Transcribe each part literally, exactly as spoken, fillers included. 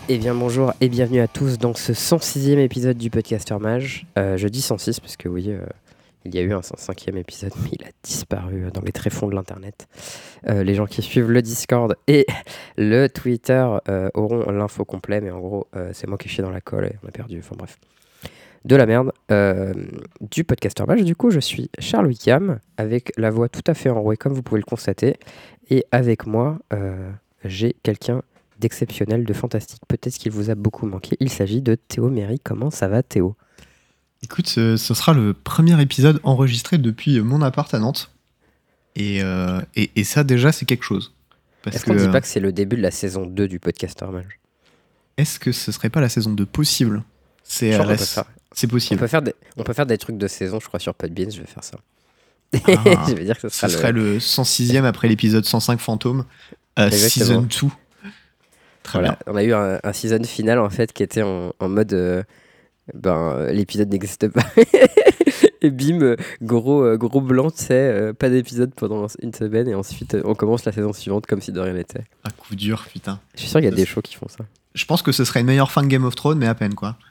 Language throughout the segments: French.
Eh bien bonjour et bienvenue à tous dans ce cent sixième épisode du Podcaster Mage. Euh, je dis cent six parce que oui, euh, il y a eu un cent cinquième épisode mais il a disparu dans les tréfonds de l'internet. Euh, les gens qui suivent le Discord et le Twitter euh, auront l'info complet, mais en gros euh, c'est moi qui suis dans la colle et on a perdu, enfin bref. De la merde. Euh, du Podcaster Mage, du coup je suis Charles Wickham avec la voix tout à fait enrouée comme vous pouvez le constater. Et avec moi euh, j'ai quelqu'un d'exceptionnel, de fantastique. Peut-être qu'il vous a beaucoup manqué. Il s'agit de Théo Méry. Comment ça va, Théo ? Écoute, ce, ce sera le premier épisode enregistré depuis mon appart à Nantes. Et, euh, et, et ça, déjà, c'est quelque chose. Parce Est-ce qu'on que, ne dit pas que c'est le début de la saison deux du Podcaster Mage ? Est-ce que ce serait pas la saison deux possible ? C'est, Je crois euh, qu'on la- peut faire- c'est On possible. peut, faire des, on peut faire des trucs de saison, je crois, sur Podbean. Je vais faire ça. Ah, je vais dire que ce ce sera serait le... le cent sixième après l'épisode cent cinq Fantôme, euh, Exactement. Season deux. Très Voilà. bien. On a eu un, un season final, en fait, qui était en, en mode... euh, ben, euh, l'épisode n'existe pas. Et bim, euh, gros, euh, gros blanc, tu sais, euh, pas d'épisode pendant une semaine. Et ensuite, euh, on commence la saison suivante comme si de rien n'était. Un coup dur, putain. Je suis sûr qu'il y a Ça, des c'est- shows qui font ça. Je pense que ce serait une meilleure fin de Game of Thrones, mais à peine, quoi.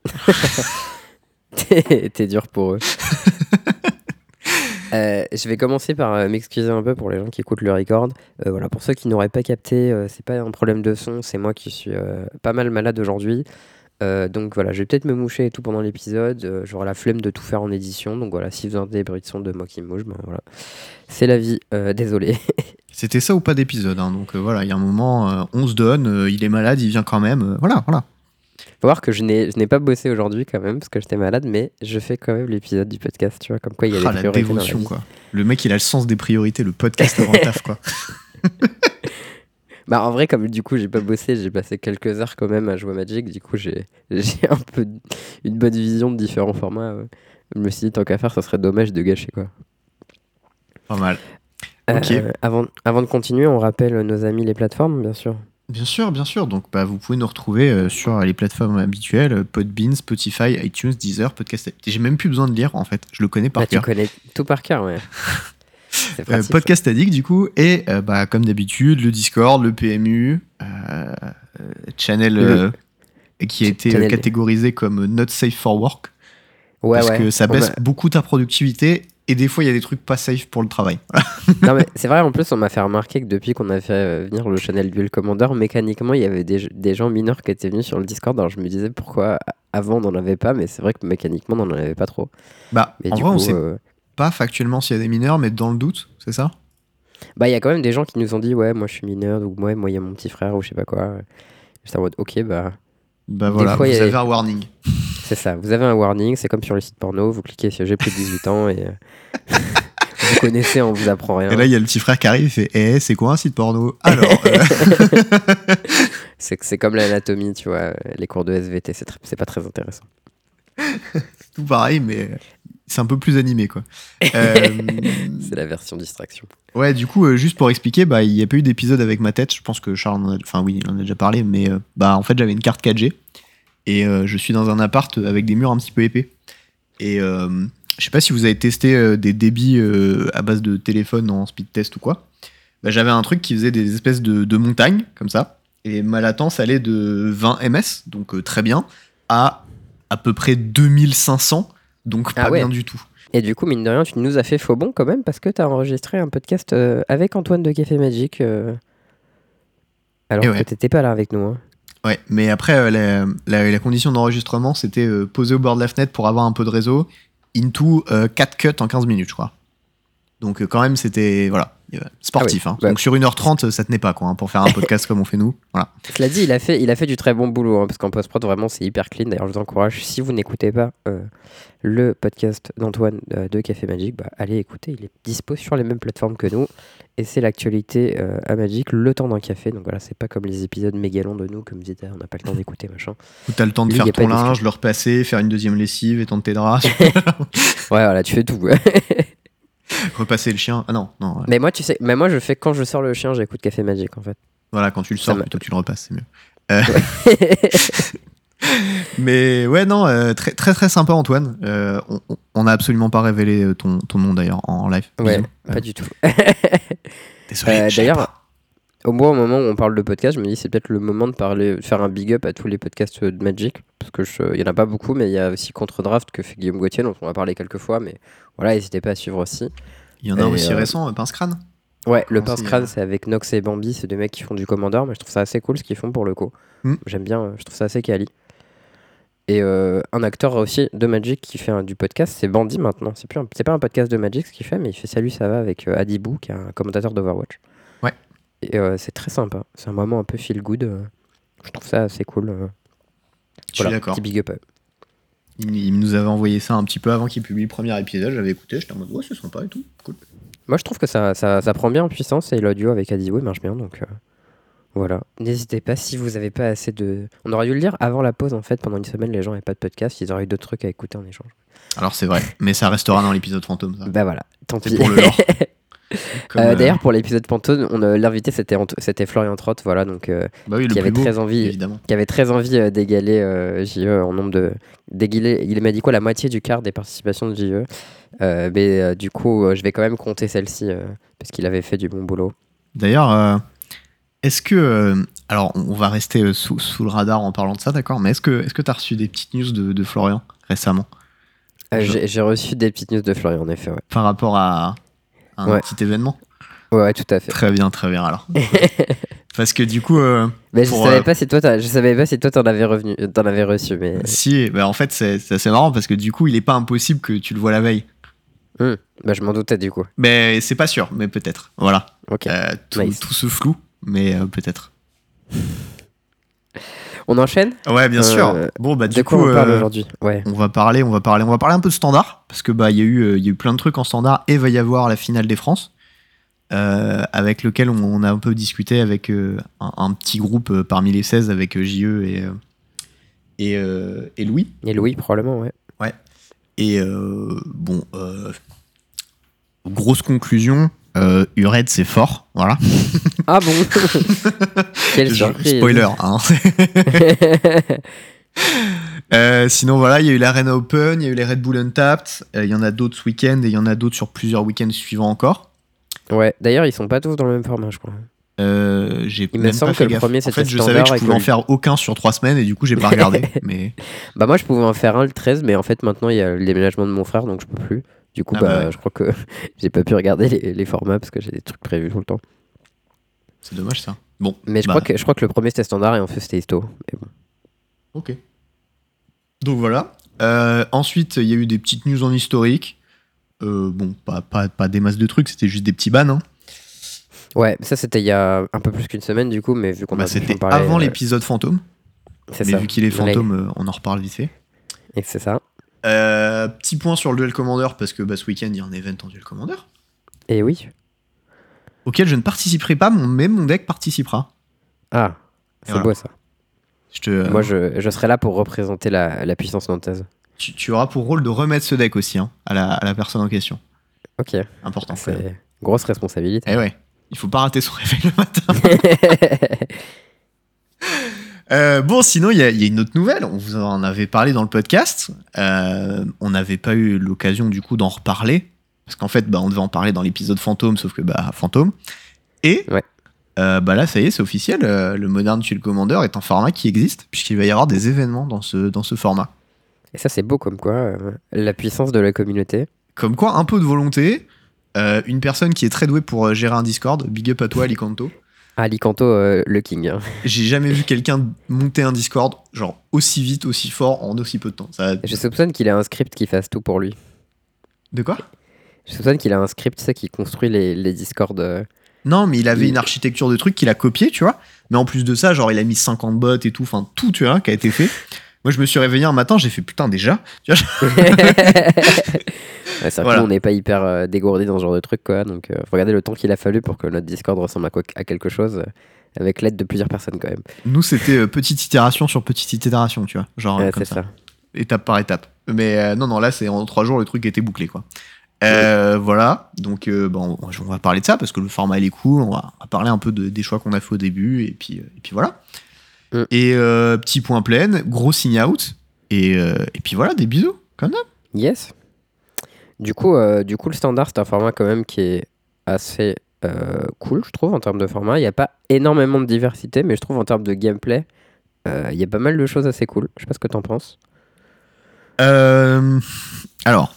T'es t'es dur pour eux. Euh, je vais commencer par euh, m'excuser un peu pour les gens qui écoutent le record. Euh, voilà, pour ceux qui n'auraient pas capté, euh, c'est pas un problème de son, c'est moi qui suis euh, pas mal malade aujourd'hui. Euh, donc voilà, je vais peut-être me moucher et tout pendant l'épisode. Euh, j'aurai la flemme de tout faire en édition. Donc voilà, si vous entendez des bruits de son de moi qui me mouche, ben voilà, c'est la vie. Euh, désolé. C'était ça ou pas d'épisode, hein. Donc euh, voilà, il y a un moment, euh, on se donne, euh, il est malade, il vient quand même. euh, voilà, voilà. Faut voir que je n'ai je n'ai pas bossé aujourd'hui quand même parce que j'étais malade, mais je fais quand même l'épisode du podcast. Tu vois, comme quoi il y a des Ah, la priorités dans la dévotion, vie. quoi. Le mec, il a le sens des priorités, le podcast avant le taf, quoi. Bah en vrai, comme du coup j'ai pas bossé, j'ai passé quelques heures quand même à jouer à Magic, du coup j'ai j'ai un peu d- une bonne vision de différents formats. Ouais. Je me suis dit tant qu'à faire, ça serait dommage de gâcher quoi. Pas mal. Ok. Euh, avant, avant de continuer, on rappelle nos amis les plateformes, bien sûr. Bien sûr, bien sûr. Donc, bah, vous pouvez nous retrouver euh, sur les plateformes habituelles, euh, Podbean, Spotify, iTunes, Deezer, Podcast. J'ai même plus besoin de lire, en fait. Je le connais par Bah, tu cœur. connais tout par cœur, ouais. C'est Euh, pratique. Podcast Addict, du coup, et euh, bah, comme d'habitude, le Discord, le P M U, euh, euh, channel euh, qui a Ch- été euh, channel. catégorisé comme Not Safe for Work, Ouais, parce ouais. que ça On baisse m'a- beaucoup ta productivité, et des fois, il y a des trucs pas safe pour le travail. Non, mais c'est vrai, en plus, on m'a fait remarquer que depuis qu'on a fait euh, venir le channel Duel Commander, mécaniquement, il y avait des, des gens mineurs qui étaient venus sur le Discord. Alors je me disais pourquoi a- avant on n'en avait pas, mais c'est vrai que mécaniquement, on n'en avait pas trop. Bah, Mais en du vrai, on coup, sait euh, pas factuellement s'il y a des mineurs, mais dans le doute, c'est ça? bah, il y a quand même des gens qui nous ont dit, ouais, moi je suis mineur, ou ouais, moi il y a mon petit frère, ou je sais pas quoi. J'étais en mode, ok, bah, Bah Des voilà, fois, il vous y a- avez un warning. c'est ça. Vous avez un warning, c'est comme sur les sites porno, vous cliquez sur j'ai plus de dix-huit ans et euh, vous connaissez, on vous apprend rien. Et là, il y a le petit frère qui arrive et fait Eh, c'est quoi un site porno Alors, euh, C'est c'est comme l'anatomie, tu vois, les cours de S V T, c'est tr- c'est pas très intéressant. tout pareil, mais c'est un peu plus animé, quoi. Euh, C'est la version distraction. ouais, du coup, euh, juste pour expliquer, bah, il n'y a pas eu d'épisode avec ma tête. Je pense que Charles en a... Enfin, oui, il en a déjà parlé, mais euh, bah, en fait, j'avais une carte quatre G et euh, je suis dans un appart avec des murs un petit peu épais. Et euh, je sais pas si vous avez testé euh, des débits euh, à base de téléphone en speed test ou quoi. Bah, j'avais un truc qui faisait des espèces de, de montagnes, comme ça. Et ma latence allait de vingt mégaoctets, donc euh, très bien, à à peu près deux mille cinq cents, donc pas Ah ouais. bien du tout. Et du coup, mine de rien, tu nous as fait faux bon quand même parce que t'as enregistré un podcast euh, avec Antoine de Café Magic. euh, alors Et que ouais. t'étais pas là avec nous. Hein. Ouais, mais après, euh, la, la- la condition d'enregistrement, c'était euh, poser au bord de la fenêtre pour avoir un peu de réseau, into euh, quatre cuts en quinze minutes, je crois. Donc euh, quand même, c'était voilà, euh, sportif. Ah oui. hein. Bah. Donc sur une heure trente, ça tenait pas, quoi, hein, pour faire un podcast comme on fait nous. Voilà. Cela dit, il a fait, il a fait du très bon boulot hein, parce qu'en post-prod, vraiment, c'est hyper clean. D'ailleurs, je vous encourage, si vous n'écoutez pas euh, le podcast d'Antoine euh, de Café Magic, bah, allez écouter. Il est dispo sur les mêmes plateformes que nous. Et c'est l'actualité euh, à Magic, le temps d'un café. Donc voilà, c'est pas comme les épisodes méga longs de nous, comme disait, on n'a pas le temps d'écouter, machin. Où t'as le temps de Lui, y a faire pas ton de linge, le repasser, faire une deuxième lessive, étendre tes draps, Ouais, voilà, tu fais tout. repasser le chien. Ah non, non. ouais. Mais moi, tu sais, mais moi, je fais quand je sors le chien, j'écoute Café Magic en fait. Voilà, quand tu le Ça sors, m'a- plutôt tu le repasses, c'est mieux. Euh, mais ouais, non, euh, très très très sympa Antoine. Euh, on- on on n'a absolument pas révélé ton, ton nom d'ailleurs en live. Ouais, Bisous. pas Euh, du tout. Désolé. Euh, je savais D'ailleurs, pas. au moins au moment où on parle de podcast, je me dis c'est peut-être le moment de parler, de faire un big up à tous les podcasts de Magic, parce que je- il y en a pas beaucoup, mais il y a aussi Contre-Draft que fait Guillaume Gauthier, dont on va parler quelques fois, mais voilà, n'hésitez pas à suivre aussi. Il y en a un Et, aussi euh, récent, euh, Pince Crâne. Ouais, le Commencé, pince crâne, euh, c'est avec Nox et Bambi, c'est deux mecs qui font du Commander, mais je trouve ça assez cool ce qu'ils font pour le coup. Hmm. J'aime bien, euh, je trouve ça assez quali. Et euh, un acteur aussi de Magic qui fait un- du podcast, c'est Bandy maintenant. C'est plus un- c'est pas un podcast de Magic ce qu'il fait, mais il fait Salut, ça va avec euh, Adibou, qui est un commentateur d'Overwatch. Ouais. Et euh, c'est très sympa. C'est un moment un peu feel good. euh, je trouve ça assez cool. euh. Je suis Voilà, d'accord. petit big up. Il, il nous avait envoyé ça un petit peu avant qu'il publie le premier épisode. J'avais écouté, j'étais en mode ouais, c'est sympa et tout. Cool. Moi, je trouve que ça, ça, ça prend bien en puissance et l'audio avec Adibou il marche bien. Donc euh, voilà. N'hésitez pas si vous avez pas assez de. On aurait dû le dire avant la pause en fait. Pendant une semaine, les gens n'avaient pas de podcast. Ils auraient eu d'autres trucs à écouter en échange. Alors c'est vrai, mais ça restera dans l'épisode fantôme. Ça. Bah voilà, tant C'est pis. pour le lore. Comme, Euh, euh, D'ailleurs, pour l'épisode Pantone, on, euh, l'invité c'était, Ant- c'était Florian Trott, voilà, donc euh, bah oui, le qui plus avait beau, très envie, évidemment. qui avait très envie euh, d'égaler euh, J E en nombre de d'égaler. Il m'a dit quoi, la moitié du quart des participations de J E. Euh, mais euh, du coup, euh, je vais quand même compter celle-ci euh, parce qu'il avait fait du bon boulot. D'ailleurs, euh, est-ce que euh, alors on va rester euh, sous, sous le radar en parlant de ça, d'accord? Mais est-ce que est-ce que t'as reçu des petites news de, de Florian récemment Euh, Je- j'ai, j'ai reçu des petites news de Florian, en effet. Ouais, par rapport à, à un Ouais. petit événement? ouais, ouais, tout à fait. Très bien, très bien alors. Parce que du coup, euh, Mais je pour, savais euh, pas si toi, t'as- je savais pas si toi t'en avais revenu, t'en avais reçu, mais si, bah, en fait c'est c'est assez marrant parce que du coup, il est pas impossible que tu le vois la veille. Hum, bah je m'en doutais du coup. Mais c'est pas sûr, mais peut-être. Voilà. Ok. Euh, tout, Nice. tout se floue, mais euh, peut-être. On enchaîne. Ouais, bien Euh, sûr. Bon, bah De du quoi coup, on parle euh, aujourd'hui? Ouais. on va parler, on va parler, on va parler un peu de standard parce que bah il y a eu, euh, il y a eu plein de trucs en standard et va y avoir la finale des France euh, avec lequel on, on a un peu discuté avec euh, un, un petit groupe euh, parmi les seize avec euh, J E et euh, et, euh, et Louis. Et Louis probablement, ouais. Et euh, bon, euh, grosse conclusion, euh, Ured c'est fort, voilà. Ah bon. Quelle Genre, surprise. spoiler, hein. Euh, sinon voilà, il y a eu l'Arena Open, il y a eu les Red Bull Untapped, euh, il y en a d'autres ce week-end et il y en a d'autres sur plusieurs week-ends suivants encore. Ouais, d'ailleurs, ils sont pas tous dans le même format, je crois. Euh, j'ai Il me même semble pas fait que le gaffe. premier, En c'était fait, je standard savais que je et pouvais que en le- faire aucun sur trois semaines et du coup j'ai pas regardé. Mais Bah moi, je pouvais en faire un le treize, mais en fait, maintenant, il y a le déménagement de mon frère, donc je peux plus. Du coup, Ah bah, bah ouais. je crois que j'ai pas pu regarder les, les formats parce que j'ai des trucs prévus tout le temps. c'est dommage ça. Bon, Mais je, bah, crois, que, je crois que le premier, c'était standard et en fait, c'était histo. Mais bon. ok. Donc voilà. Euh, ensuite, il y a eu des petites news en historique. Euh, bon, pas, pas, pas des masses de trucs, c'était juste des petits bans. Hein. Ouais, ça, c'était il y a un peu plus qu'une semaine, du coup, mais vu qu'on Bah, a c'était parlé, avant euh, l'épisode fantôme. c'est Mais ça. vu qu'il est On l'a- fantôme, euh, on en reparle vite fait. Et c'est ça. Euh, petit point sur le Duel Commander, parce que bah, ce week-end, il y a un event en Duel Commander. Et oui. Auquel je ne participerai pas, mon- mais mon deck participera. Ah, c'est voilà. beau ça. Je te, euh, Moi, je, je serai là pour représenter la, la puissance nantaise. tu, tu auras pour rôle de remettre ce deck aussi hein, à, la, à la personne en question. Ok. Important. quand même. C'est grosse responsabilité. Eh ouais, il faut pas rater son réveil le matin. Euh, bon, sinon, il y, a- il y a une autre nouvelle. On vous en avait parlé dans le podcast. Euh, on n'avait pas eu l'occasion, du coup, d'en reparler. Parce qu'en fait, bah, on devait en parler dans l'épisode Fantôme, sauf que, bah, Fantôme. Et, Ouais. euh, bah là, ça y est, c'est officiel. euh, le Modern Duel Commander est un format qui existe, puisqu'il va y avoir des événements dans ce, dans ce format. Et ça, c'est beau comme quoi. euh, la puissance de la communauté. Comme quoi, un peu de volonté. euh, une personne qui est très douée pour euh, gérer un Discord. Big up à toi, Alicanto. Ah, Alicanto, euh, le king. hein. J'ai jamais vu quelqu'un monter un Discord, genre, aussi vite, aussi fort, en aussi peu de temps. Ça... Je soupçonne qu'il a un script qui fasse tout pour lui. De quoi? Je soupçonne qu'il a un script, tu sais, qui construit les, les Discord. euh, Non, mais il avait Il- une architecture de trucs qu'il a copié, tu vois. Mais en plus de ça, genre, il a mis cinquante bots et tout, enfin, tout, tu vois, qui a été fait. Moi, je me suis réveillé un matin, j'ai fait putain, déjà. Tu vois, Ouais, c'est vrai Voilà. que nous, on n'est pas hyper euh, dégourdis dans ce genre de truc, quoi. Donc, euh, regardez le temps qu'il a fallu pour que notre Discord ressemble à, quoi- à quelque chose, euh, avec l'aide de plusieurs personnes, quand même. nous, c'était euh, petite itération sur petite itération, tu vois. Genre, euh, Ouais, comme c'est ça. ça. Étape par étape. Mais euh, non, non, là, c'est en trois jours, le truc était bouclé, quoi. Euh, Voilà, donc euh, bon, on va parler de ça parce que le format il est cool. On va, on va parler un peu de- des choix qu'on a fait au début et puis, euh, et puis voilà. Mm. Et euh, petit point plein, gros sign out et, euh, et puis voilà, des bisous, comme d'hab. Yes. Du coup, euh, du coup, le standard, c'est un format quand même qui est assez euh, cool, je trouve, en termes de format. Il n'y a pas énormément de diversité, mais je trouve en termes de gameplay, euh, il y a pas mal de choses assez cool. Je sais pas ce que t'en penses. Euh, alors,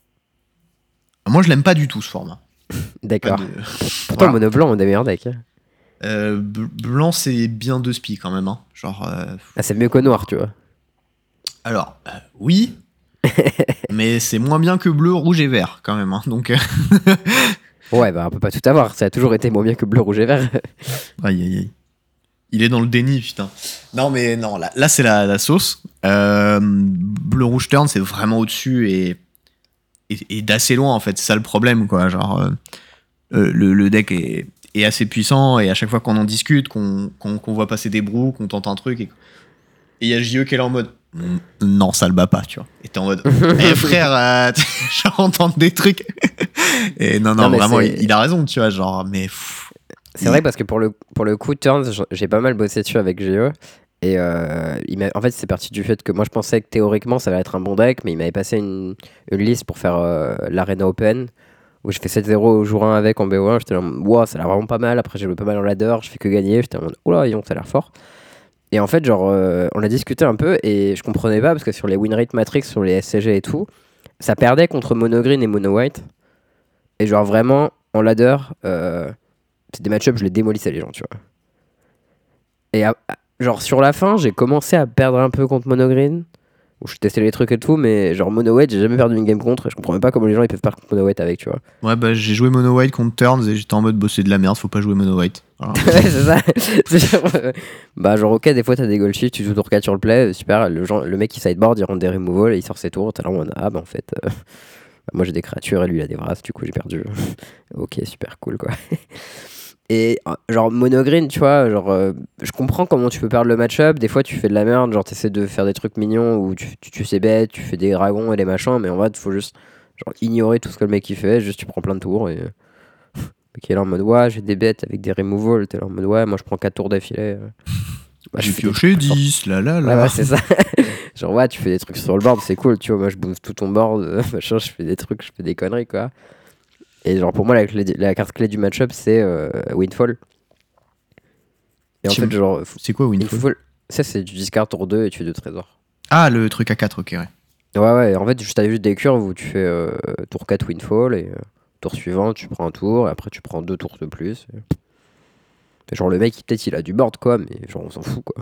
moi je l'aime pas du tout ce format. D'accord. De... Pourtant, voilà. mono blanc, on a des meilleurs decks. Euh, blanc c'est bien deux spi quand même. Hein. Genre. Euh... Ah, c'est mieux que noir, tu vois. Alors, euh, oui, mais c'est moins bien que bleu, rouge et vert quand même. Hein. Donc. Ouais, bah on peut pas tout avoir. Ça a toujours été moins bien que bleu, rouge et vert. Aïe aïe aïe. Il est dans le déni, putain. Non, mais non, là, là c'est la, la sauce. Euh, bleu rouge turn, c'est vraiment au-dessus et, et, et d'assez loin, en fait. C'est ça le problème, quoi. Genre, euh, euh, le, le deck est, est assez puissant et à chaque fois qu'on en discute, qu'on qu'on, qu'on voit passer des brous, qu'on tente un truc, et il y a J E qui est là en mode non, ça le bat pas, tu vois. Et t'es en mode eh frère, euh, j'entends des trucs. Et non, non, Non, vraiment, c'est... il, il a raison, tu vois. Genre, mais. Pff, c'est vrai parce que pour le, pour le coup, Turns, j'ai pas mal bossé dessus avec G E. Et euh, il m'a... en fait, c'est parti du fait que moi je pensais que théoriquement ça allait être un bon deck, mais il m'avait passé une, une liste pour faire euh, l'Arena Open, où je fais sept zéro au jour un avec en B O un. J'étais là, wow, ça a l'air vraiment pas mal. Après, j'ai joué pas mal en ladder, je fais que gagner. J'étais en mode, oula, ça a l'air fort. Et en fait, genre, euh, on a discuté un peu et je comprenais pas parce que sur les win rate matrix, sur les S C G et tout, ça perdait contre mono green et mono white. Et genre, vraiment, en ladder, euh, c'est des match-ups, je les démolissais les gens, tu vois. Et à, à, genre, sur la fin, j'ai commencé à perdre un peu contre mono green, où je testais les trucs et tout, mais genre, mono white, j'ai jamais perdu une game contre et je comprends même pas comment les gens ils peuvent perdre contre mono white avec, tu vois. Ouais, bah j'ai joué mono white contre turns et j'étais en mode bosser de la merde, faut pas jouer mono white. Voilà. Ouais, c'est ça. C'est genre, euh, bah, genre, ok, des fois t'as des gold shifts, tu joues tour quatre sur le play, super. Le, genre, le mec il sideboard, il rentre des removals et il sort ses tours. T'es là en mode, ah bah en fait, euh, bah, moi j'ai des créatures et lui il a des vras, du coup j'ai perdu. Ok, super cool quoi. Et euh, genre monogreen, tu vois, genre euh, je comprends comment tu peux perdre le match-up. Des fois tu fais de la merde, genre t'essaies de faire des trucs mignons où tu, tu, tu sais bête, tu fais des dragons et des machins, mais en vrai il faut juste genre, ignorer tout ce que le mec il fait, juste tu prends plein de tours et. Qui est là en mode ouais, j'ai des bêtes avec des removals. T'es là en mode ouais, moi je prends quatre tours d'affilée. Bah, j'ai pioché dix, là là là. Ouais, ouais, c'est ça. Genre, ouais, tu fais des trucs sur le board, c'est cool, tu vois. Moi je bouffe tout ton board, euh, machin, je fais des trucs, je fais des conneries, quoi. Et genre, pour moi, la, clé, la carte clé du match-up, c'est euh, Windfall. Et en fait, genre. C'est quoi Windfall, Windfall ça, c'est du discard tour deux et tu fais deux trésors. Ah, le truc à quatre, ok, ouais. Ouais, ouais, en fait, juste t'as juste des curves où tu fais euh, tour quatre Windfall et euh, tour suivant, tu prends un tour et après tu prends deux tours de plus. Et... genre, le mec, peut-être il a du board, quoi, mais genre, on s'en fout, quoi.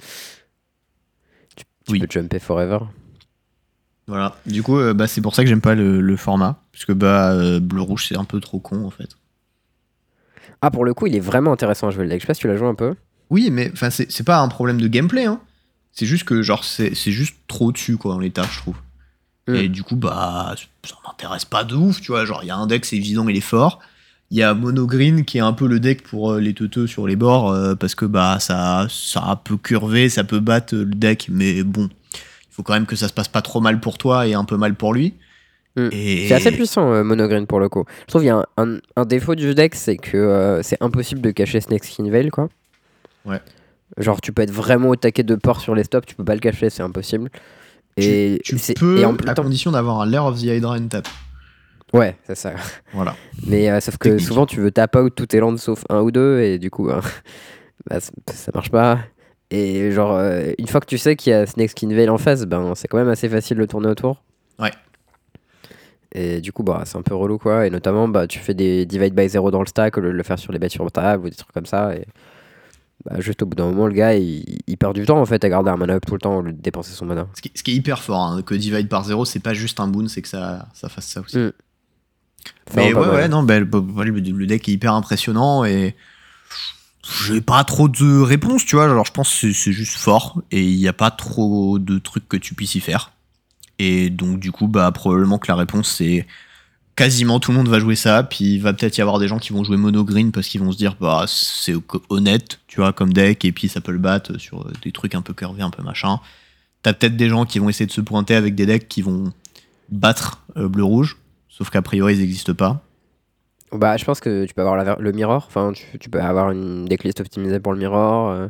tu tu oui. peux jumper forever. Voilà. Du coup, euh, bah, c'est pour ça que j'aime pas le, le format. Parce que bah, euh, bleu-rouge, c'est un peu trop con, en fait. Ah, pour le coup, il est vraiment intéressant à jouer le deck. Je sais pas si tu l'as joué un peu. Oui, mais c'est, c'est pas un problème de gameplay, hein. C'est juste que, genre, c'est, c'est juste trop dessus, quoi, en l'état, je trouve. Mm. Et du coup, bah, ça m'intéresse pas de ouf, tu vois. Genre, il y a un deck, c'est évident, il est fort. Il y a Mono Green qui est un peu le deck pour euh, les teuteux sur les bords, euh, parce que bah ça, ça peut curver, ça peut battre le deck, mais bon, il faut quand même que ça se passe pas trop mal pour toi et un peu mal pour lui. Mm. Et... c'est assez puissant, euh, Mono Green, pour le coup. Je trouve qu'il y a un, un, un défaut du deck, c'est que euh, c'est impossible de cacher Snakeskin Veil, quoi. Ouais. Genre, tu peux être vraiment au taquet de port sur les stops, tu peux pas le cacher, c'est impossible. Et tu, tu peux, et en à temps... condition d'avoir un Lair of the Hydra and tap. Ouais, c'est ça. Voilà. Mais euh, sauf que technique. Souvent tu veux tap out tous tes lands sauf un ou deux et du coup hein, bah, ça marche pas. Et genre euh, une fois que tu sais qu'il y a Snakeskin Veil en face, ben c'est quand même assez facile de tourner autour. Ouais. Et du coup bah c'est un peu relou quoi. Et notamment bah tu fais des divide by zero dans le stack au lieu de le faire sur les bêtes sur table ou des trucs comme ça. Et bah, juste au bout d'un moment le gars il, il perd du temps en fait à garder un mana up tout le temps au lieu de dépenser son mana. Ce qui, ce qui est hyper fort hein, que divide par zéro c'est pas juste un boon, c'est que ça, ça fasse ça aussi. Mm. Mais ouais, ouais, non, bah, le, le deck est hyper impressionnant et j'ai pas trop de réponses, tu vois. Alors, je pense que c'est, c'est juste fort et il n'y a pas trop de trucs que tu puisses y faire. Et donc, du coup, bah, probablement que la réponse c'est quasiment tout le monde va jouer ça. Puis il va peut-être y avoir des gens qui vont jouer mono green parce qu'ils vont se dire, bah, c'est honnête, tu vois, comme deck et puis ça peut le battre sur des trucs un peu curvés, un peu machin. T'as peut-être des gens qui vont essayer de se pointer avec des decks qui vont battre euh, bleu-rouge. Sauf qu'a priori, ils n'existent pas. Bah, je pense que tu peux avoir la, le mirror. Enfin, tu, tu peux avoir une decklist optimisée pour le mirror. Euh,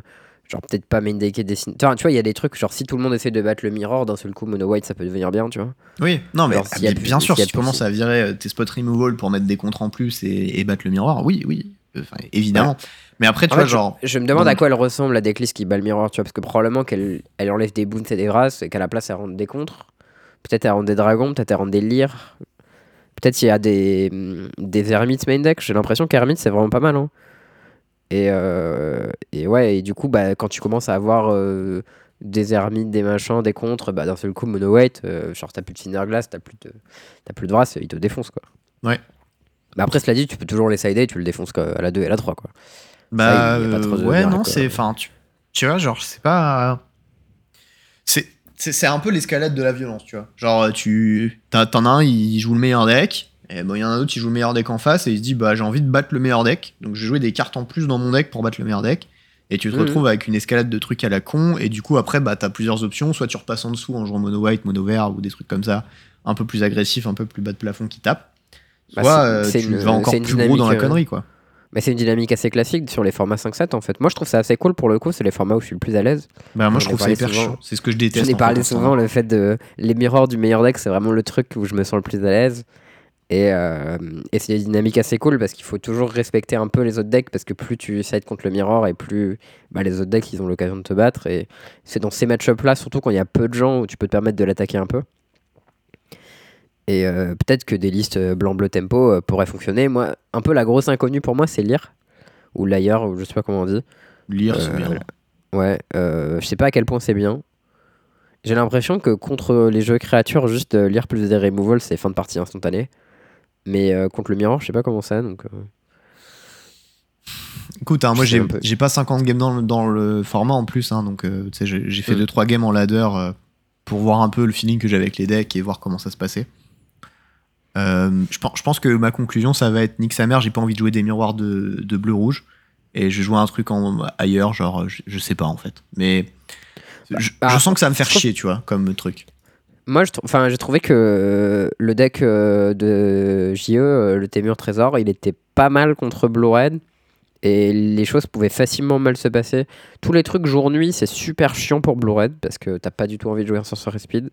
Genre peut-être pas main deck et dessiner. Tu vois, tu vois, il y a des trucs, genre si tout le monde essaie de battre le mirror, d'un seul coup, mono white, ça peut devenir bien, tu vois. Oui, non, mais Genre, ah, s'il y a bien, plus- bien sûr, s'il y a si tu plus- commences à virer euh, tes spot removal pour mettre des contres en plus et, et battre le miroir, oui, oui, enfin, évidemment. Mais après, tu En vois, fait, je, genre. je me demande dans- à quoi elle ressemble la decklist qui bat le mirror, tu vois, parce que probablement qu'elle elle enlève des boons et des grâces, et qu'à la place elle rentre des contres. Peut-être elle rentre des dragons, peut-être elle rentre des lyres. Peut-être il y a des, hum, des ermites main deck. J'ai l'impression qu'ermite c'est vraiment pas mal. Hein. Et, euh, et ouais, et du coup, bah, quand tu commences à avoir euh, des ermites, des machins, des contres, bah, d'un seul coup, mono weight, euh, genre t'as plus de Cinderglass, t'as plus de, t'as plus de Vras, il te défonce quoi. Ouais. Mais après, cela dit, tu peux toujours les sider, tu le défonces quoi, à la deux et à la trois quoi. Ça, Bah, il n'y a pas euh, trop de ouais, non, miracle, quoi. c'est. Enfin, tu, tu vois, genre, c'est pas. C'est. C'est c'est un peu l'escalade de la violence, tu vois. Genre, tu. t'as- T'en as un, il joue le meilleur deck. Et bon, il y en a un autre qui joue le meilleur deck en face. Et il se dit, bah, j'ai envie de battre le meilleur deck. Donc, je vais jouer des cartes en plus dans mon deck pour battre le meilleur deck. Et tu te Mhm. retrouves avec une escalade de trucs à la con. Et du coup, après, bah, t'as plusieurs options. Soit tu repasses en dessous en jouant mono white, mono vert ou des trucs comme ça. Un peu plus agressif, un peu plus bas de plafond qui tape. Bah, Soit c'est- euh, c'est tu une- vas encore c'est une plus gros dans la dynamique, euh, connerie, quoi. Mais c'est une dynamique assez classique sur les formats cinq sept en fait. Moi je trouve ça assez cool pour le coup, c'est les formats où je suis le plus à l'aise. Bah, moi, je J'en ai trouve ça parlé hyper souvent. chiant. C'est ce que je J'en déteste. ai en parlé fait, en ce moment. souvent, le fait de. Les mirrors du meilleur deck, c'est vraiment le truc où je me sens le plus à l'aise. Et, euh, et c'est une dynamique assez cool parce qu'il faut toujours respecter un peu les autres decks parce que plus tu sides contre le mirror et plus bah, les autres decks ils ont l'occasion de te battre. Et c'est dans ces match-ups là, surtout quand il y a peu de gens, où tu peux te permettre de l'attaquer un peu. Et euh, peut-être que des listes euh, blanc-bleu tempo euh, pourraient fonctionner. Moi, un peu la grosse inconnue pour moi, c'est Lyre ou Lyre, ou je sais pas comment on dit. Lire, c'est Euh, bien. Ouais, euh, je sais pas à quel point c'est bien. J'ai l'impression que contre les jeux créatures, juste euh, lire plus des removals, c'est fin de partie instantanée. Mais euh, contre le mirror, je sais pas comment c'est, donc euh, Écoute, hein, je moi sais j'ai un peu. j'ai pas cinquante games dans le, dans le format en plus, hein, donc euh, tu sais, j'ai j'ai fait Mm. deux trois games en ladder euh, pour voir un peu le feeling que j'avais avec les decks et voir comment ça se passait. Euh, je, pense, je pense que ma conclusion ça va être nique sa mère, j'ai pas envie de jouer des miroirs de, de bleu-rouge et je vais jouer un truc en, ailleurs, genre je, je sais pas en fait. Mais je, bah, je sens que ça va me faire je trouve- chier, tu vois, comme truc. Moi, je trou- enfin, j'ai trouvé que euh, le deck euh, de J E, euh, le Témur Trésor, il était pas mal contre Blue Red. Et les choses pouvaient facilement mal se passer. Tous les trucs jour-nuit, c'est super chiant pour Blue Red parce que t'as pas du tout envie de jouer un Sorcerer Speed.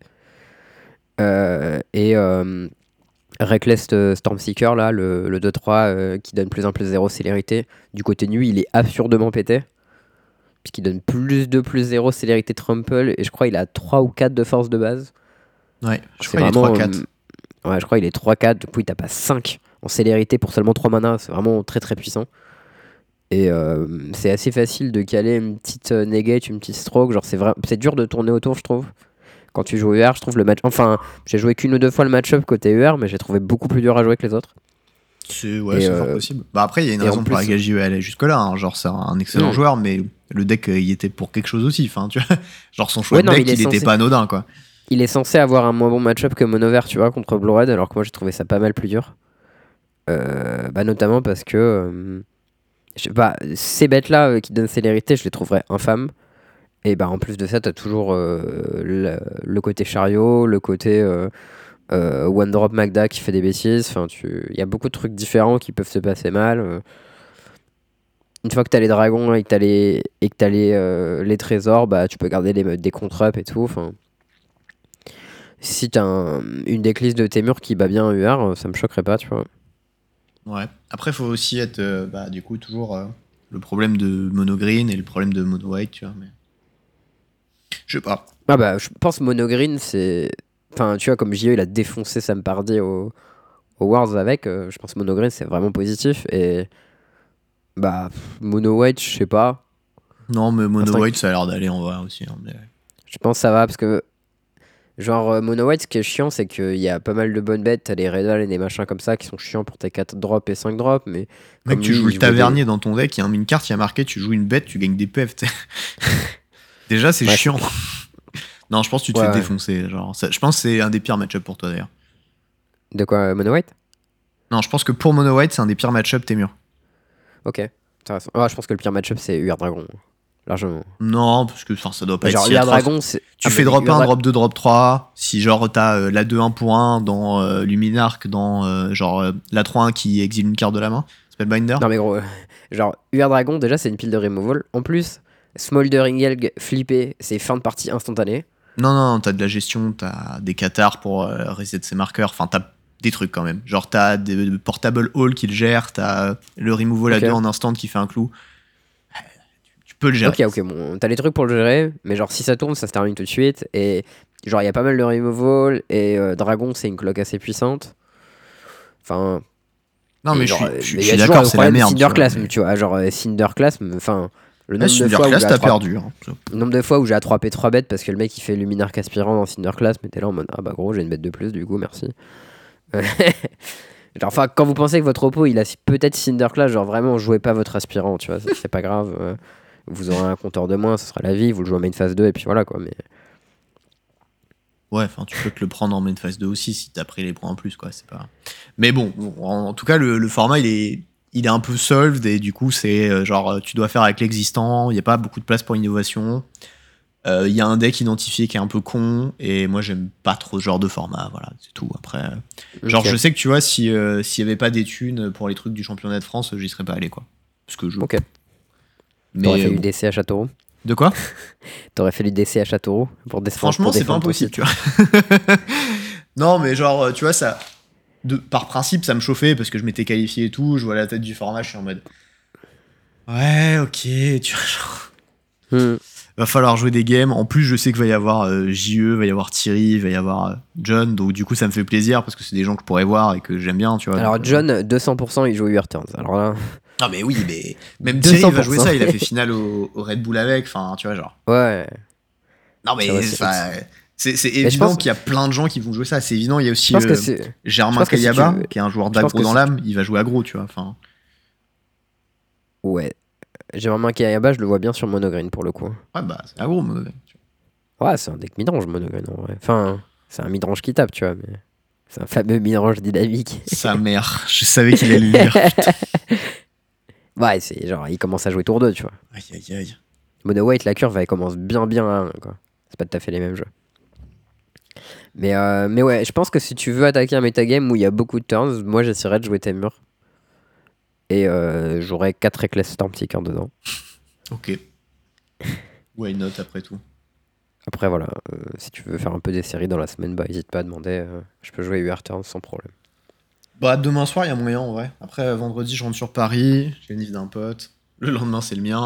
Euh, et euh, Reckless euh, Stormseeker, là, le, le deux trois euh, qui donne plus un plus zéro célérité, du côté nuit, il est absurdement pété. Puisqu'il donne plus deux plus zéro célérité trample. Et je crois qu'il a trois ou quatre de force de base. Ouais, je C'est crois qu'il est vraiment, trois quatre. euh, ouais, je crois qu'il est trois quatre. Du coup, il tape à cinq en célérité pour seulement trois mana. C'est vraiment très très puissant. Et euh, c'est assez facile de caler une petite euh, negate, une petite stroke. Genre, c'est vrai, c'est dur de tourner autour, je trouve. Quand tu joues U R, je trouve le match. Enfin, j'ai joué qu'une ou deux fois le match-up côté U R, mais j'ai trouvé beaucoup plus dur à jouer que les autres. C'est ouais, Et, c'est euh, fort possible. Bah après, il y a une et en raison pour plus- laquelle J E allait jusque-là. Hein. Genre, c'est un excellent Mm. joueur, mais le deck, euh, il était pour quelque chose aussi. Enfin, tu vois, genre son choix Ouais, de non, mais deck, il est il était censé- pas anodin, quoi. Il est censé avoir un moins bon match-up que Mono Vert, tu vois, contre Blue Red, alors que moi j'ai trouvé ça pas mal plus dur. Euh, bah, notamment parce que. euh, je sais pas, ces bêtes-là euh, qui donnent célérité, je les trouverais infâmes. Et bah en plus de ça, t'as toujours euh, le, le côté chariot, le côté euh, euh, One Drop Magda qui fait des bêtises. Enfin, tu... il y a beaucoup de trucs différents qui peuvent se passer mal. euh. Une fois que t'as les dragons et que t'as les, et que t'as les, euh, les trésors, bah tu peux garder les, des contre-up et tout. Enfin, si t'as un- une decklist de Témur qui bat bien en U R, ça me choquerait pas, tu vois. Ouais. Après, faut aussi être, euh, bah, du coup, toujours euh, le problème de mono green et le problème de mono white, tu vois. Mais je sais pas. Ah bah, je pense Mono Green, c'est. Enfin, tu vois, comme J E, il a défoncé Sam Pardy au, au Worlds avec, euh, je pense Mono Green, c'est vraiment positif. Et. Bah, pff, Mono White, je sais pas. Non, mais mono Instinct- white, ça a l'air d'aller en vrai aussi. Hein, mais- Je pense que ça va parce que. Genre, euh, Mono White, ce qui est chiant, c'est qu'il y a pas mal de bonnes bêtes. T'as des Redal et des machins comme ça qui sont chiants pour tes quatre drops et cinq drops. Mais. Mec, comme tu lui, joues il le jouait tavernier dans ton deck, il y a une carte, il y a marqué, tu joues une bête, tu gagnes des P F. t'sais. Déjà, c'est Ouais, chiant. Non, je pense que tu te Ouais, fais ouais. défoncer. Genre, ça- je pense que c'est un des pires match pour toi d'ailleurs. des- De quoi, euh, Mono White? Non, je pense que pour mono white, c'est un des pires match-up Témur. Ok. Intéressant. Ah, je pense que le pire match-up, c'est U R Dragon. Largement. Non, parce que enfin, ça doit pas Genre, être si U R atroce. Dragon, c'est. Tu Ah, fais mais drop U R un, Dra- drop deux, drop trois. Si genre t'as euh, la deux un pour un dans euh, Luminarch, dans euh, genre euh, la trois un qui exile une carte de la main, Spellbinder. Non mais gros, euh, genre U R Dragon déjà c'est une pile de removal. En plus, Smoldering Elg flippé, c'est fin de partie instantanée. Non, non, t'as de la gestion, t'as des cathares pour euh, reset ses marqueurs, enfin t'as des trucs quand même. Genre t'as des portable hall qui le gère, t'as le removal Ok. à deux en instant qui fait un clou. Tu peux le gérer. Ok, ok, bon, t'as les trucs pour le gérer, mais genre si ça tourne, ça se termine tout de suite. Et genre, il y a pas mal de removal, et euh, Dragon, c'est une cloque assez puissante. Enfin. Non, et mais je genre, suis, euh, je suis- mais je il y a suis toujours d'accord, le c'est la problème de merde. tu vois, Cinderclasm, mais- tu vois. Genre, euh, Cinderclasm, enfin. Le Ouais, nombre de fois où Cinderclass, j'ai t'as attrapé- perdu. hein. le nombre de fois où j'ai attrapé trois bêtes parce que le mec il fait Luminarque aspirant dans Cinderclass, mais t'es là en mode ah bah gros, j'ai une bête de plus, du coup, merci. Genre, enfin, quand vous pensez que votre repos il a peut-être Cinderclass, genre vraiment, jouez pas votre aspirant, tu vois, c'est c'est pas grave. euh, vous aurez un compteur de moins, ce sera la vie, vous le jouez en main phase deux et puis voilà quoi. Mais Ouais, enfin, tu peux te le prendre en main phase deux aussi si t'as pris les points en plus, quoi. C'est pas. Mais bon, bon, en, en tout cas, le, le format, il est, il est un peu solved et du coup, c'est euh, genre, tu dois faire avec l'existant. Il y a pas beaucoup de place pour innovation. Euh, Il y a un deck identifié qui est un peu con et moi, j'aime pas trop ce genre de format. Voilà, c'est tout. Après, euh, genre, ok. je sais que tu vois, si euh, s'il y avait pas des thunes pour les trucs du championnat de France, j'y serais pas allé, quoi. Parce que je. Ok. T'aurais Mais fait euh, du bon. D C à Châteauroux. De quoi? T'aurais fait du D C à Châteauroux pour défendre. Franchement, pour c'est pas défendre ton impossible, site. tu vois. Non, mais genre, tu vois, ça. De, par principe, ça me chauffait parce que je m'étais qualifié et tout. Je vois la tête du format, je suis en mode. Ouais, ok, tu vois, genre. Hmm. Va falloir jouer des games. En plus, je sais qu'il va y avoir euh, J E, va y avoir Thierry, il va y avoir euh, John. Donc, du coup, ça me fait plaisir parce que c'est des gens que je pourrais voir et que j'aime bien, tu vois. Alors, donc, euh, John, deux cents pour cent il joue U-Returns. Alors là, Non, mais oui, mais. Même Thierry, il va jouer deux cents pour cent. ça. Il a fait finale au, au Red Bull avec. Enfin, tu vois, genre. ouais. Non, C'est mais vrai, c'est- ça. C'est c'est Mais je évident pense- qu'il y a plein de gens qui vont jouer ça. C'est évident. Il y a Je aussi pense que euh, c'est. je Germain pense que si tu Kayaba, veux- qui est un joueur je pense d'aggro que dans si l'âme. Il va jouer aggro, tu vois. Enfin. Ouais. J'ai vraiment un Kayaba, je le vois bien sur Monogreen pour le coup. Ouais, bah, c'est aggro, mais. Ouais, c'est un deck midrange Monogreen en vrai. Enfin, c'est un midrange qui tape, tu vois, mais c'est un fameux midrange dynamique. Sa mère. Je savais qu'il allait le lire. Putain. Ouais, c'est genre, il commence à jouer tour deux, tu vois. Aïe, aïe, aïe. Mono White, la curve, elle commence bien, bien à un, quoi. C'est pas tout à fait les mêmes jeux. Mais, euh, mais ouais, je pense que si tu veux attaquer un metagame où il y a beaucoup de turns, moi j'essaierais de jouer Temur. Et euh, j'aurais quatre Reckless Stormseeker dedans. Ok. Why not après tout. Après, voilà, euh, si tu veux faire un peu des séries dans la semaine, bah n'hésite pas à demander. euh, je peux jouer U R turns sans problème. Bah, demain soir, il y a moyen en vrai. Après, euh, vendredi, je rentre sur Paris. J'ai une nif d'un pote. Le lendemain, c'est le mien.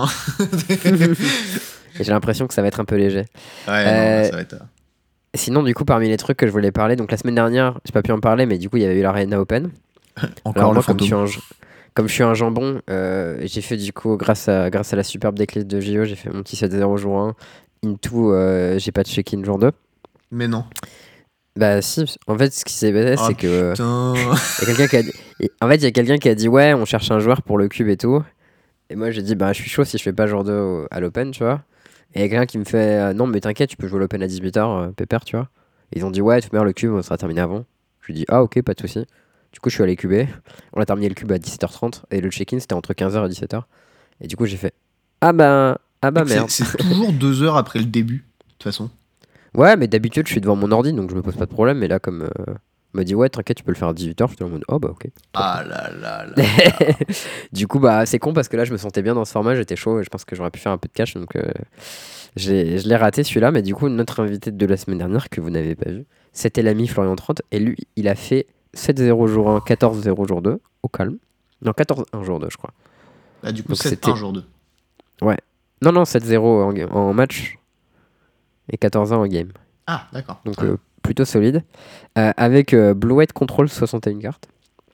Et j'ai l'impression que ça va être un peu léger. Ouais, Euh, non, ça va être. euh, Sinon, du coup, parmi les trucs que je voulais parler, donc la semaine dernière, j'ai pas pu en parler, mais du coup, il y avait eu l'Arena Open. Encore Alors le moi, comme je, suis fantôme. un, j- comme je suis un jambon, euh, j'ai fait du coup, grâce à, grâce à la superbe decklist de J O, j'ai fait mon petit sept zéro jour un. Into, euh, j'ai pas de check-in jour deux. Mais non. Bah si, en fait, ce qui s'est passé, Ah, c'est que euh, putain. y a quelqu'un qui a dit, et- en fait, il y a quelqu'un qui a dit ouais, on cherche un joueur pour le cube et tout. Et moi, j'ai dit bah je suis chaud si je fais pas jour deux au- à l'Open, tu vois. Et il y a quelqu'un qui me fait euh, non mais t'inquiète, tu peux jouer l'Open à dix-huit heures, pépère, tu vois. Et ils ont dit ouais, tout à l'heure le cube on sera terminé avant. Je lui dis ah ok, pas de souci. Du coup, je suis allé cuber. On a terminé le cube à dix-sept heures trente et le check-in c'était entre quinze heures et dix-sept heures. Et du coup, j'ai fait ah bah ah bah C'est- merde. C'est toujours deux heures après le début, de toute façon. Ouais, mais d'habitude, je suis devant mon ordi donc je me pose pas de problème. Mais là, comme euh, on m'a dit ouais, t'inquiète, tu peux le faire à dix-huit heures, je suis en mode oh bah ok. Ah là là là. Du coup, bah c'est con parce que là, je me sentais bien dans ce format, j'étais chaud et je pense que j'aurais pu faire un peu de cash donc euh, j'ai- je l'ai raté celui-là. Mais du coup, notre invité de la semaine dernière que vous n'avez pas vu, c'était l'ami Florian trente et lui, il a fait sept zéro jour un, quatorze zéro jour deux au calme. Non, quatorze un jour deux, je crois. Bah, du coup, Donc, c'est c'était- un jour deux. Non, non, sept zéro en, ga- en match et quatorze un en game. Ah, d'accord. Donc Très bien. euh, plutôt solide. Euh, avec euh, Blue White Control soixante et une cartes.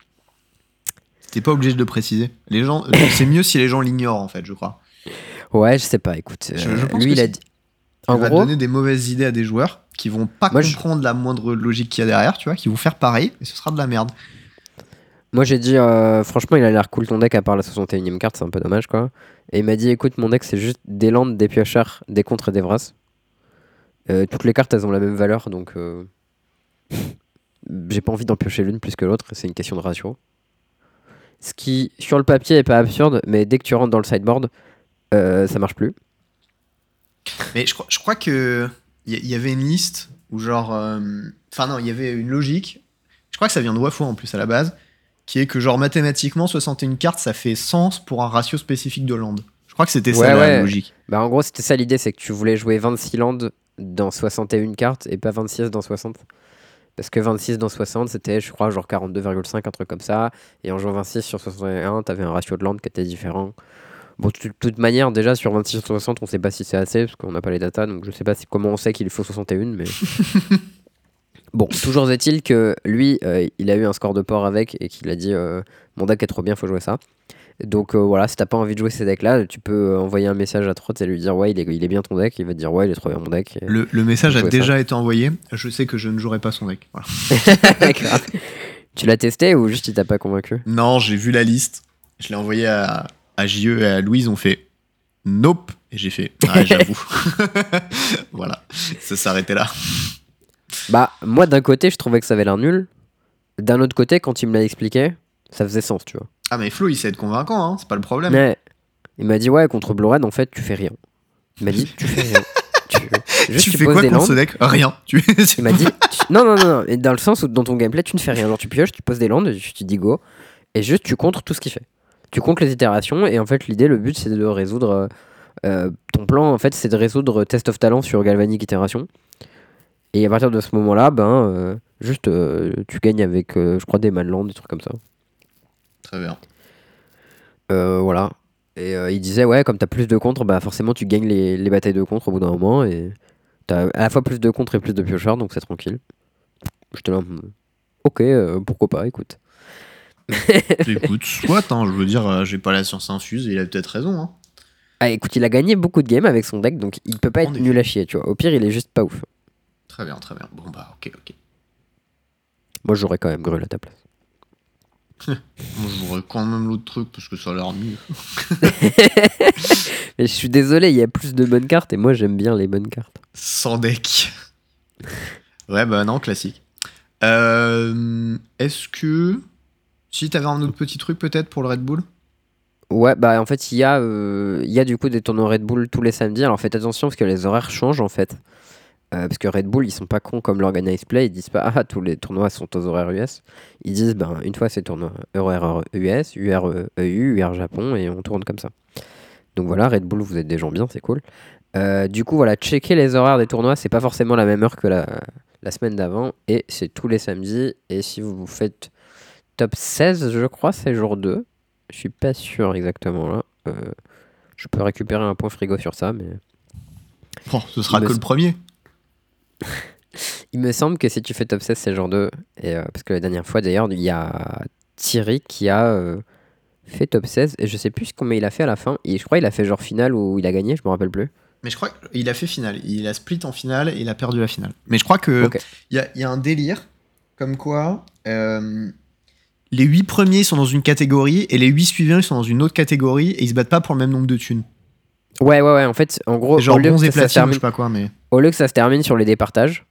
T'es pas obligé de le préciser. Les gens, euh, c'est mieux si les gens l'ignorent en fait, je crois. Ouais, je sais pas, écoute. Je- euh, je pense lui, que il a si. dit. En Tu vas gros, donner des mauvaises idées à des joueurs qui vont pas Moi, je- comprendre la moindre logique qu'il y a derrière, tu vois, qui vont faire pareil et ce sera de la merde. moi j'ai dit, euh, franchement, il a l'air cool ton deck à part la soixante et unième carte, c'est un peu dommage quoi. Et il m'a dit, écoute, mon deck c'est juste des landes, des piocheurs, des contres et des vras. Euh, toutes les cartes elles ont la même valeur donc. euh, J'ai pas envie d'en piocher l'une plus que l'autre, c'est une question de ratio. Ce qui, sur le papier, est pas absurde, mais dès que tu rentres dans le sideboard, euh, ça marche plus. Mais je crois, je crois que il y, y avait une liste où genre, euh, enfin non, il y avait une logique. Je crois que ça vient de Wafo en plus à la base, qui est que genre mathématiquement soixante et une cartes ça fait sens pour un ratio spécifique de land. Je crois que c'était Ouais, ça la ouais. logique. Bah, en gros, c'était ça l'idée, c'est que tu voulais jouer vingt-six landes dans soixante et une cartes et pas vingt-six dans soixante. Parce que vingt-six dans soixante, c'était, je crois, genre quarante-deux virgule cinq, un truc comme ça. Et en jouant vingt-six sur soixante et un, t'avais un ratio de landes qui était différent. Bon, de toute manière, déjà sur vingt-six sur soixante, on sait pas si c'est assez, parce qu'on n'a pas les datas, donc je sais pas si, comment on sait qu'il faut soixante et un, mais. Bon, toujours est-il que lui, euh, il a eu un score de port avec et qu'il a dit euh, mon deck est trop bien, faut jouer ça. Donc euh, voilà, si t'as pas envie de jouer ces decks-là, tu peux euh, envoyer un message à Trotz et lui dire ouais, il est, il est bien ton deck. Il va te dire ouais, il est trop bien mon deck. Et Le, le message faut a jouer déjà été envoyé. Je sais que je ne jouerai pas son deck. Voilà. ça. Tu l'as testé ou juste il t'a pas convaincu? Non, j'ai vu la liste. Je l'ai envoyé à, à J E et à Louise. On fait nope. Et j'ai fait ah, j'avoue. Voilà, ça s'arrêtait là. Bah, moi d'un côté, je trouvais que ça avait l'air nul. D'un autre côté, quand il me l'a expliqué, ça faisait sens, tu vois. Ah, mais Flo, il sait être convaincant, hein, c'est pas le problème. Mais il m'a dit ouais, contre Blue Red, en fait, tu fais rien. Il m'a dit tu fais rien. Tu, juste, tu, tu fais poses quoi des contre landes. ce deck? Rien. Tu... Il m'a dit tu- non, non, non, non. Et dans le sens où dans ton gameplay, tu ne fais rien. Genre, tu pioches, tu poses des landes, tu te dis go. Et juste, tu contres tout ce qu'il fait. Tu comptes les itérations. Et en fait, l'idée, le but, c'est de résoudre. euh, euh, ton plan, en fait, c'est de résoudre Test of Talent sur Galvanic Itération. Et à partir de ce moment-là, ben, euh, juste, euh, tu gagnes avec, euh, je crois, des manlands, des trucs comme ça. Très bien. Euh, voilà. Et euh, il disait, ouais, comme t'as plus de contre, bah forcément, tu gagnes les, les batailles de contre au bout d'un moment. Et t'as à la fois plus de contre et plus de piocheurs, donc c'est tranquille. J'étais là, hmm, ok, euh, pourquoi pas, écoute. Écoute, soit, hein, je veux dire, euh, j'ai pas la science infuse, il a peut-être raison. Hein. Ah, écoute, il a gagné beaucoup de games avec son deck, donc il peut pas En être effet. nul à chier, tu vois. Au pire, il est juste pas ouf. Très bien, très bien. Bon, bah, ok, ok. Moi, j'aurais quand même Grul à ta place. Moi, je jouerais quand même l'autre truc parce que ça a l'air mieux. Mais je suis désolé, il y a plus de bonnes cartes et moi, j'aime bien les bonnes cartes. Sans deck. Ouais, bah non, classique. Euh, Est-ce que. Si t'avais un autre petit truc peut-être pour le Red Bull? Ouais, bah en fait, il y, a, euh, il y a du coup des tournois Red Bull tous les samedis. Alors faites attention parce que les horaires changent en fait. Euh, parce que Red Bull, ils sont pas cons comme l'Organized Play. Ils disent pas ah, tous les tournois sont aux horaires U S. Ils disent ben une fois c'est tournoi horaire U S, U R E U, U R Japon et on tourne comme ça. Donc voilà, Red Bull, vous êtes des gens bien, c'est cool. Euh, du coup, voilà, checker les horaires des tournois. C'est pas forcément la même heure que la, la semaine d'avant. Et c'est tous les samedis. Et si vous vous faites top seize, je crois, c'est jour deux. Je suis pas sûr exactement là. Euh, je peux récupérer un point frigo sur ça, mais Bon, ce sera Il me que s- le premier. il me semble que si tu fais top seize, c'est jour deux. Et, euh, parce que la dernière fois, d'ailleurs, il y a Thierry qui a euh, fait top seize. Et je sais plus combien il a fait à la fin. Et je crois qu'il a fait genre finale où il a gagné, je me rappelle plus. Mais je crois qu'il a fait finale. Il a split en finale et il a perdu la finale. Mais je crois que Ok. il y, a- il y a un délire comme quoi euh, les huit premiers sont dans une catégorie et les huit suivants ils sont dans une autre catégorie et ils se battent pas pour le même nombre de thunes. Ouais, ouais, ouais. En fait, en gros, C'est genre au lieu, bronze que et ça, ça se platine ou termine, je sais pas quoi, mais. au lieu que ça se termine sur les départages,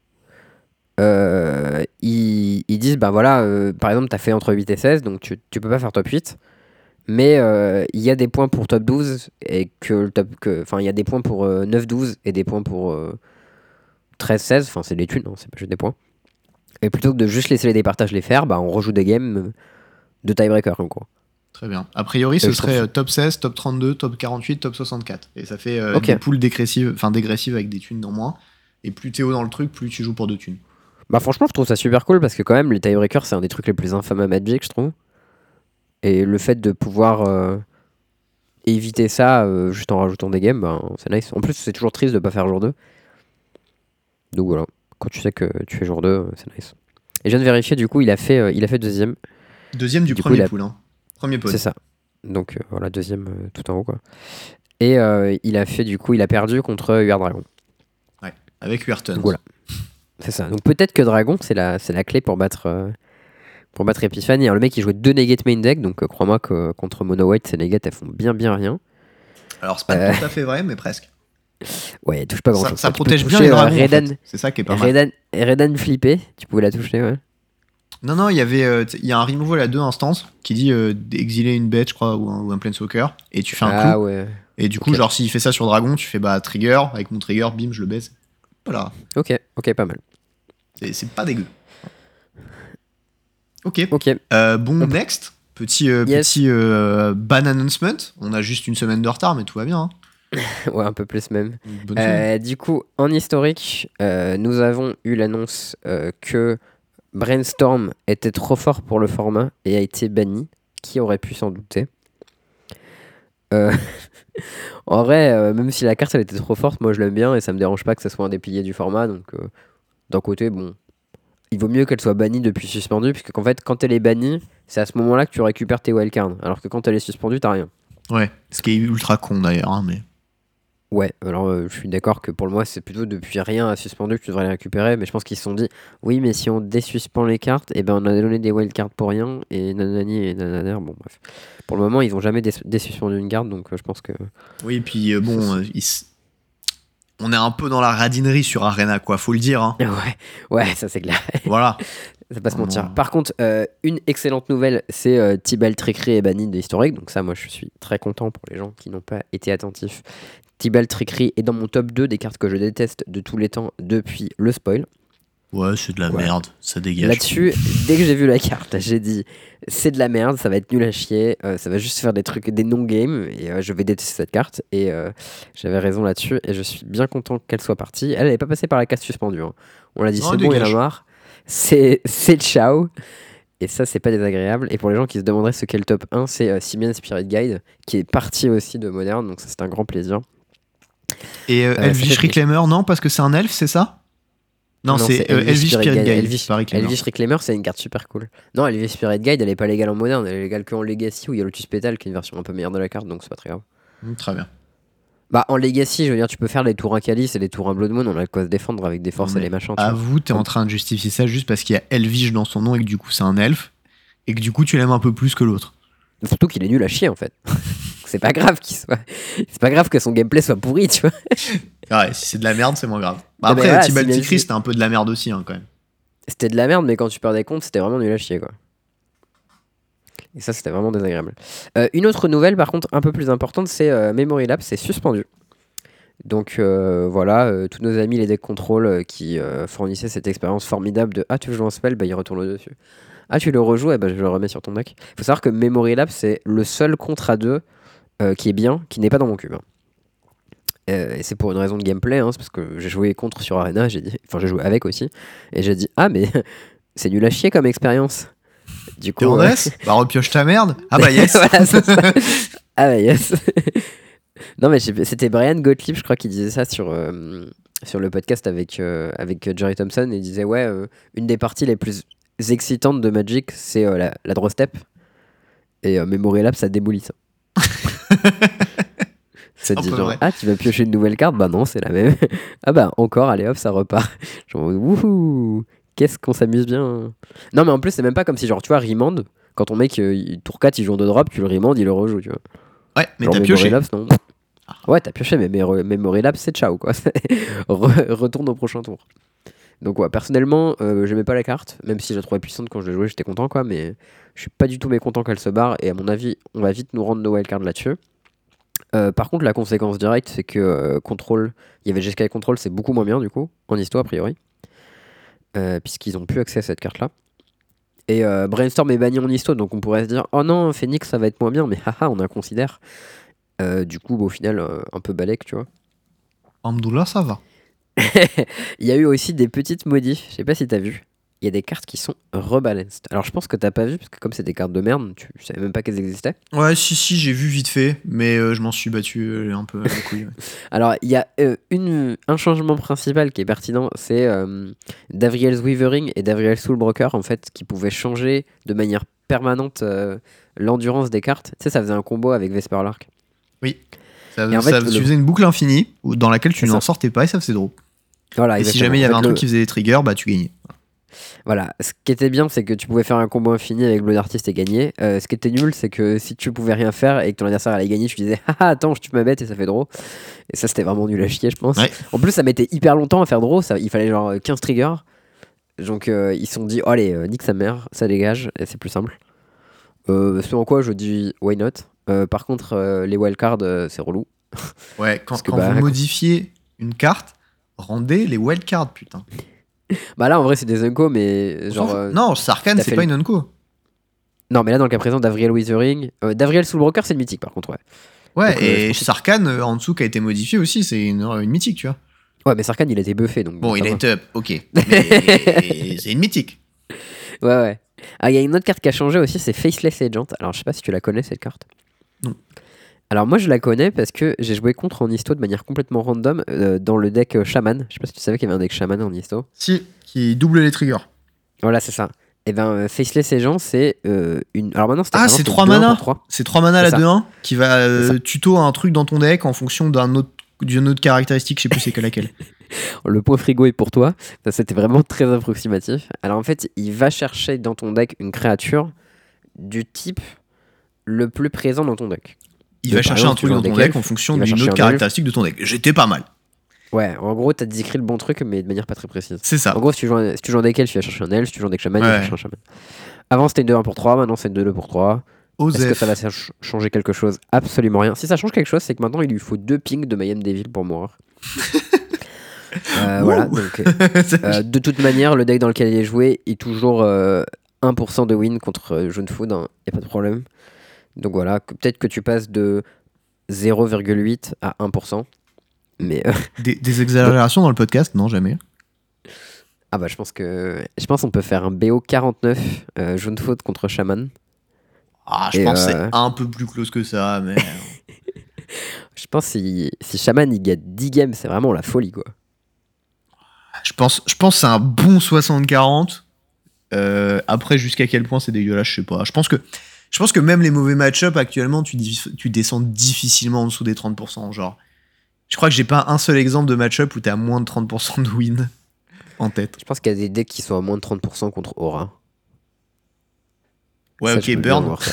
euh, ils, ils disent, ben voilà, euh, par exemple, t'as fait entre huit et seize, donc tu, tu peux pas faire top huit. Mais euh, il y a des points pour top douze et que le top que enfin il y a des points pour euh, neuf douze et des points pour euh, treize seize, enfin c'est les thunes, hein, c'est pas juste des points. Et plutôt que de juste laisser les départages les faire, bah on rejoue des games euh, de tiebreaker en gros. Très bien. A priori, ce Euh, je serait trouve- euh, top seize, top trente-deux, top quarante-huit, top soixante-quatre. Et ça fait euh, Ok. des poules dégressives, enfin dégressives avec des thunes en moins. Et plus t'es haut dans le truc, plus tu joues pour deux thunes. Bah franchement je trouve ça super cool parce que quand même les tiebreakers c'est un des trucs les plus infâmes à Magic je trouve. Et le fait de pouvoir euh, éviter ça euh, juste en rajoutant des games, bah, c'est nice. En plus c'est toujours triste de pas faire jour deux. Donc voilà, quand tu sais que tu fais jour deux, euh, c'est nice. Et je viens de vérifier du coup il a fait, euh, il a fait deuxième. Deuxième du, Du coup, premier il a- pool. Hein. Premier pod. C'est ça. Donc euh, voilà, deuxième euh, tout en haut quoi. Et euh, il a fait du coup, il a perdu contre U R Dragon. Avec Huerton. Donc voilà. C'est ça. Donc peut-être que Dragon c'est la, c'est la clé pour battre, euh, pour battre Epiphany. Alors le mec il jouait deux negate main deck, donc euh, crois-moi que contre Mono White ces negates elles font bien bien rien. Alors, c'est pas Euh. tout à fait vrai, mais presque. Ouais, elle touche pas grand Ça, chose. ça protège bien les dragons. en fait. C'est ça qui est pas mal. Redan, Redan flippé, tu pouvais la toucher, ouais. Non, non, il y avait, euh, t- il y a un removal à deux instances qui dit euh, d'exiler une bête, je crois, ou un, ou un planeswalker, et tu fais un Ah coup. ouais. Et du coup, ok. genre, s'il fait ça sur dragon, tu fais bah trigger, avec mon trigger, bim, je le baise. Voilà, Ok, ok, pas mal. c'est c'est pas dégueu. Ok. Ok. Euh, bon, On- next, Petit, euh, Yes. petit euh, ban announcement. On a juste une semaine de retard, mais tout va bien. Hein. Ouais, un peu plus même. Une bonne semaine. Euh, du coup, en historique, euh, nous avons eu l'annonce euh, que Brainstorm était trop fort pour le format et a été banni. Qui aurait pu s'en douter? Euh, En vrai, euh, même si la carte elle était trop forte, moi je l'aime bien et ça me dérange pas que ça soit un des piliers du format. Donc euh, d'un côté, bon, il vaut mieux qu'elle soit bannie depuis suspendue, puisque qu'en fait, quand elle est bannie, c'est à ce moment-là que tu récupères tes wildcards. Alors que quand elle est suspendue, t'as rien. Ouais, ce qui est ultra con d'ailleurs. Hein, mais... Ouais, alors euh, je suis d'accord que pour le moi, c'est plutôt depuis rien à suspendu que tu devrais les récupérer. Mais je pense qu'ils se sont dit, oui, mais si on désuspend les cartes, et ben on a donné des wildcards pour rien. Et nanani et nananer, bon bref. Pour le moment, ils ont jamais dés- désuspendu une garde, donc euh, je pense que. Oui, et puis euh, bon, euh, il s- on est un peu dans la radinerie sur Arena, quoi, faut le dire. Hein. Ouais, ouais, ça c'est clair. Voilà. Ça va pas se Non, mentir. non. Par contre, euh, une excellente nouvelle, c'est euh, Tibalt Trickery est banni de historique. Donc ça, moi, je suis très content pour les gens qui n'ont pas été attentifs. Tibalt Trickery est dans mon top deux des cartes que je déteste de tous les temps depuis le spoil. Ouais, c'est de la Ouais. merde, ça dégage. Là-dessus, dès que j'ai vu la carte, j'ai dit c'est de la merde, ça va être nul à chier, euh, ça va juste faire des trucs, des non-games, et euh, je vais détester cette carte. Et euh, j'avais raison là-dessus, et je suis bien content qu'elle soit partie. Elle n'est pas passée par la carte suspendue. Hein. On l'a dit, Non, c'est bon, il y en a dégage. marre. C'est c'est ciao. Et ça, c'est pas désagréable. Et pour les gens qui se demanderaient ce qu'est le top un, c'est euh, Simian Spirit Guide, qui est parti aussi de Modern, donc ça, c'est un grand plaisir. Et euh, Euh, Elvish ça fait- Reclaimer, non, parce que c'est un elfe, c'est ça? Non, c'est euh, Elvish Spirit Guide, Elvish, pas Reclaimer. Elvish Reclaimer, c'est une carte super cool. Non, Elvish Spirit Guide, elle est pas légale en moderne, elle est légale que en Legacy où il y a Lotus Petal qui est une version un peu meilleure de la carte, donc c'est pas très grave. Hum, très bien. Bah, en Legacy, je veux dire, tu peux faire les tours Incalis et les tours Blood Moon, on a de quoi se défendre avec des forces Non, et mais les machins. Tu vois. Avoue, t'es en train de justifier ça juste parce qu'il y a Elvish dans son nom et que du coup c'est un elfe et que du coup tu l'aimes un peu plus que l'autre. Surtout qu'il est nul à chier en fait. C'est pas grave qu'il soit. C'est pas grave que son gameplay soit pourri, tu vois. Ouais, si c'est de la merde, c'est moins grave. Bah Non, mais après, voilà, Tibalt si même Trickery, si- c'était un peu de la merde aussi, hein, quand même. C'était de la merde, mais quand tu perdais compte, c'était vraiment nul à chier, quoi. Et ça, c'était vraiment désagréable. Euh, une autre nouvelle, par contre, un peu plus importante, c'est euh, Memory Lab, c'est suspendu. Donc euh, voilà, euh, tous nos amis les deck control euh, qui euh, fournissaient cette expérience formidable de ah tu joues un spell, bah il retourne dessus. Ah tu le rejoues, et bah je le remets sur ton deck. Faut savoir que Memory Lab c'est le seul contre à deux euh, qui est bien, qui n'est pas dans mon cube. hein. Euh, et c'est pour une raison de gameplay, hein, c'est parce que j'ai joué contre sur Arena, j'ai dit, enfin j'ai joué avec aussi, et j'ai dit ah mais c'est nul à chier comme expérience. Du coup, T'es en euh, S Bah repioche ta merde. Ah bah yes. Voilà, c'est ça. Ah bah yes. Non mais je sais pas, c'était Brian Gottlieb je crois qui disait ça sur, euh, sur le podcast avec, euh, avec Jerry Thompson et il disait ouais euh, une des parties les plus excitantes de Magic c'est euh, la, la draw step et euh, Memory Lab ça démolit ça. Ça un dit peu genre vrai. ah tu vas piocher une nouvelle carte bah non c'est la même. Ah bah encore allez hop ça repart. Genre wouhou qu'est-ce qu'on s'amuse bien. Non mais en plus c'est même pas comme si genre tu vois Remand quand ton mec euh, il- tour quatre il joue en deux drops tu le Remand il le rejoue tu vois. Ouais, mais Genre t'as Memory pioché. Labs, non. Ouais, t'as pioché, mais Memory Memory Labs, c'est ciao, quoi. Re- retourne au prochain tour. Donc, ouais, personnellement, euh, j'aimais pas la carte, même si je la trouvais puissante quand je l'ai jouée, j'étais content, quoi, mais je suis pas du tout mécontent qu'elle se barre, et à mon avis, on va vite nous rendre nos wildcards là-dessus. Euh, par contre, la conséquence directe, c'est que euh, Control, il y avait G S K Control, c'est beaucoup moins bien, du coup, en histoire, a priori, euh, puisqu'ils ont plus accès à cette carte-là. Et euh, Brainstorm est banni en histo, donc on pourrait se dire, oh non, Phoenix, ça va être moins bien, mais haha, on inconsidère. Euh, du coup, bah, au final, euh, un peu balèque, tu vois. Amdoula, ça va. Il y a eu aussi des petites modifs, je sais pas si t'as vu. Il y a des cartes qui sont rebalanced. Alors je pense que t'as pas vu, parce que comme c'est des cartes de merde, tu savais même pas qu'elles existaient. Ouais, si, si, j'ai vu vite fait, mais euh, je m'en suis battu euh, un peu les couilles. ouais. Alors il y a euh, une, un changement principal qui est pertinent, c'est euh, Davriel's Weavering et Davriel's Soulbroker, en fait, qui pouvaient changer de manière permanente euh, l'endurance des cartes. Tu sais, ça faisait un combo avec Vesperlark. Oui. Ça, Et en fait, ça le- tu faisais une boucle infinie où- dans laquelle tu C'est n'en ça. sortais pas et ça faisait drôle. Voilà, Et si exactement. jamais il y En avait fait, un le- truc qui faisait des triggers, bah tu gagnais. Voilà, ce qui était bien, c'est que tu pouvais faire un combo infini avec Blood Artist et gagner. Euh, ce qui était nul, c'est que si tu pouvais rien faire et que ton adversaire allait gagner, tu disais haha, attends, je tue ma bête et ça fait draw. Et ça, c'était vraiment nul à chier, je pense. Ouais. En plus, ça mettait hyper longtemps à faire draw, ça, il fallait genre quinze triggers. Donc, euh, ils se sont dit, oh, allez, euh, nique sa mère, ça dégage, et c'est plus simple. Euh, ce en quoi je dis, why not. Euh, Par contre, euh, les wildcards, euh, c'est relou. Ouais, quand, Parce que quand bah, vous quand- modifiez une carte, rendez les wildcards, putain. Bah là, en vrai, c'est des unco, mais On genre. s'en fout. euh, non, Sarkhan, t'as c'est fait pas le- une unco. Non, mais là, dans le cas présent, Davriel Withering. Euh, Davriel Soulbroker, c'est le mythique, par contre, ouais. Ouais, Donc, euh, je et pense que- Sarkhan, euh, en dessous, qui a été modifié aussi, c'est une, une mythique, tu vois. Ouais, mais Sarkhan, il a été buffé, donc. Bon, ça il a va. été up, ok. Mais c'est une mythique. Ouais, ouais. Ah, il y a une autre carte qui a changé aussi, c'est Faceless Agent. Alors, je sais pas si tu la connais, cette carte. Non. Alors, moi, je la connais parce que j'ai joué contre en histo de manière complètement random euh, dans le deck euh, Shaman. Je sais pas si tu savais qu'il y avait un deck Shaman en histo. Si, qui double les triggers. Voilà, c'est ça. Et ben, euh, Faceless Agent, c'est euh, une. Alors maintenant, c'était Ah, avant, c'est c'était trois deux un mana. pour trois. C'est trois mana C'est la ça. deux un qui va euh, C'est tuto un truc dans ton deck en fonction d'un autre, d'une autre caractéristique, je sais plus c'est laquelle. Le point frigo est pour toi. Ça, c'était vraiment très approximatif. Alors en fait, il va chercher dans ton deck une créature du type le plus présent dans ton deck. Il Donc, va par chercher exemple, un tu truc joues dans un ton deck deck elfe, en fonction il va d'une chercher autre un elfe. caractéristique de ton deck. J'étais pas mal. Ouais, en gros, t'as décrit le bon truc, mais de manière pas très précise. C'est ça. En gros, si tu joues un, si tu joues un deck elfe, tu vas chercher un elfe. Si tu joues un deck shaman, tu Ouais. vas chercher un shaman. Avant, c'était une deux un pour trois. Maintenant, c'est une deux deux pour trois. Est-ce que Osef. ça va ch- changer quelque chose? Absolument rien. Si ça change quelque chose, c'est que maintenant, il lui faut deux pings de Mayhem Devil pour mourir. Euh, voilà, Ouh. donc euh, de toute manière, le deck dans lequel il est joué est toujours euh, un pour cent de win contre euh, Jaune Food, hein, y a pas de problème. Donc voilà, que- peut-être que tu passes de zéro virgule huit à un pour cent. Mais euh, Des, des exagérations dans le podcast? Non, jamais. ah bah je pense que je pense qu'on peut faire un B O quarante-neuf euh, Jaune Food contre Shaman. Ah, je Et, pense que euh, c'est un peu plus close que ça, mais. Je pense si si Shaman il gagne dix games, c'est vraiment la folie quoi. je pense, je pense que c'est un bon soixante quarante. Euh, après, jusqu'à quel point c'est dégueulasse, je sais pas. Je pense que, je pense que même les mauvais match-up actuellement, tu, dis- tu descends difficilement en dessous des trente pour cent. Genre, je crois que j'ai pas un seul exemple de match-up où t'es à moins de trente pour cent de win en tête. Je pense qu'il y a des decks qui sont à moins de trente pour cent contre Aura. Ouais, Ça, je ok, peux bien burn. voir ça.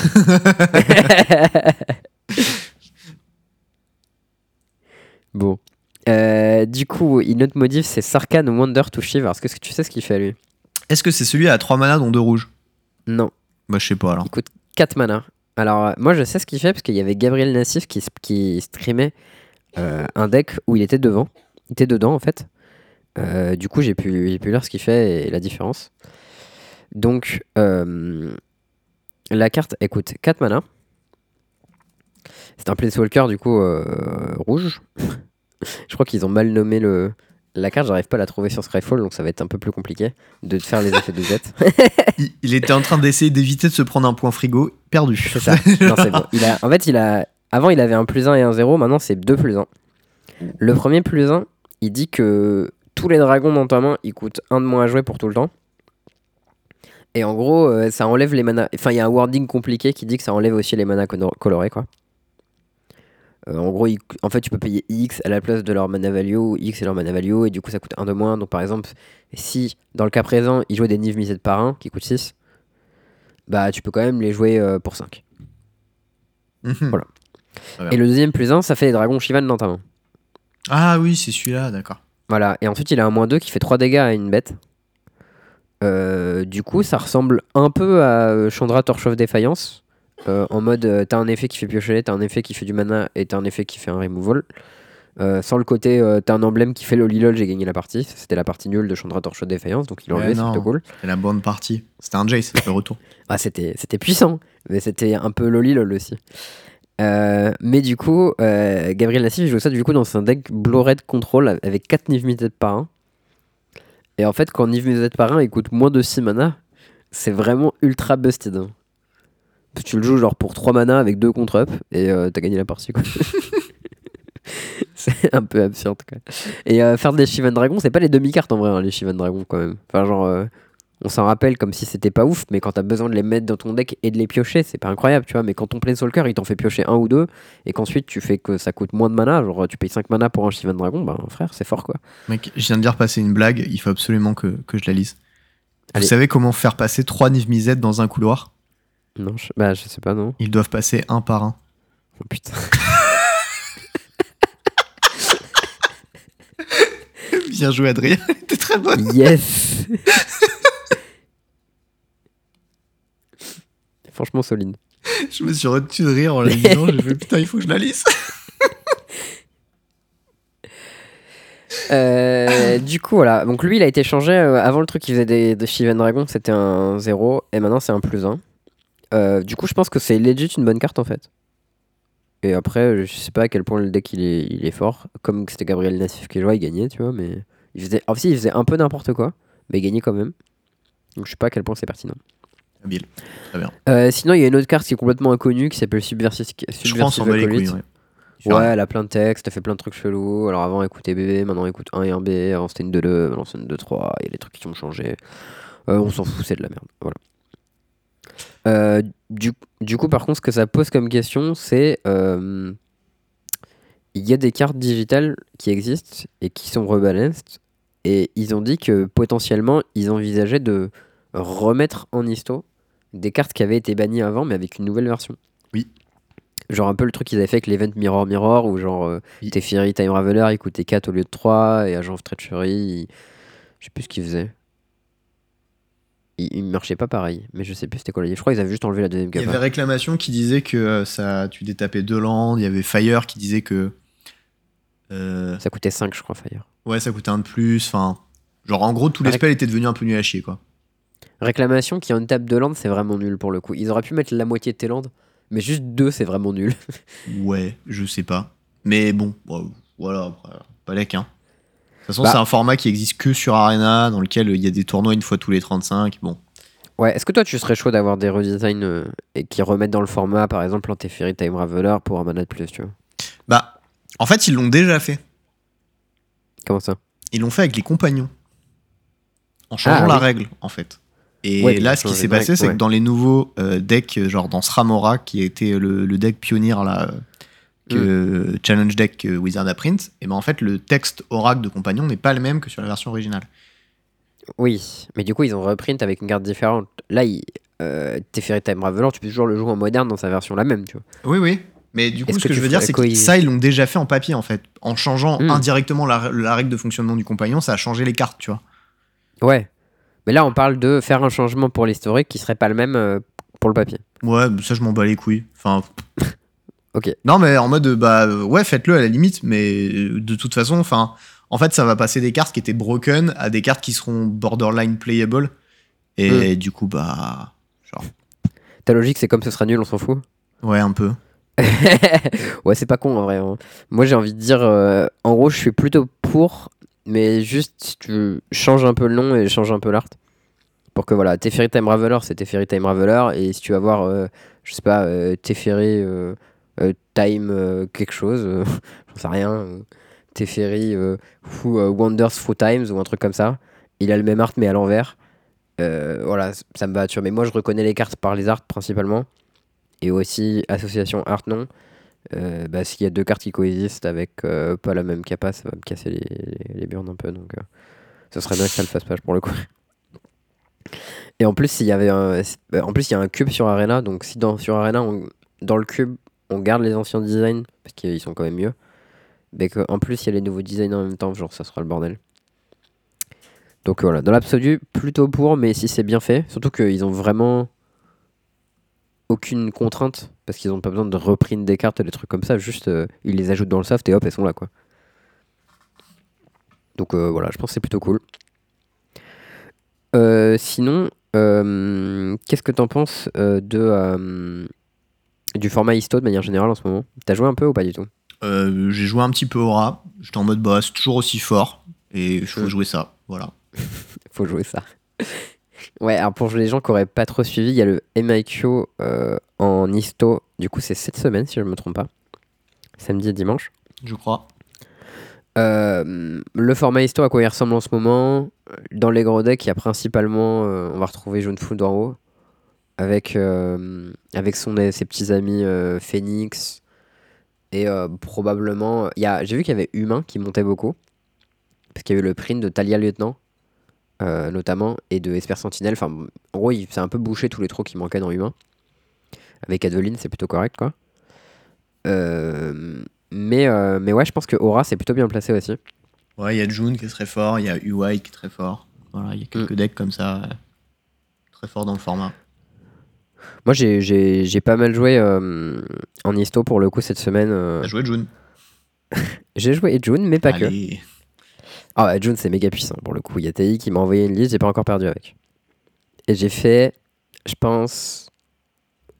Bon. Euh, du coup, une autre modif, c'est Sarkhan Wonder to Shiver. Est-ce que tu sais ce qu'il fait lui? Est-ce que c'est celui à trois mana dont deux rouges? Non, Bah, je sais pas alors. il coûte quatre mana. Alors, euh, moi je sais ce qu'il fait parce qu'il y avait Gabriel Nassif qui, s- qui streamait euh, un deck où il était devant. Il était dedans en fait. Euh, du coup, j'ai pu, j'ai pu lire ce qu'il fait et la différence. Donc, euh, la carte, elle coûte quatre mana. C'est un Planeswalker du coup euh, rouge. Je crois qu'ils ont mal nommé le... la carte, j'arrive pas à la trouver sur Skyfall, donc ça va être un peu plus compliqué de faire les effets de Z. Il, il était en train d'essayer d'éviter de se prendre un point frigo, perdu. C'est ça. Non, c'est bon. Il a... En fait, il a... avant, il avait un plus un et un zéro, maintenant, c'est deux plus un. Le premier plus un, il dit que tous les dragons dans ta main, ils coûtent un de moins à jouer pour tout le temps. Et en gros, euh, ça enlève les manas. Enfin, il y a un wording compliqué qui dit que ça enlève aussi les manas cono- colorés, quoi. Euh, en gros, il- en fait, tu peux payer X à la place de leur mana value, ou X et leur mana value, et du coup, ça coûte un de moins. Donc, par exemple, si dans le cas présent, ils jouaient des Niv Mizzet par un qui coûtent six, bah, tu peux quand même les jouer euh, pour cinq. Mhm. Voilà. Très bien. Et le deuxième plus un, ça fait les dragons Shivan dans ta main. Ah oui, c'est celui-là, d'accord. Voilà. Et ensuite, il a un moins deux qui fait trois dégâts à une bête. Euh, du coup, ça ressemble un peu à euh, Chandra Torch of Defiance. Euh, en mode, euh, t'as un effet qui fait piocher, t'as un effet qui fait du mana et t'as un effet qui fait un removal. Euh, sans le côté, euh, t'as un emblème qui fait le lilol, j'ai gagné la partie. C'était la partie nulle de Chandra Torch of Defiance, donc il l'a Ouais, enlevé, c'est non. plutôt cool. C'est la bonne partie. C'était un Jace, le retour. Ah, c'était, c'était puissant, mais c'était un peu loli lol aussi. Euh, mais du coup, euh, Gabriel Nassif il joue ça du coup dans un deck Blue Red Control avec quatre Niv Mizzet par un. Et en fait, quand Niv Mizzet par un il coûte moins de six mana, c'est vraiment ultra busted. Hein. Parce que tu le joues genre pour trois mana avec deux contre-up et euh, t'as gagné la partie quoi. C'est un peu absurde quoi. Et euh, faire des Shivan Dragons, c'est pas les demi-cartes en vrai, hein, les Shivan Dragons quand même. Enfin, genre, euh, on s'en rappelle comme si c'était pas ouf, mais quand t'as besoin de les mettre dans ton deck et de les piocher, c'est pas incroyable, tu vois. Mais quand ton Planeswalker il t'en fait piocher un ou deux, et qu'ensuite tu fais que ça coûte moins de mana, genre tu payes cinq mana pour un Shivan Dragon, bah frère, c'est fort quoi. Mec, je viens de dire passer une blague, il faut absolument que, que je la lise. Allez. Vous savez comment faire passer trois Niv Mizzet dans un couloir? Non, je... bah je sais pas, non. Ils doivent passer un par un. Oh putain. Bien joué, Adrien. T'es très bonne. Yes. Franchement solide. Je me suis retenu de rire en la lisant. J'ai fait putain, il faut que je la lise. Euh, du coup, voilà. Donc lui, il a été changé. euh, avant, le truc qui faisait des, des Shivan Dragon, c'était un zéro. Et maintenant, c'est un plus un. Euh, du coup, je pense que c'est legit une bonne carte en fait. Et après, je sais pas à quel point le deck il est, il est fort. Comme c'était Gabriel Nassif qui jouait, il gagnait, tu vois. Mais il faisait, en fait, il faisait un peu n'importe quoi, mais il gagnait quand même. Donc je sais pas à quel point c'est pertinent. Habile. Très bien. Euh, sinon, il y a une autre carte qui est complètement inconnue qui s'appelle Subversive, Je crois qu'on s'en Subversive bat les Acolyte. couilles, ouais. Il fait Ouais, rien. elle a plein de textes, elle fait plein de trucs chelous. Alors avant, elle écoutait B B, maintenant elle écoute un et un B. Avant, c'était une deux deux, maintenant c'est une deux trois. Il y a des trucs qui ont changé. Euh, on s'en fout, c'est de la merde. Voilà. Euh, du, du coup, par contre, ce que ça pose comme question, c'est euh, il y a des cartes digitales qui existent et qui sont rebalanced. Et ils ont dit que potentiellement, ils envisageaient de remettre en histo des cartes qui avaient été bannies avant, mais avec une nouvelle version. Oui. Genre un peu le truc qu'ils avaient fait avec l'event Mirror Mirror, où genre euh, Oui. Teferi Time Raveler, il coûtait quatre au lieu de trois, et Agent of Treachery, il- je sais plus ce qu'il faisait. Il, il marchait pas pareil, mais je sais plus c'était quoi. Je crois qu'ils avaient juste enlevé la deuxième Il y capa. avait réclamation qui disait que euh, ça, tu détapais deux landes. Il y avait Fire qui disait que euh, Ça coûtait cinq, je crois, Fire. ouais, ça coûtait un de plus. Enfin, genre en gros, tous les Ré- spells étaient devenus un peu nuls à chier, quoi. Réclamation qui a une table de land, c'est vraiment nul pour le coup. Ils auraient pu mettre la moitié de tes landes, mais juste deux, c'est vraiment nul. Ouais, je sais pas. Mais bon, bon, voilà, après, pas lec, hein. De toute façon, Bah. c'est un format qui existe que sur Arena, dans lequel il y a des tournois une fois tous les trente-cinq. Bon, Ouais, est-ce que toi tu serais chaud d'avoir des redesigns euh, et qui remettent dans le format, par exemple, un Teferi Time Raveler pour un mana de plus, tu vois? bah, en fait, ils l'ont déjà fait. Comment ça? Ils l'ont fait avec les compagnons. En changeant Ah, la oui. règle, en fait. Et Ouais, mais ils là, ont ce qui changé s'est de passé, règle, c'est ouais. que dans les nouveaux euh, decks, euh, genre dans Sramora, qui était le, le deck pionnier là, euh, que Challenge Deck euh, Wizard a print, et ben en fait, le texte oracle de compagnon n'est pas le même que sur la version originale. Oui, mais du coup, ils ont reprint avec une carte différente. Là, il, euh, Teferi Time Raveler, tu peux toujours le jouer en moderne dans sa version la même, tu vois. Oui, oui. Mais du coup, Est-ce ce que que, tu je veux dire, ferais c'est quoi, que ils- ça, ils l'ont déjà fait en papier, en fait. En changeant Hmm. indirectement la, la règle de fonctionnement du compagnon, ça a changé les cartes, tu vois. Ouais. Mais là, on parle de faire un changement pour l'historique qui serait pas le même euh, pour le papier. Ouais, ça, je m'en bats les couilles. Enfin, Ok. non, mais en mode, bah, euh, ouais, faites-le à la limite, mais euh, de toute façon, enfin, en fait, ça va passer des cartes qui étaient broken à des cartes qui seront borderline playable. Et du coup, bah, genre, Ta logique, c'est comme ce sera nul, on s'en fout. ouais, un peu. Ouais, c'est pas con en vrai, hein. Moi, j'ai envie de dire, euh, en gros, je suis plutôt pour, mais juste si tu changes un peu le nom et changes un peu l'art. Pour que voilà, Teferi Time Raveler, c'est Teferi Time Raveler. Et si tu vas voir, euh, je sais pas, euh, Teferi euh, euh, Time euh, quelque chose, euh, j'en sais rien. euh, Teferi euh, who, euh, Wonders Through Times ou un truc comme ça. Il a le même art mais à l'envers. Euh, voilà, c- ça me va, tu vois. Mais moi, je reconnais les cartes par les arts principalement. Et aussi, association art non. Euh, bah, s'il y a deux cartes qui coexistent avec euh, pas la même capa, ça va me casser les, les, les burnes un peu. Donc, euh, ce serait bien que ça le fasse pas pour le coup. Et en plus, s'il y avait un, euh, en plus, il y a un cube sur Arena. Donc, si dans, sur Arena, on- dans le cube, on garde les anciens designs parce qu'ils sont quand même mieux. Mais qu'en plus, il y a les nouveaux designs en même temps, genre ça sera le bordel. Donc voilà, dans l'absolu, plutôt pour, mais si c'est bien fait, surtout qu'ils ont vraiment aucune contrainte parce qu'ils n'ont pas besoin de reprint des cartes et des trucs comme ça, juste euh, ils les ajoutent dans le soft et hop, elles sont là quoi. Donc euh, voilà, je pense que c'est plutôt cool. Euh, sinon, euh, qu'est-ce que t'en penses euh, de, euh, du format histo de manière générale en ce moment? T'as joué un peu ou pas du tout? Euh, j'ai joué un petit peu Aura. J'étais en mode, bah, c'est toujours aussi fort. Et il faut Mm. jouer ça. Voilà. Faut jouer ça. Ouais, alors pour les gens qui auraient pas trop suivi, il y a le M I Q euh, en histo, du coup c'est cette semaine si je me trompe pas, samedi et dimanche. Je crois. Euh, le format histo, à quoi il ressemble en ce moment? Dans les gros decks, il y a principalement, euh, on va retrouver Jaune Food en haut, avec, euh, avec son, ses petits amis euh, Phoenix, et euh, probablement, il y a, j'ai vu qu'il y avait Humain qui montait beaucoup, parce qu'il y a eu le print de Talia Lieutenant, euh, notamment, et de Esper Sentinelle. Enfin, en gros, il s'est un peu bouché tous les trous qui manquaient dans Humain. Avec Adeline, c'est plutôt correct, quoi. Euh, mais, euh, mais ouais, je pense que Aura, c'est plutôt bien placé aussi. Ouais, il y a June qui est très fort. Il y a U Y qui est très fort. Voilà, il y a quelques decks comme ça. euh, très forts dans le format. Moi, j'ai, j'ai, j'ai pas mal joué euh, en histo pour le coup cette semaine. euh. T'as joué June? J'ai joué June, mais pas que. Allez. Ah ouais, June, c'est méga puissant pour le coup. Il y a T I qui m'a envoyé une liste, j'ai pas encore perdu avec. Et j'ai fait, je pense,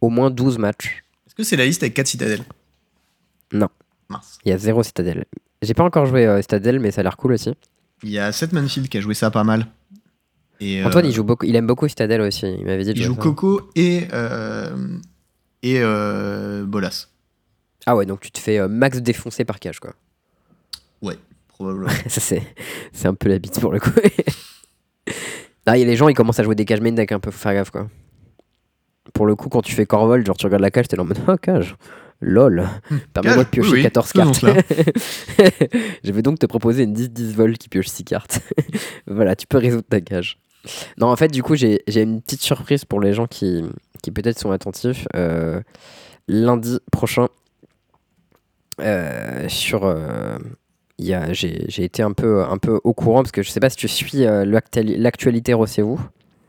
au moins douze matchs. Est-ce que c'est la liste avec quatre citadelles? Non. Mince. Il y a zéro citadelle. J'ai pas encore joué euh, citadelle, mais ça a l'air cool aussi. Il y a Seth Manfield qui a joué ça pas mal. Et, Antoine, euh, il, joue beaucoup, il aime beaucoup citadelle aussi. Il m'avait dit de il jouer joue ça. Coco et, euh, et euh, Bolas. Ah ouais, donc tu te fais euh, max défoncer par cage, quoi. Ouais, probablement. Ça, c'est, c'est un peu la bite pour le coup. Ah, il y a les gens, ils commencent à jouer des cages main deck un peu, faut faire gaffe, quoi. Pour le coup, quand tu fais Corvol, genre tu regardes la cage, t'es là en mode oh, cage. Lol. Permets-moi de piocher oui, oui. quatorze Faisons cartes. Je vais donc te proposer une dix dix vol qui pioche six cartes. Voilà, tu peux résoudre ta cage. Non, en fait, du coup, j'ai, j'ai une petite surprise pour les gens qui, qui peut-être sont attentifs. Euh, lundi prochain, euh, sur. Euh, il y a, j'ai, j'ai été un peu, un peu au courant parce que je sais pas si tu suis euh, l'actuali- l'actualité Rossez-vous.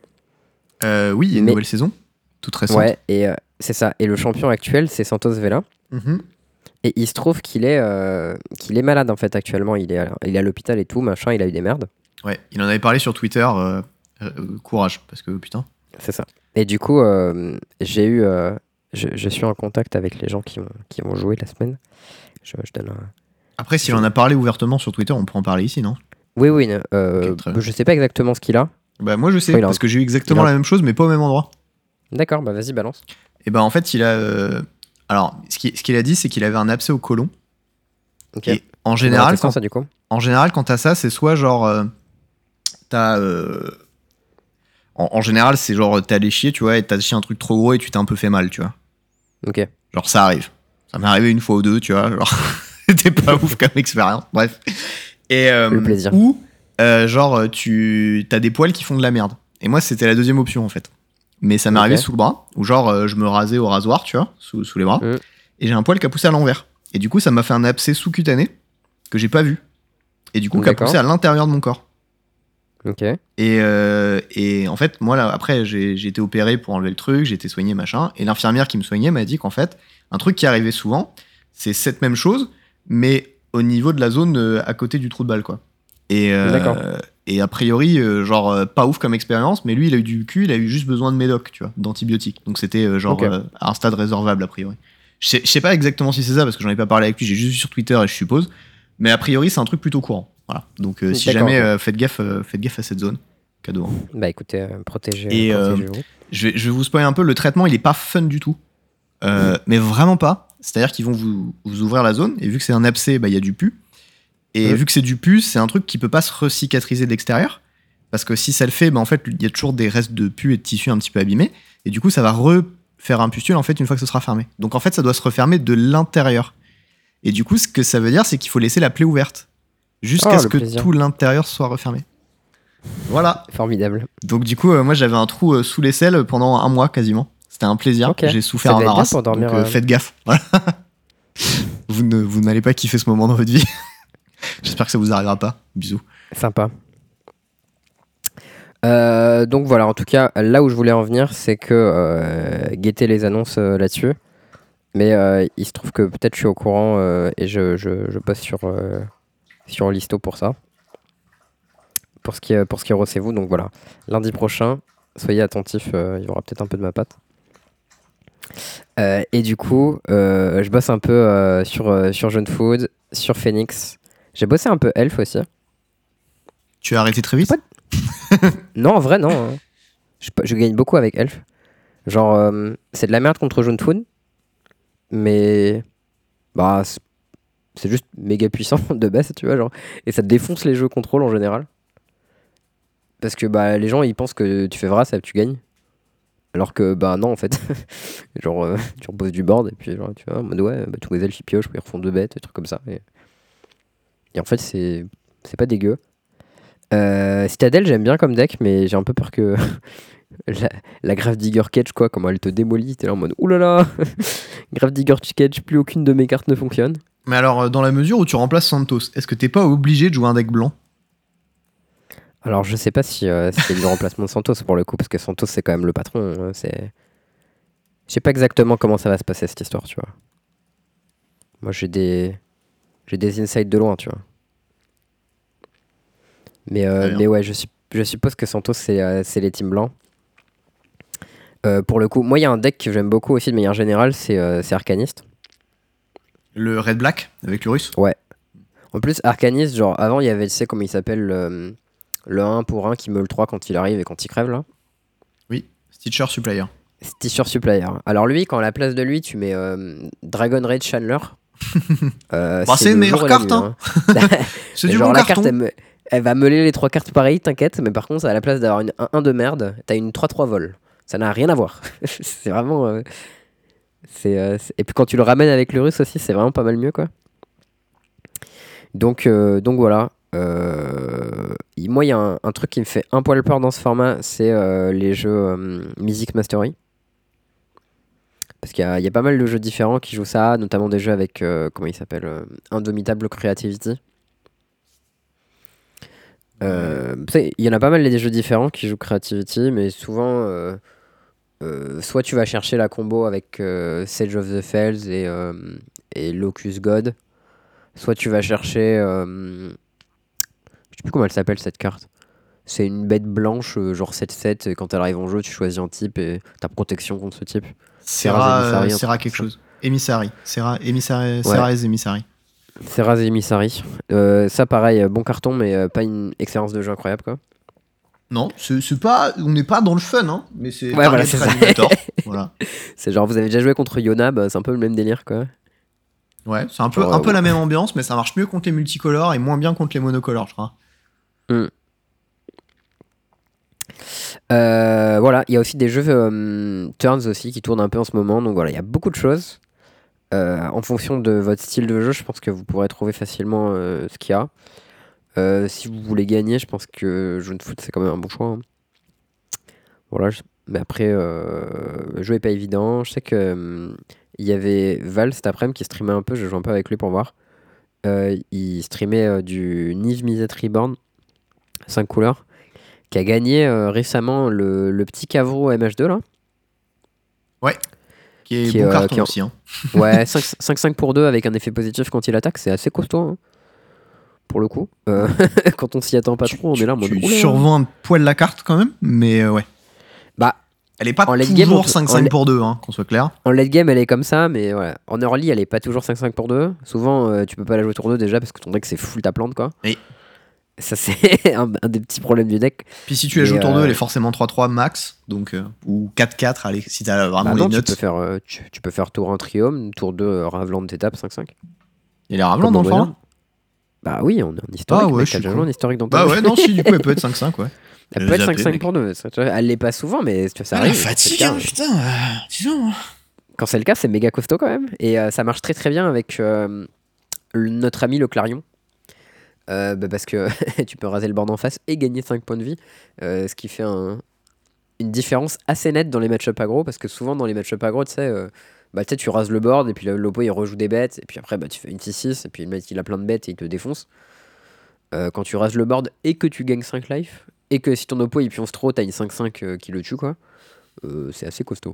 Euh, oui, il y a une Mais- nouvelle saison, toute récente. Ouais, et euh, c'est ça. Et le champion actuel, c'est Santos Vela. Mhm. Et il se trouve qu'il est, euh, qu'il est malade en fait actuellement. Il est, à, il est à l'hôpital et tout, machin. Il a eu des merdes. Ouais, il en avait parlé sur Twitter. euh, euh, courage, parce que putain. C'est ça. Et du coup, euh, j'ai eu, euh, je, je suis en contact avec les gens qui vont, qui vont jouer la semaine. Je, je donne un... Après, s'il en a parlé ouvertement sur Twitter, on peut en parler ici, non? Oui, oui. Euh, Ok, très bien. je sais pas exactement ce qu'il a. Bah moi je sais, Ouais, il a un- parce que j'ai eu exactement il a un- la même chose, mais pas au même endroit. D'accord, bah vas-y, balance. Et bah en fait, il a... euh, Alors, ce qui- ce qu'il a dit, c'est qu'il avait un abcès au côlon. Ok. Et en Dans général, l'intestin, quand, ça du coup. en général, quand t'as ça, c'est soit genre... euh, t'as... euh, En, en général, c'est genre t'es allé chier, tu vois, et t'as chié un truc trop gros et tu t'es un peu fait mal, tu vois. Ok. Genre ça arrive. Ça m'est arrivé une fois ou deux, tu vois. Genre, c'était pas ouf comme expérience. Bref. Et, euh, Le plaisir. Ou, euh, genre, tu as des poils qui font de la merde. Et moi, c'était la deuxième option, en fait. Mais ça m'est Ok. arrivé sous le bras, où genre, euh, je me rasais au rasoir, tu vois, sous, sous les bras. Mm. Et j'ai un poil qui a poussé à l'envers. Et du coup, ça m'a fait un abcès sous-cutané que j'ai pas vu. Et du coup, qui a D'accord. poussé à l'intérieur de mon corps. Ok. Et, euh, et en fait, moi, là, après, j'ai j'ai été opéré pour enlever le truc, j'ai été soigné, machin. Et l'infirmière qui me soignait m'a dit qu'en fait, un truc qui arrivait souvent, c'est cette même chose, mais au niveau de la zone euh, à côté du trou de balle, quoi. Et, euh, D'accord. et a priori, euh, genre, euh, pas ouf comme expérience, mais lui, il a eu du cul, il a eu juste besoin de médoc, tu vois, d'antibiotiques. Donc c'était euh, genre Ok. euh, à un stade résorbable, a priori. Je sais, je sais pas exactement si c'est ça, parce que j'en ai pas parlé avec lui, j'ai juste vu sur Twitter et je suppose. Mais a priori, c'est un truc plutôt courant. Voilà. Donc euh, si D'accord, jamais, ok. euh, faites gaffe, euh, faites gaffe à cette zone. Cadeau. Hein. Bah écoutez, euh, protégez, Et, euh, protégez-vous. Je vais, je vais vous spoiler un peu, le traitement, il est pas fun du tout. Euh, mais vraiment pas. C'est-à-dire qu'ils vont vous, vous ouvrir la zone, et vu que c'est un abcès, bah, il y a du pus. Et Mhm. vu que c'est du pus, c'est un truc qui peut pas se recicatriser de l'extérieur. Parce que si ça le fait, bah, en fait, il y a toujours des restes de pus et de tissu un petit peu abîmés. Et du coup, ça va refaire un pustule, en fait, une fois que ce sera fermé. Donc, en fait, ça doit se refermer de l'intérieur. Et du coup, ce que ça veut dire, c'est qu'il faut laisser la plaie ouverte. Jusqu'à Oh, ce le que plaisir. tout l'intérieur soit refermé. Voilà. Formidable. Donc du coup, euh, moi j'avais un trou euh, sous l'aisselle pendant un mois quasiment. C'était un plaisir. Ok. J'ai Ça souffert devait un être bien race. pour dormir, Donc euh, euh. faites gaffe. Voilà. vous ne, vous n'allez pas kiffer ce moment dans votre vie. J'espère que ça vous arrivera pas. Bisous. Sympa. Euh, donc voilà, en tout cas, là où je voulais en venir, c'est que euh, guettez les annonces euh, là-dessus. Mais euh, il se trouve que peut-être je suis au courant euh, et je, je, je poste sur, euh, sur Listo pour ça. Pour ce qui est, pour ce qui est Rossez-vous. Donc voilà, lundi prochain, soyez attentifs, euh, il y aura peut-être un peu de ma patte. Euh, et du coup, euh, je bosse un peu euh, sur, euh, sur Jeune Food, sur Phoenix. J'ai bossé un peu Elf aussi. Tu as arrêté très vite. Non, en vrai, non. hein. Je, je gagne beaucoup avec Elf. Genre, euh, c'est de la merde contre Jaune Food. Mais. Bah, c'est- c'est juste méga puissant de base, tu vois. Genre, et ça défonce les jeux contrôle en général. Parce que bah, les gens, ils pensent que tu fais Vras et tu gagnes. Alors que, bah non, en fait. genre, euh, tu reposes du board et puis, genre, tu vois, en mode ouais, bah, tous mes elfes ils piochent, puis ils refont deux bêtes, des trucs comme ça. Et, et en fait, c'est c'est pas dégueu. Euh, Citadel, j'aime bien comme deck, mais j'ai un peu peur que la, la Grave Digger Cage, quoi, comment elle te démolit, t'es là en mode oulala, Grave Digger Cage, plus aucune de mes cartes ne fonctionne. Mais alors, euh, dans la mesure où tu remplaces Santos, est-ce que t'es pas obligé de jouer un deck blanc? Alors, je sais pas si euh, c'est le remplacement de Santos pour le coup, parce que Santos c'est quand même le patron. hein, c'est... Je sais pas exactement comment ça va se passer cette histoire, tu vois. Moi j'ai des j'ai des insights de loin, tu vois. Mais, euh, Très bien. mais ouais, je, sup- je suppose que Santos c'est, euh, c'est les teams blancs. Euh, pour le coup, moi, il y a un deck que j'aime beaucoup aussi de manière générale, c'est euh, c'est Arcanist. Le Red Black avec le russe. Ouais. En plus, Arcanist, genre, avant, il y avait, tu sais, comment il s'appelle, le, le un pour un qui meule trois quand il arrive et quand il crève, là. Oui, Stitcher Supplier. Stitcher Supplier. Alors lui, quand à la place de lui, tu mets euh, Dragon Raid Chandler. euh, Bah, c'est une le meilleure jour et la carte, nuit, hein. hein. C'est du Genre bon la carton. carte, elle, me- elle va meuler les trois cartes pareil, t'inquiète. Mais par contre, à la place d'avoir une un un de merde, t'as une trois trois vol. Ça n'a rien à voir. C'est vraiment... euh, c'est, euh, c'est- Et puis quand tu le ramènes avec le russe aussi, c'est vraiment pas mal mieux, quoi. Donc, euh, donc voilà. Euh, y- Moi, il y a un, un truc qui me fait un poil peur dans ce format, c'est euh, les jeux euh, Music Mastery. Parce qu'il y a, il y a pas mal de jeux différents qui jouent ça, notamment des jeux avec, euh, comment il s'appelle, euh, Indomitable Creativity. Euh, tu sais, il y en a pas mal des jeux différents qui jouent Creativity, mais souvent, euh, euh, soit tu vas chercher la combo avec euh, Sage of the Fells et, euh, et Locust God, soit tu vas chercher, euh, je sais plus comment elle s'appelle cette carte. C'est une bête blanche, euh, genre sept sept, et quand elle arrive en jeu, tu choisis un type et t'as protection contre ce type. Serraz Serra, euh, Emissary, un Serra truc quelque comme ça. chose. Emissary. Serra, Emissary, Ouais. Serra's Emissary. Serraz Emissary. Euh, ça, pareil, euh, bon carton, mais euh, pas une expérience de jeu incroyable, quoi. Non, c'est c'est pas, on n'est pas dans le fun, hein, mais c'est Ouais, voilà, Target c'est ça. Reanimator. Voilà. C'est genre, vous avez déjà joué contre Yona, bah, c'est un peu le même délire, quoi. Ouais, c'est un peu, Genre, un euh, peu la même ambiance, mais ça marche mieux contre les multicolores et moins bien contre les monocolores, je crois. Euh, voilà, il y a aussi des jeux euh, turns aussi qui tournent un peu en ce moment. Donc voilà, il y a beaucoup de choses. Euh, en fonction de votre style de jeu, je pense que vous pourrez trouver facilement euh, ce qu'il y a. Euh, si vous voulez gagner, je pense que jeu de foot, c'est quand même un bon choix, hein. Voilà, je- mais après, euh, le jeu est pas évident. Je sais que hum, il y avait Val cet après-midi qui streamait un peu. Je joue un peu avec lui pour voir. Euh, il streamait euh, du Niv Mizzet Reborn, cinq couleurs, qui a gagné euh, récemment le, le petit Cavro M H deux là. Ouais. Qui est Qui est, bon euh, carton qui est en- aussi, hein. Ouais, cinq cinq pour deux avec un effet positif quand il attaque, c'est assez costaud, hein, pour le coup. Euh, quand on s'y attend pas Tu, trop, on tu- est là en mode tu oula. survends un poil la carte quand même, mais euh, ouais. Bah, Elle est pas en late game, on toujours peut- cinq en cinq la- pour deux, hein, qu'on soit clair. en late game, elle est comme ça, mais voilà. En early, elle est pas toujours cinq cinq pour deux. Souvent, euh, tu peux pas la jouer tour deux déjà parce que ton deck c'est full ta plante, quoi. Oui. Ça, c'est un, un des petits problèmes du deck. Puis si tu la Mais, joues tour deux, euh, elle est forcément trois trois max, donc, euh, ou quatre quatre, allez, si t'as vraiment Bah les non, tu notes. peux faire, euh, tu, tu peux faire tour un Triome, tour deux euh, Raveland d'étape cinq cinq. Il y a les Raveland Comme dans en le format. moderne. Bah oui, on est en historique, Ah ouais, mec, je t'as suis déjà cool. joué en historique dans ta Bah vie. ouais, non, si, du coup, elle peut être cinq cinq, ouais. Elle Je peut l'ai être zappé, cinq cinq mec. pour deux. ça, tu vois, Elle l'est pas souvent, mais tu vois, ça Ah, arrive. la quand c'est fatigue, le cas. hein, putain. euh, disons. Quand c'est le cas, c'est méga costaud quand même. Et euh, ça marche très très bien avec euh, le- notre ami le Clarion. Euh, bah, parce que tu peux raser le board en face et gagner cinq points de vie. Euh, ce qui fait un- une différence assez nette dans les match-up aggro. Parce que souvent dans les match-up aggro, tu sais, euh, bah, tu sais, tu rases le board et puis le- l'oppo il rejoue des bêtes. Et puis après, bah, tu fais une six six. Et puis le mec il a plein de bêtes et il te défonce. Euh, quand tu rases le board et que tu gagnes cinq life. Et que si ton oppo il pionce trop, t'as une cinq cinq euh, qui le tue, quoi. Euh, c'est assez costaud.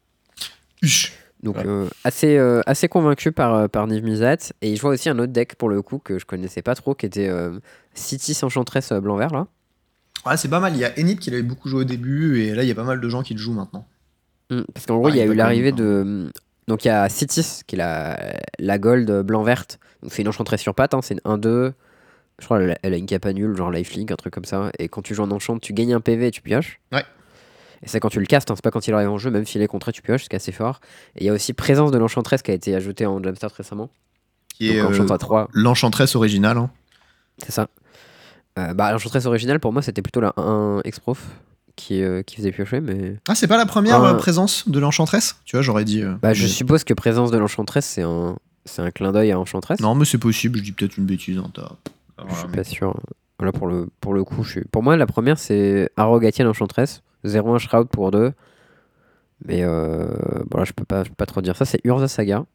Huch. Donc Ouais. euh, assez, euh, assez convaincu par, euh, par Niv Mizzet. Et je vois aussi un autre deck pour le coup que je connaissais pas trop, qui était euh, City Enchantress euh, blanc-vert là. Ouais, c'est pas mal. Il y a Enip qui l'avait beaucoup joué au début, et là, il y a pas mal de gens qui le jouent maintenant. Mm, Parce qu'en gros, Ah, il y il a est eu pas l'arrivée connu, de. Donc il y a Citis, qui est la, la gold euh, blanc-verte. Donc c'est une enchantress sur patte, hein, c'est une un deux. Je crois qu'elle a, elle a une capa nulle, genre lifelink, un truc comme ça. Et quand tu joues en enchant, tu gagnes un P V et tu pioches. Ouais. Et c'est quand tu le castes, hein, c'est pas quand il arrive en jeu, même s'il est contré, tu pioches, c'est assez fort. Et il y a aussi Présence de l'enchantress qui a été ajoutée en Jamstart récemment. Qui est Donc enchant euh, à trois, l'enchantress originale, hein. c'est ça. Euh, bah, l'enchantress originale, pour moi, c'était plutôt la un X-Prof qui, euh, qui faisait piocher, mais. Ah, c'est pas la première Ah. euh, présence de l'enchantress? Tu vois, j'aurais dit. euh, Bah, je mais- suppose que Présence de l'enchantress, c'est un, c'est un clin d'œil à Enchantress. Non, mais c'est possible, je dis peut-être une bêtise, hein, t'as- Je Voilà, suis mais- pas sûr. Voilà, pour le, pour le coup, je suis... Pour moi, la première, c'est Arrogatian Enchantress. zéro un Shroud pour deux. Mais euh, voilà, je peux pas, je peux pas trop dire ça. C'est Urza Saga.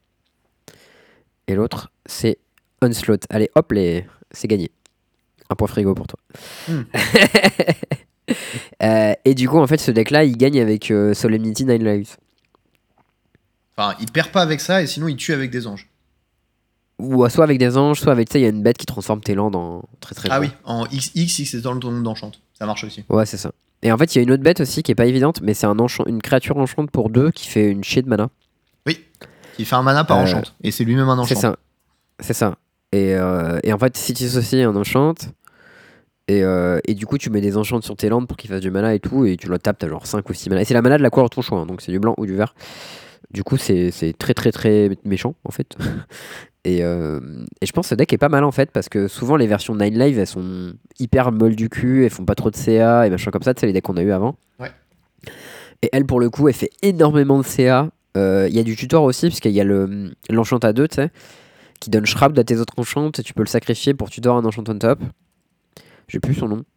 Et l'autre, c'est Onslaught. Allez, hop, les... c'est gagné. Un point frigo pour toi. Hmm. Euh, et du coup, en fait, ce deck-là, il gagne avec euh, Solemnity Nine Lives. Enfin, il perd pas avec ça, et sinon, il tue avec des anges. Ou euh, soit avec des anges, soit avec, tu sais, il y a une bête qui transforme tes landes en très très Ah gros. oui, en X X, X c'est dans le ton d'enchant. Ça marche aussi. Ouais, c'est ça. Et en fait, il y a une autre bête aussi qui est pas évidente, mais c'est un enchant- une créature enchante pour deux qui fait une chier de mana. Oui, qui fait un mana par Euh, enchant. Et c'est lui-même un C'est enchant. ça. C'est ça. Et, euh, et en fait, si tu associes un enchant, et, euh, et du coup, tu mets des enchants sur tes landes pour qu'ils fassent du mana et tout, et tu le tapes, t'as genre cinq ou six mana. Et c'est la mana de la couleur de ton choix, hein, donc c'est du blanc ou du vert. Du coup, c'est c'est très très très méchant en fait. Et, euh, et je pense que ce deck est pas mal en fait, parce que souvent les versions Nine Live elles sont hyper molles du cul, elles font pas trop de C A et machin comme ça, tu sais, les decks qu'on a eu avant. Ouais. Et elle, pour le coup, elle fait énormément de C A. Euh, Il y a du tutor aussi, parce qu'il y a le- l'enchant à deux, tu sais, qui donne Shroud à tes autres enchants, et tu peux le sacrifier pour tutor un enchant on top. J'ai plus son nom.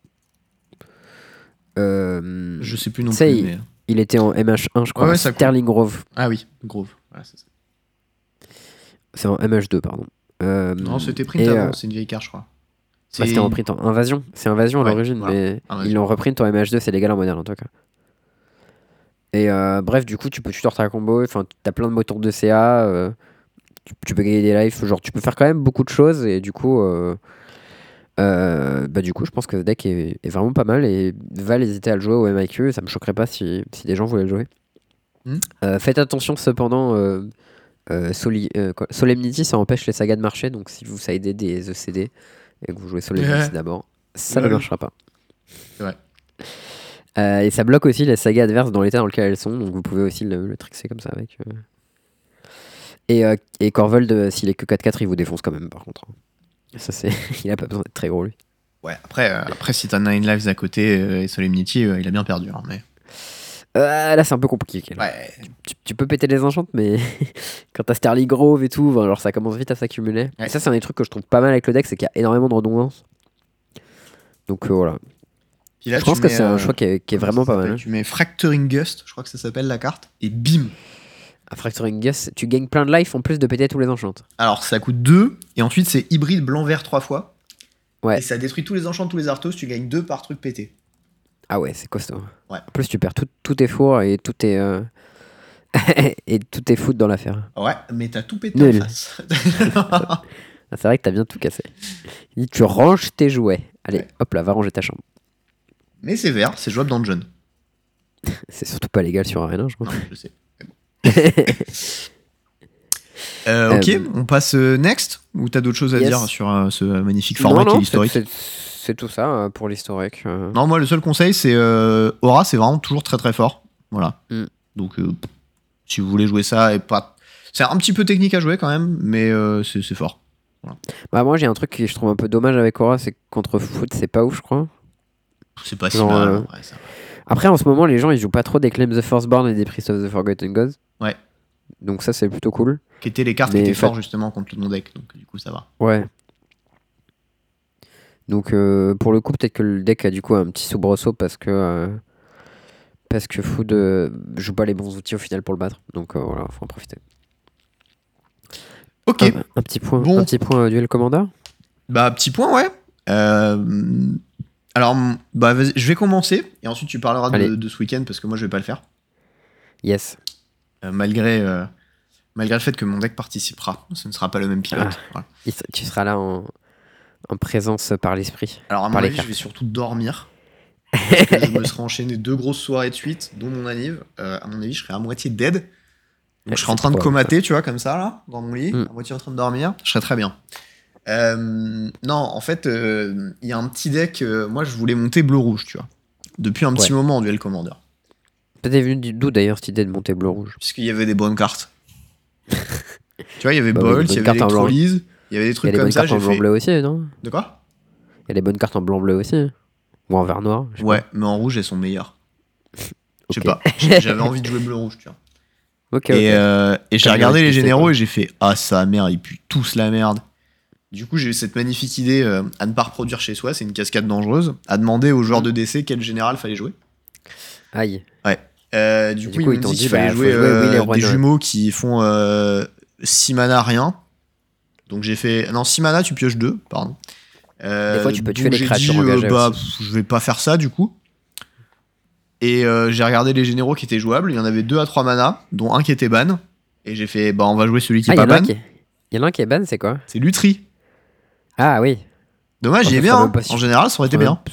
Euh, Je sais plus non tu sais, plus. il, Mais... il était en M H un, je crois, Ouais, ouais, ça Sterling Grove. Ah oui, Grove. Voilà, c'est ça. C'est en M H deux, pardon. Euh, Non, c'était print et, avant, euh, c'est une vieille carte, je crois. Bah, C'est- c'était en print en Invasion. C'est Invasion à Ouais, l'origine, voilà. mais Invasion. ils l'ont reprint en M H deux, c'est légal en moderne en tout cas. Et euh, bref, du coup, tu peux tutor ta combo, enfin, t'as plein de moteurs de C A, euh, tu, tu peux gagner des lives, genre tu peux faire quand même beaucoup de choses, et du coup, euh, euh, bah, du coup, je pense que ce deck est, est vraiment pas mal, et Val hésitait à le jouer au M I Q, ça me choquerait pas si, si des gens voulaient le jouer. Hmm. Euh, faites attention cependant, euh, euh, Soli- euh, quoi, Solemnity, ça empêche les sagas de marcher, donc si vous sidez des E C D et que vous jouez Solemnity Ouais. d'abord, ça Ouais, ne oui. marchera pas. C'est vrai. Euh, et ça bloque aussi les sagas adverses dans l'état dans lequel elles sont, donc vous pouvez aussi le, le trixer comme ça avec. euh. Et, euh, et Corvold, euh, s'il est que quatre quatre, il vous défonce quand même par contre. Ça, c'est... il a pas besoin d'être très gros lui. Ouais, après, euh, après si t'as Nine Lives à côté euh, et Solemnity, euh, il a bien perdu. Hein, mais... Euh, là, c'est un peu compliqué. Là. Ouais. Tu, tu peux péter les enchantes, mais quand t'as Sterling Grove et tout, ben, alors ça commence vite à s'accumuler. Ouais. Et ça, c'est un des trucs que je trouve pas mal avec le deck, c'est qu'il y a énormément de redondance. Donc euh, voilà. Puis là, Je tu pense que mets, c'est un euh, choix qui est, qui est comment vraiment ça pas s'appelle mal. Tu mets Fracturing Gust, je crois que ça s'appelle la carte, et bim. À Fracturing Gus, tu gagnes plein de life en plus de péter tous les enchantes. Alors ça coûte deux, et ensuite c'est hybride blanc-vert trois fois. Ouais. Et ça détruit tous les enchants, tous les arthos, tu gagnes deux par truc pété. Ah ouais, c'est costaud. Ouais. En plus, tu perds tout, tout tes fours et tout tes, euh, et tout tes foot dans l'affaire. Ouais, mais t'as tout pété Nul. en face. Ah, c'est vrai que t'as bien tout cassé. Il dit, tu ranges tes jouets. Allez, Ouais. hop là, va ranger ta chambre. Mais c'est vert, c'est jouable dans le jeune. C'est surtout pas légal sur Arena, je crois. Non, je sais. Euh, ok, Euh, on passe euh, next. Ou t'as d'autres choses à yes. dire sur euh, ce magnifique format non, qui est non, l'historique? c'est, c'est tout ça euh, pour l'historique. euh. Non, moi le seul conseil c'est euh, Aura, c'est vraiment toujours très très fort. Voilà. Mm. Donc euh, si vous voulez jouer ça et pas, c'est un petit peu technique à jouer quand même, mais euh, c'est, c'est fort. Bah, moi, j'ai un truc que je trouve un peu dommage avec Aura, c'est que contre foot, c'est pas ouf, je crois. C'est pas si Genre, mal. euh, hein, ouais, ça va. Après, en ce moment, les gens, ils jouent pas trop des Claim the Firstborn et des Priest of the Forgotten Gods. Ouais. Donc ça, c'est plutôt cool. Qui étaient les cartes Mais qui étaient fa- fortes justement contre mon deck, donc du coup ça va. Ouais. Donc euh, pour le coup, peut-être que le deck a du coup un petit soubresaut parce que euh, parce que Food euh, joue pas les bons outils au final pour le battre. Donc euh, voilà, faut en profiter. Ok. Un, un petit point, Bon. un petit point euh, duel commander. Bah petit point ouais. Euh, Alors bah vas-y, je vais commencer et ensuite tu parleras de, Allez. de ce week-end parce que moi je vais pas le faire. Yes. Euh, malgré euh, malgré le fait que mon deck participera, ce ne sera pas le même pilote. Ah. Voilà. Il s- Tu seras là en, en présence par l'esprit. Alors à mon Par les avis, je cartes. vais surtout dormir. Parce que je me serai enchaîné deux grosses soirées de suite, dont mon anniv. Euh, à mon avis, je serai à moitié dead. Donc Ouais, je serai en c'est train de probable, comater, tu vois, comme ça, là, dans mon lit, Mm. à moitié en train de dormir. Je serai très bien. Euh, non, en fait, euh, il y a un petit deck. euh, moi, je voulais monter bleu-rouge, tu vois. Depuis un petit Ouais. moment en duel commander. Peut-être venu d'où d'ailleurs cette idée de monter bleu-rouge. Puisqu'il y avait des bonnes cartes. Tu vois, il y avait Bah oui, Bolt, des il y bonnes avait cartes en blanc. Electrolyse, il y avait des Il y a trucs des comme bonnes ça. cartes en J'ai fait... blanc-bleu aussi, non? De quoi? Il y a des bonnes cartes en blanc-bleu aussi. Ou en vert-noir. je sais Ouais, mais en rouge, elles sont meilleures. Je sais Ok. pas. J'avais envie de jouer bleu-rouge, tu vois. Ok, Et, ok. euh, et j'ai Comme regardé le les N P C, généraux quoi. et j'ai fait ah sa mère, ils puent tous la merde. Du coup, j'ai eu cette magnifique idée euh, à ne pas reproduire chez soi, c'est une cascade dangereuse, à demander aux joueurs Mhm. de D C quel général fallait jouer. Aïe. Euh, du Et coup, du ils coup, m'ont ils t'ont dit dit, qu'il fallait bah, faut jouer, jouer euh, Will et Rowan, des ouais. jumeaux qui font euh, six mana rien. Donc j'ai fait non six mana, tu pioches deux, pardon. Euh, Des fois, tu peux donc tuer les j'ai créatures dit, euh, engagées bah, aussi. pff, je vais pas faire ça du coup. Et euh, j'ai regardé les généraux qui étaient jouables. Il y en avait deux à trois mana, dont un qui était ban. Et j'ai fait bah on va jouer celui qui Ah, est il y pas en a un ban. qui est... il y en a un qui est ban, c'est quoi? C'est Lutri. Ah oui. Dommage, Oh, il est ça bien. sera hein. même pas si- En général, ça aurait été bien.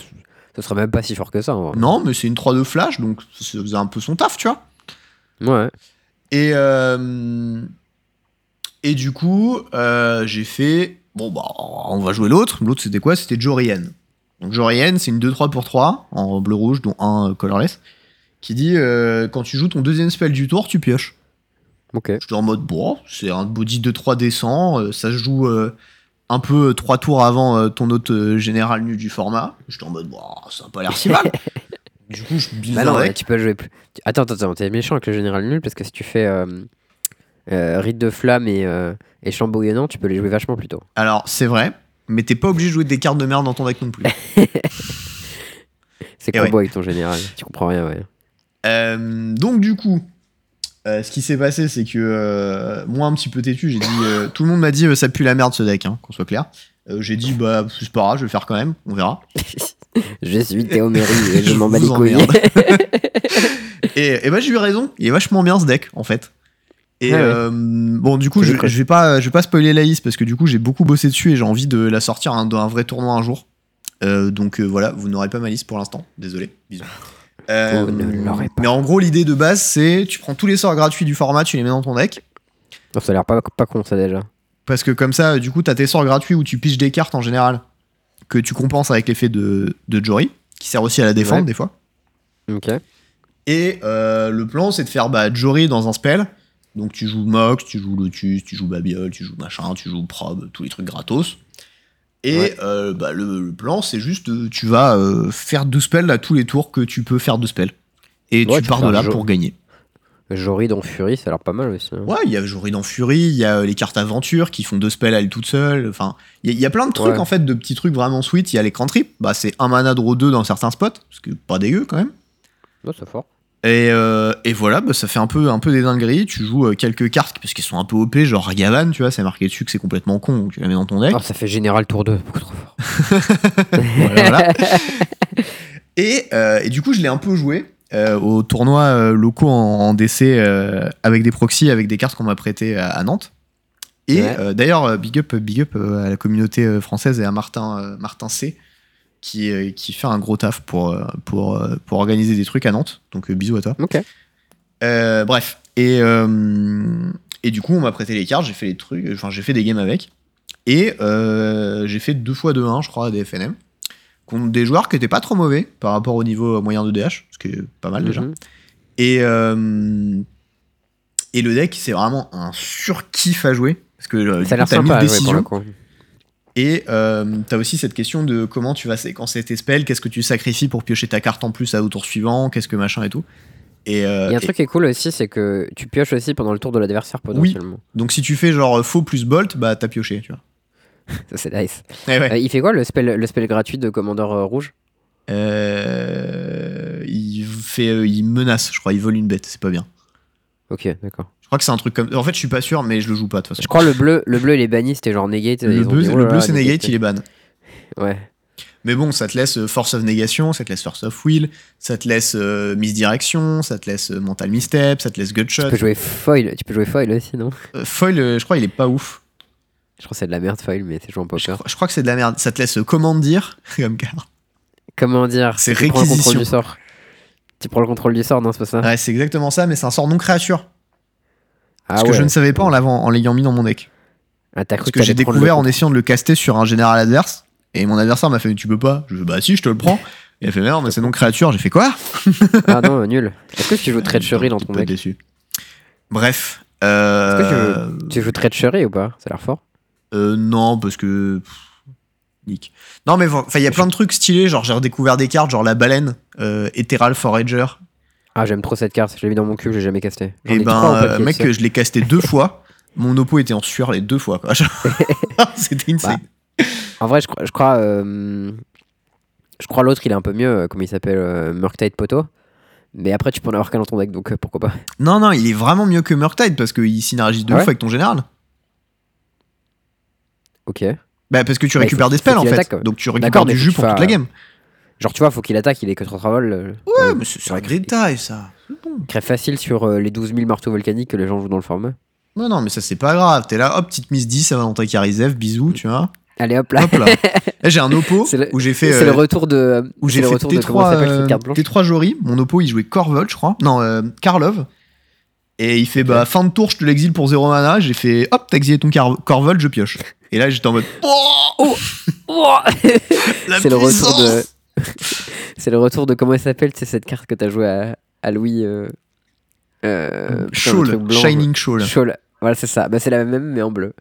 Ce serait même pas si fort que ça. En vrai. Non, mais c'est une trois deux flash, donc ça faisait un peu son taf, tu vois. Ouais. Et, euh, et du coup, euh, j'ai fait... Bon, bah, on va jouer l'autre. L'autre, c'était quoi? C'était Jorian. Donc Jorian, c'est une deux trois pour trois, en bleu-rouge, dont un euh, colorless, qui dit, euh, quand tu joues ton deuxième spell du tour, tu pioches. Ok. J'étais en mode, bon, c'est un body deux trois décent, euh, ça se joue euh, un peu euh, trois tours avant euh, ton autre euh, général nu du format. J'étais en mode, bon, ça a pas l'air si mal. Du coup, je build Bah non, un mais deck. tu peux jouer plus. tu- Attends, attends, attends, t'es méchant avec le général nul parce que si tu fais euh, euh, Rite de flamme et, euh, et champ bouillonnant, tu peux les jouer vachement plus tôt. Alors, c'est vrai, mais t'es pas obligé de jouer des cartes de merde dans ton deck non plus. C'est Et combo ouais. avec ton général. Tu comprends rien, ouais. Euh, donc, du coup, euh, ce qui s'est passé, c'est que euh, moi, un petit peu têtu, j'ai dit. euh, tout le monde m'a dit, euh, ça pue la merde ce deck, hein, qu'on soit clair. Euh, j'ai dit, bah, c'est pas grave, je vais le faire quand même, on verra. Je suis Théo Méry et je, Je m'en bats les vous couilles. emmerde. Et, et bah, j'ai eu raison, il est vachement bien ce deck, en fait. Et Ouais, ouais. euh, bon, du coup, C'est je, des trucs. je vais pas, je vais pas spoiler la liste parce que du coup, j'ai beaucoup bossé dessus et j'ai envie de la sortir hein, dans un vrai tournoi un jour. Euh, donc euh, voilà, vous n'aurez pas ma liste pour l'instant, désolé, bisous. Euh, Vous ne l'aurez pas. Mais en gros, l'idée de base, c'est tu prends tous les sorts gratuits du format, tu les mets dans ton deck. Non, ça a l'air pas, pas con ça déjà. Parce que comme ça, du coup, t'as tes sorts gratuits où tu piges des cartes en général que tu compenses avec l'effet de, de Jory, qui sert aussi à la défendre Ouais. des fois. Ok. Et euh, le plan, c'est de faire bah, Jory dans un spell. Donc tu joues Mox, tu joues Lotus, tu joues Babiole, tu joues machin, tu joues Probe, tous les trucs gratos. Et Ouais. euh, bah, le, le plan, c'est juste, euh, tu vas euh, faire deux spells à tous les tours que tu peux faire deux spells. Et Ouais, tu tu pars fais de un là jeu. pour gagner. Jory dans Fury, ça a l'air pas mal aussi. hein. Ouais, il y a Jory dans Fury, il y a euh, les cartes aventure qui font deux spells à elle toute seule. Enfin, il y, a- il y a plein de trucs Ouais. en fait, de petits trucs vraiment sweet. Il y a l'écran trip, bah, c'est un mana draw deux dans certains spots, ce qui est pas dégueu quand même. Non, c'est fort. Et, euh, et voilà, bah, ça fait un peu, un peu des dingueries. Tu joues euh, quelques cartes parce qu'elles sont un peu O P, genre Gavan, tu vois, c'est marqué dessus que c'est complètement con, donc tu la mets dans ton deck. Oh, ça fait général tour deux, beaucoup trop fort. Voilà, voilà. Et, euh, et du coup, je l'ai un peu joué euh, aux tournois euh, locaux en, en D C euh, avec des proxys, avec des cartes qu'on m'a prêtées à, à Nantes. Et Ouais. euh, d'ailleurs, euh, big up, big up euh, à la communauté euh, française et à Martin, euh, Martin C. Qui, euh, qui fait un gros taf pour, euh, pour, euh, pour organiser des trucs à Nantes. Donc euh, bisous à toi. Ok. Euh, bref. Et, euh, et du coup, on m'a prêté les cartes, j'ai fait les trucs, enfin j'ai fait des games avec. Et euh, j'ai fait deux fois deux un, je crois, à des F N M. Contre des joueurs qui étaient pas trop mauvais par rapport au niveau moyen de D H, ce qui est pas mal déjà. Mhm. Et, euh, et le deck, c'est vraiment un surkiff à jouer. Parce que euh, du Ça a coup, l'air t'as sympa mille à jouer pour décisions. le coup. Et euh, t'as aussi cette question de comment tu vas séquencer tes spells, qu'est-ce que tu sacrifies pour piocher ta carte en plus à au tour suivant, qu'est-ce que machin et tout. Et, euh, Il y a un et truc qui est cool aussi, c'est que tu pioches aussi pendant le tour de l'adversaire potentiellement. donc si tu fais genre faux plus bolt, bah t'as pioché, tu vois. Ça, c'est nice. Eh ouais. Euh, il fait quoi le spell, le spell gratuit de commandeur euh, rouge? Euh, il fait, euh, il menace, je crois, il vole une bête, c'est pas bien. Ok, d'accord. Je crois que c'est un truc comme. En fait, je suis pas sûr, mais je le joue pas de toute façon. Je crois le bleu, le bleu il est banni, c'était genre negate. Le ils ont bleu, dit, c'est- oh le là bleu là, c'est negate, il est ban. Ouais. Mais bon, ça te laisse euh, Force of Negation, ça te laisse Force of Will, ça te laisse euh, Misdirection, ça te laisse euh, Mental Misstep, ça te laisse Gutshot. Tu peux jouer foil, tu peux jouer foil aussi, non? Euh, foil, euh, je crois, il est pas ouf. Je crois que c'est de la merde foil, mais c'est joué en Je poker. crois, je crois que c'est de la merde. Ça te laisse euh, Commandir comme carte. Comment dire? C'est Tu prends le contrôle réquisition. du sort. Tu prends le contrôle du sort, non, c'est pas ça? Ouais, c'est exactement ça, mais c'est un sort non créature. Ah Ce que je ne savais pas en l'avant- en l'ayant mis dans mon deck. Ah, t'as cru Parce que que j'ai t'allais prendre découvert le en essayant de le caster sur un général adverse. Et mon adversaire m'a fait, tu peux pas. Je fais, bah si, je te le prends. Et il a fait, merde, mais c'est non créature. J'ai fait quoi? Ah non, nul. Est-ce que tu joues Treachery dans ton deck deck? déçu. Bref. Euh... Est-ce que Tu joues Treachery ou pas? Ça a l'air fort. euh, non, parce que. pff, Nick. Non, mais enfin, il y a plein de trucs stylés. Genre, j'ai redécouvert des cartes, genre la baleine, euh, Ethereal Forager. Ah, j'aime trop cette carte. Je l'ai mis dans mon cube, j'ai jamais casté. J'en Et ai ben, trois au euh, papier, mec, tu sais. je l'ai casté deux fois. Mon oppo était en sueur les deux fois, quoi. C'était insane. En vrai, je crois, je crois, euh, je crois l'autre, il est un peu mieux. euh, Comment il s'appelle? euh, Murktide Poto. Mais après, tu peux en avoir qu'un dans ton deck, donc euh, pourquoi pas. Non, non, il est vraiment mieux que Murktide parce qu'il synergise de Ah ouf ouais avec ton général. Ok. Bah, parce que tu Bah, il récupères faut des qu'il- spells faut en qu'il fait. attaque, quoi. Donc tu récupères D'accord, du mais jus faut pour qu'il toute la fa- game. Genre, tu vois, faut qu'il attaque, il est que trois vol. euh, Ouais, euh, mais c'est c'est ouais, un great die ça. il crève facile sur euh, les douze mille marteaux volcaniques que les gens jouent dans le format. Non, non, mais ça c'est pas grave. T'es là, hop, petite mise dix, ça va dans ta Charizef, bisous, tu vois. Allez hop là. Hop là. Là, j'ai un Oppo C'est le- où j'ai fait. C'est euh, le retour de. où c'est j'ai le fait retour de T comment trois, ça s'appelle cette euh, carte blanche. T trois Jory. Mon Oppo, il jouait Corvolt, je crois. Non, euh, Karlov. Et il fait, bah, fin de tour, je te l'exile pour zéro mana. J'ai fait, hop, t'as exilé ton Car- Corvolt, je pioche. Et là, j'étais en mode, oh, Oh la c'est le retour de. puissance. C'est le retour de comment elle s'appelle, c'est cette carte que t'as joué à, à Louis. Euh... Euh... putain, le Shawl, truc blanc, Shining Shawl. Shawl. Voilà, c'est ça. Bah, c'est la même, mais en bleu.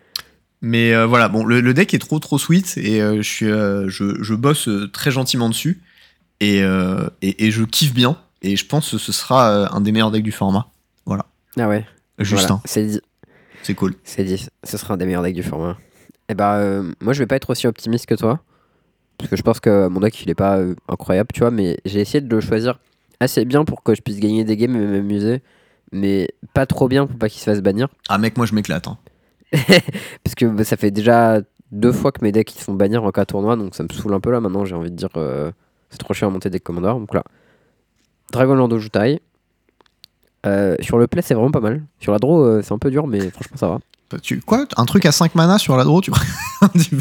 Mais euh, voilà, bon, le, le deck est trop trop sweet et euh, je, suis, euh, je, je bosse euh, très gentiment dessus et, euh, et, et je kiffe bien. Et je pense que ce sera euh, un des meilleurs decks du format. Voilà, Ah ouais. juste Voilà, un. c'est dit. C'est cool. C'est dit. Ce sera un des meilleurs decks du format. Et bah, euh, moi, je vais pas être aussi optimiste que toi. Parce que je pense que mon deck, il est pas euh, incroyable, tu vois. Mais j'ai essayé de le choisir assez bien pour que je puisse gagner des games et m'amuser. Mais pas trop bien pour pas qu'il se fasse bannir. Ah mec, moi je m'éclate. Hein. Parce que bah, ça fait déjà deux fois que mes decks ils se font bannir en cas tournoi. Donc ça me saoule un peu là maintenant. J'ai envie de dire. euh, c'est trop chiant à monter deck Commander. Donc là. Dragon Lord Jutai. Euh, sur le play, c'est vraiment pas mal. Sur la draw, euh, c'est un peu dur, mais franchement, ça va. Bah, Tu, quoi Un truc à cinq mana sur la draw, tu tu-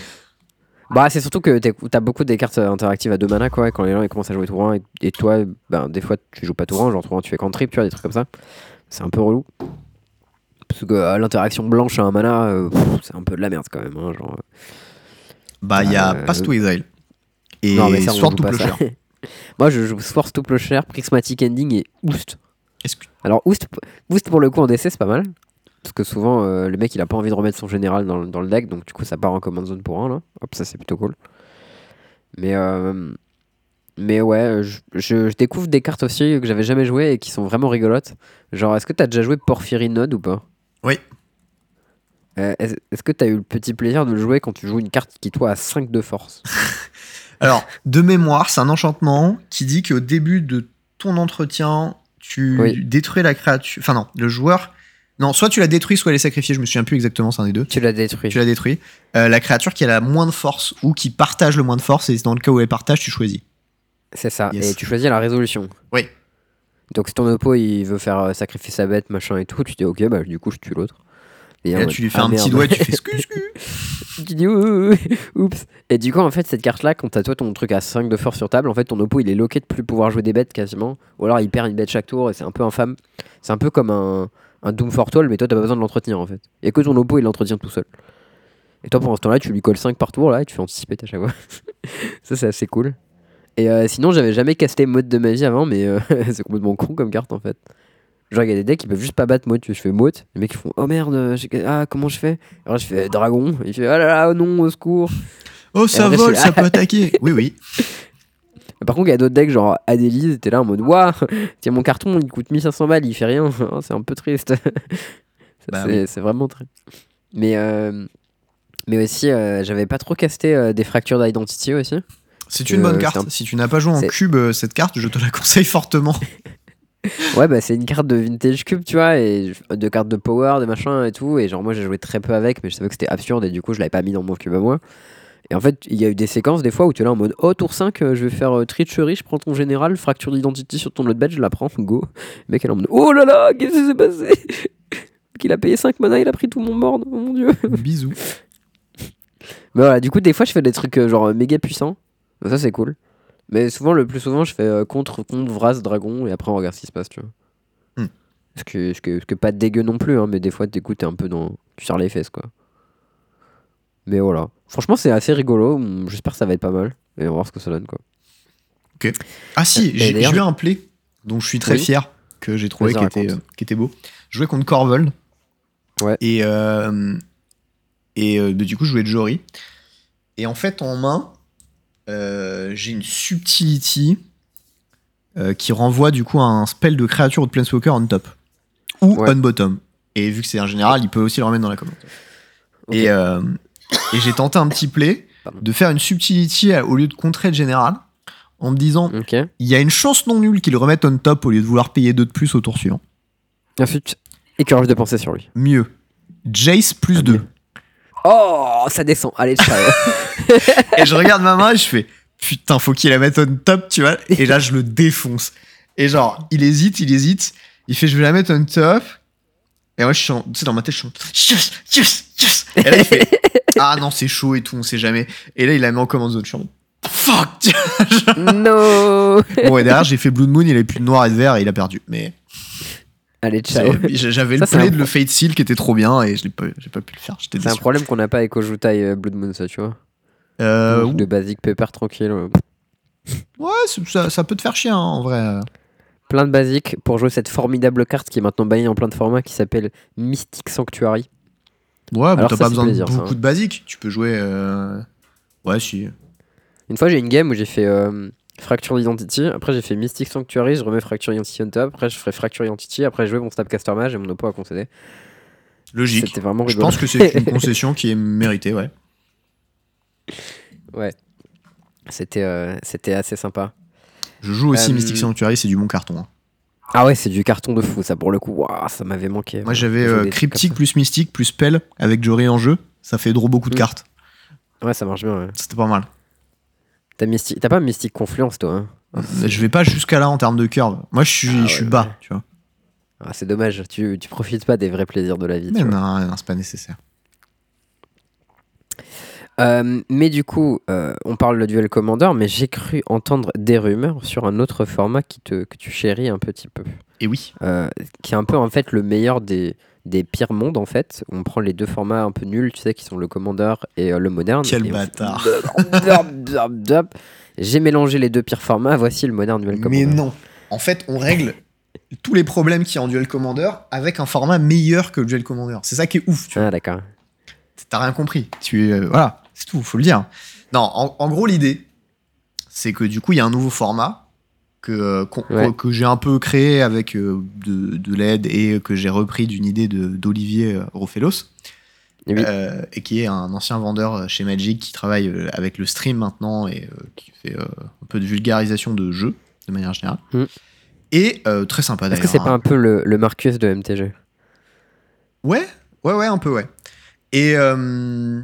Bah, c'est surtout que t'es- t'as beaucoup des cartes interactives à deux mana, quoi. Et quand les gens ils commencent à jouer tour un, et, et toi, ben, des fois, tu joues pas tour un, genre tour un, tu fais cantrip, tu vois, des trucs comme ça. C'est un peu relou. Parce que euh, l'interaction blanche à un mana, euh, pff, c'est un peu de la merde quand même. Hein, genre. Bah, il y a Euh, Pass to Exile. Et Non, mais ça, on Sword joue to pas ça. Plowshare. Moi, je joue Force to Plowshare, Prismatic Ending et Oost. Est-ce que- Alors, Oost, Oost pour le coup en D C, c'est pas mal. Parce que souvent, euh, le mec il a pas envie de remettre son général dans, le- dans le deck, donc du coup, ça part en command zone pour un là. Hop, ça c'est plutôt cool. Mais, euh, mais ouais, je, je- je découvre des cartes aussi que j'avais jamais jouées et qui sont vraiment rigolotes. Genre, est-ce que t'as déjà joué Porphyry Node ou pas? Oui. Euh, est-ce, est-ce que t'as eu le petit plaisir de le jouer quand tu joues une carte qui toi a cinq de force? Alors, de mémoire, c'est un enchantement qui dit qu'au début de ton entretien, tu Oui. détruis la créature. Enfin, non, le joueur. Non, soit tu la détruis, soit elle est sacrifiée. Je me souviens plus exactement, c'est un des deux. Tu l'as détruit. Tu la détruis. Euh, la créature qui a la moins de force ou qui partage le moins de force, et dans le cas où elle partage, tu choisis. C'est ça. Yes. Et tu choisis la résolution. Oui. Donc si ton oppo il veut faire euh, sacrifier sa bête, machin et tout, tu dis ok, bah du coup je tue l'autre. Et en là, mode, tu lui fais ah, un petit merde. doigt et tu fais scu scu. Tu dis ouh, ouh, oups. Et du coup, en fait, cette carte-là, quand t'as toi ton truc à cinq de force sur table, en fait, ton oppo il est loqué de plus pouvoir jouer des bêtes quasiment. Ou alors il perd une bête chaque tour et c'est un peu infâme. C'est un peu comme un, un Doom Fortol, mais toi t'as pas besoin de l'entretenir en fait. Et que ton oppo il l'entretient tout seul. Et toi pendant ce temps-là, tu lui colles cinq par tour là et tu fais anticiper à chaque fois. Ça, c'est assez cool. Et euh, sinon, j'avais jamais casté mode de ma vie avant, mais euh, c'est complètement con comme carte en fait. Genre, il y a des decks qui peuvent juste pas battre Mote. Je fais Mote, les mecs ils font oh merde, j'ai- ah comment je fais? Alors je fais Dragon, il fait oh là là, oh non, au secours. Oh, ça après, vole, je- ça peut attaquer. Oui, oui. Par contre, il y a d'autres decks genre Adélise, t'es là en mode waouh, tiens mon carton il coûte mille cinq cents balles, il fait rien, Oh, c'est un peu triste. Ça, Bah c'est, oui. c'est vraiment triste. Mais, euh, mais aussi, euh, j'avais pas trop casté euh, des fractures d'identity aussi. C'est que, une bonne euh, carte. c'est un- Si tu n'as pas joué en c'est- cube, euh, cette carte, je te la conseille fortement. Ouais, bah c'est une carte de Vintage Cube, tu vois, et je- de cartes de power, de machin et tout. Et genre, moi j'ai joué très peu avec, mais je savais que c'était absurde et du coup, je l'avais pas mis dans mon cube à moi. Et en fait, il y a eu des séquences des fois où tu es là en mode oh, tour cinq, euh, je vais faire euh, Treachery, je prends ton général, fracture d'identité sur ton autre bête, je la prends, go. Le mec, elle est en mode oh là là, qu'est-ce qui s'est passé? Qu'il a payé cinq mana, il a pris tout mon board, oh mon dieu. Bisous. Mais voilà, du coup, des fois, je fais des trucs euh, genre euh, méga puissants. Donc ça, c'est cool. Mais souvent, le plus souvent, je fais euh, contre, contre Vraz, Dragon, et après, on regarde ce qui se passe, tu vois. Hmm. Ce que, ce que, ce que pas dégueu non plus, hein, mais des fois, t'écoutes, t'es un peu dans. Tu sers les fesses, quoi. Mais voilà. Franchement, c'est assez rigolo. Hum, J'espère que ça va être pas mal. Et on va voir ce que ça donne, quoi. Ah si, Euh, et j'ai d'ailleurs, j'ai eu un play dont je suis très Oui. fier, que j'ai trouvé Vas-y, qui était, raconte. euh, qui était beau. Je jouais contre Corvold. Ouais. Et, euh, et euh, bah, du coup, je jouais de Jory. Et en fait, en main, euh, j'ai une Subtility euh, qui renvoie du coup à un spell de créature ou de Planeswalker on top. Ou Ouais. on bottom. Et vu que c'est un général, il peut aussi le remettre dans la commande. Ok. Et, euh, et j'ai tenté un petit play Pardon. de faire une Subtility à- au lieu de contrer le général en me disant Ok. il y a une chance non nulle qu'il le remette on top au lieu de vouloir payer deux de plus au tour suivant. Ensuite, écœurage de penser sur lui. Mieux. Jace plus Ah, deux. mieux. Oh, ça descend. Allez, ciao. Et je regarde ma main et je fais putain, faut qu'il la mette on top, tu vois. Et là, je le défonce. Et genre, il hésite, il hésite. Il fait je vais la mettre on top. Et moi, je suis en- tu sais, dans ma tête, je suis en- yes, yes, yes. Et là, il fait ah non, c'est chaud et tout, on sait jamais. Et là, il la met en commande zone. Je suis en mode, fuck. No. Bon, et derrière, j'ai fait Blood Moon, il avait plus de noir et de vert et il a perdu. Mais Allez, ciao. c'est- j'avais Ça, le c'est play un de le Fate Seal qui était trop bien et je l'ai pas, j'ai pas pu le faire. J'étais C'est un déçu. problème qu'on n'a pas avec Ojutai euh, Blood Moon, ça, tu vois. Euh, Un jeu de basic paper tranquille. euh. ouais, c'est- ça, ça peut te faire chier hein, en vrai. Plein de basiques pour jouer cette formidable carte qui est maintenant bannie en plein de formats qui s'appelle Mystic Sanctuary. Ouais, bah, Alors t'as ça, pas c'est besoin plaisir, de ça, beaucoup hein. de basiques. Tu peux jouer. euh, Ouais, si. Une fois, j'ai une game où j'ai fait euh, Fracture Identity. Après, j'ai fait Mystic Sanctuary. Je remets Fracture Identity on top. Après, je ferai Fracture Identity. Après, je jouais mon Snapcaster Mage et mon oppo a concédé. Logique. C'était vraiment Je rigolo. pense que c'est une concession qui est méritée, ouais. Ouais. C'était euh, c'était assez sympa. Je joue aussi Euh, Mystic Sanctuary, c'est du bon carton. hein. Ah ouais, c'est du carton de fou, ça, pour le coup. Waouh, ça m'avait manqué. Moi euh, j'avais de jouer euh, des trucs Cryptique comme plus Mystique plus Spell avec Jory en jeu. Ça fait draw beaucoup de Mm. cartes. ça. Ouais, ça marche bien. Ouais. C'était pas mal. T'as Mystic... T'as pas Mystic Confluence, toi, hein? Je vais pas jusqu'à là en termes de curve. Moi je suis, Ah ouais, je suis ouais. bas, tu vois. Ah, c'est dommage, tu, tu profites pas des vrais plaisirs de la vie. Mais tu vois. non, non, c'est pas nécessaire. Euh, mais du coup, euh, on parle de Duel Commander, mais j'ai cru entendre des rumeurs sur un autre format qui te, que tu chéris un petit peu. Et oui. Euh, qui est un peu en fait le meilleur des, des pires mondes en fait. On prend les deux formats un peu nuls, tu sais, qui sont le Commander et euh, le moderne. Quel et on bâtard. fait- J'ai mélangé les deux pires formats, voici le moderne Duel Commander. Mais non. En fait, on règle tous les problèmes qu'il y a en Duel Commander avec un format meilleur que le Duel Commander. C'est ça qui est ouf, tu vois. Ah d'accord. T'as rien compris. Tu, euh, voilà, c'est tout, faut le dire. Non, en, en gros, l'idée, c'est que du coup, il y a un nouveau format que, euh, qu'on- Ouais. que j'ai un peu créé avec euh, de, de l'aide et que j'ai repris d'une idée de, d'Olivier euh, Rofelos, Et oui. euh, et qui est un ancien vendeur chez Magic qui travaille euh, avec le stream maintenant et euh, qui fait euh, un peu de vulgarisation de jeux de manière générale. Mm. Et euh, très sympa Est-ce d'ailleurs. que c'est hein. pas un peu le, le Marcus de M T G? Ouais, ouais, ouais, un peu, ouais. Et, euh,